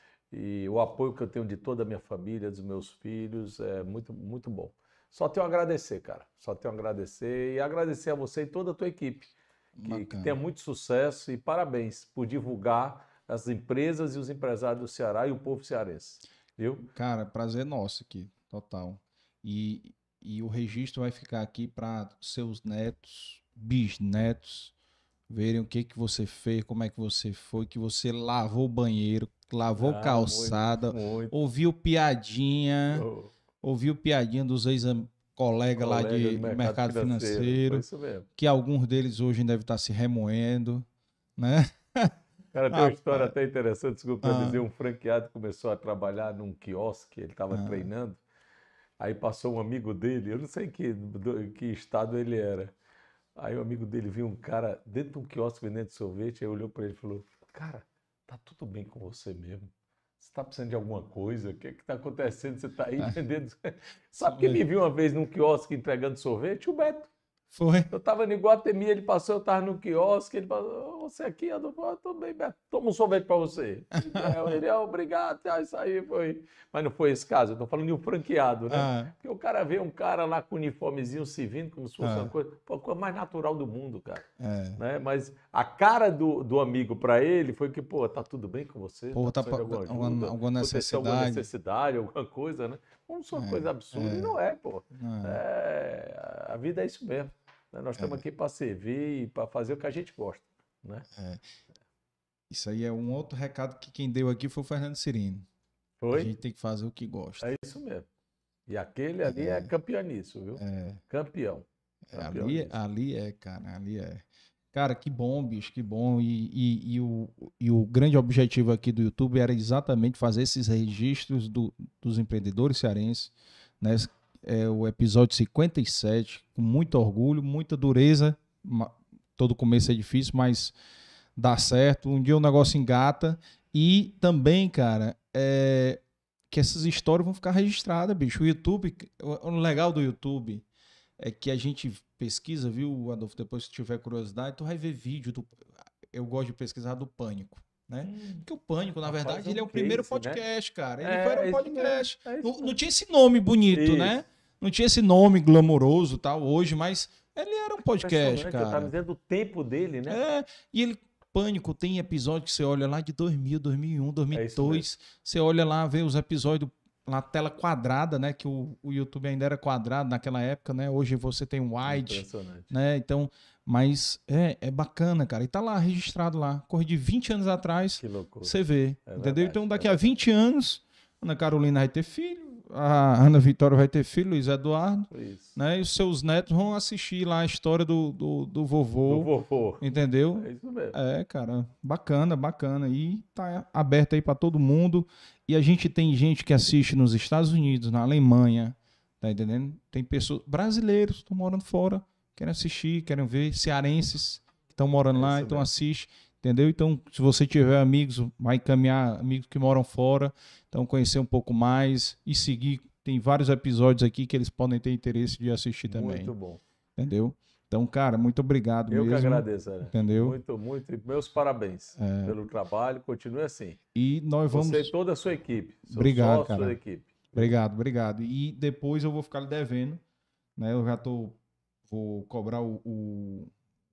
E o apoio que eu tenho de toda a minha família, dos meus filhos, é muito, muito bom. Só tenho a agradecer, cara. Só tenho a agradecer e agradecer a você e toda a tua equipe. Que, que
Bacana.
tenha muito sucesso e parabéns por divulgar as empresas e os empresários do Ceará e o povo cearense. Viu?
Cara, prazer nosso aqui, total. E, e o registro vai ficar aqui para seus netos, bisnetos, verem o que que você fez, como é que você foi, que você lavou o banheiro, lavou
Ah,
calçada,
muito, muito.
ouviu piadinha,
Oh,
ouviu piadinha dos ex-colegas lá
colega
de
do
mercado, financeiro,
Foi isso mesmo.
que alguns deles hoje devem estar se remoendo, né?
Cara, tem uma
Rapaz.
história até interessante, desculpa eu
Ah.
dizer, um franqueado começou a trabalhar num quiosque, ele estava
Ah.
treinando, aí passou um amigo dele, eu não sei em que, do- que estado ele era, aí o amigo dele viu um cara dentro de um quiosque vendendo sorvete, aí olhou para ele e falou, cara, tá tudo bem com você mesmo? Você está precisando de alguma coisa? O que que está acontecendo? Você está aí
Ah.
vendendo... Sabe quem me viu uma vez num quiosque entregando sorvete? O Beto.
Foi.
Eu estava no Iguatemi, ele passou, eu estava no quiosque, ele falou, "Ô, você aqui, eu tô, tô bem, Beto, toma um sorvete para você." Ele, é, obrigado, ah, isso aí foi. Mas não foi esse caso, eu estou falando de um franqueado, né?
Ah,
Porque o cara vê um cara lá com uniformezinho se vindo, como se fosse
Ah.
uma coisa, pô, a coisa mais natural do mundo, cara.
é.
Né? Mas a cara do, do amigo para ele foi que, pô, tá tudo bem com você?
Pô, tá
precisando de
pa-
alguma
alguma-
ajuda?
alguma
Aconteceu alguma
necessidade?
necessidade, alguma coisa, né? Não são
É,
coisa absurda,
é.
e não é, pô.
Ah.
É, a vida é isso mesmo, né? Nós estamos aqui para servir e para fazer o que a gente gosta, né?
Isso aí é um outro recado que quem deu aqui foi o Fernando Cirino. A
Foi?
gente tem que fazer o que gosta.
É isso mesmo. E aquele ali é, campeão nisso, viu?
É,
Campeão.
é,
Campeão
ali,
nisso.
ali é, cara, ali é. Cara, que bom, bicho, que bom. E, e, e, o, e o grande objetivo aqui do YouTube era exatamente fazer esses registros do- dos empreendedores cearenses, né? é o episódio cinquenta e sete, com muito orgulho, muita dureza. Todo começo é difícil, mas dá certo. Um dia o negócio engata. E também, cara, é... que essas histórias vão ficar registradas, bicho. O YouTube, o legal do YouTube é que a gente pesquisa, viu, Adolfo? Depois, se tiver curiosidade, tu vai ver vídeo do... Eu gosto de pesquisar do Pânico, né? Hum. Porque o Pânico, na Rapaz, verdade, é um ele é o case, primeiro podcast, né? Cara. Ele é, era um podcast. É não, não tinha esse nome bonito, isso. né? Não tinha esse nome glamouroso tal hoje, mas ele era um podcast, cara.
Tá dizendo o tempo dele, né?
É, e ele... Pânico tem episódio que você olha lá de dois mil, dois mil e um, dois mil e dois. É você olha lá, vê os episódios na tela quadrada, né? Que o, o YouTube ainda era quadrado naquela época, né? Hoje você tem wide, né? Então, mas é, é bacana, cara. E tá lá, registrado lá. Corre de vinte anos atrás, que loucura. Você vê, é entendeu? Verdade, então daqui é a vinte anos, Ana Carolina vai ter filho, a Ana Vitória vai ter filho, Luiz Eduardo, Isso. né? E os seus netos vão assistir lá a história do, do, do vovô,
do vovô,
entendeu?
É isso mesmo.
É, cara, bacana, bacana. E tá aberto aí para todo mundo. E a gente tem gente que assiste nos Estados Unidos, na Alemanha, tá entendendo? Tem pessoas, brasileiros que estão morando fora, querem assistir, querem ver, cearenses que estão morando é lá, então assiste. Entendeu? Então, se você tiver amigos, vai encaminhar amigos que moram fora, então conhecer um pouco mais e seguir. Tem vários episódios aqui que eles podem ter interesse de assistir também.
Muito bom.
Entendeu? Então, cara, muito obrigado
Eu
mesmo.
Eu que agradeço, Ana.
Entendeu?
Muito, muito. Meus parabéns é. pelo trabalho. Continue assim.
E nós vamos...
Você e toda a sua equipe.
Obrigado,
sócio,
cara.
Sua equipe.
Obrigado, obrigado. E depois eu vou ficar lhe devendo, né? Eu já tô... Vou cobrar o... o...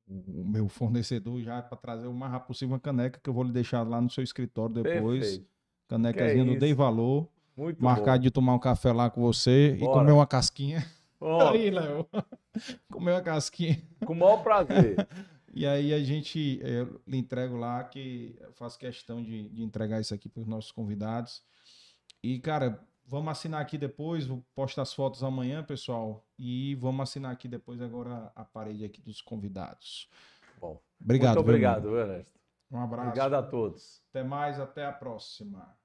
o meu fornecedor já para trazer o mais rápido possível uma caneca que eu vou lhe deixar lá no seu escritório depois. Perfeito. Canecazinha do Dei Valor.
Muito
marcar
bom.
de tomar um café lá com você Bora. e comer uma casquinha.
Oh.
Aí, Léo. Comer uma casquinha.
Com o maior prazer.
E aí a gente, eu lhe entrego lá, que eu faço questão de, de entregar isso aqui para os nossos convidados. E, cara, vamos assinar aqui depois, vou postar as fotos amanhã, pessoal. E vamos assinar aqui depois agora a parede aqui dos convidados.
Bom,
obrigado.
Muito obrigado, Ernesto.
Um abraço.
Obrigado a todos.
Até mais, até a próxima.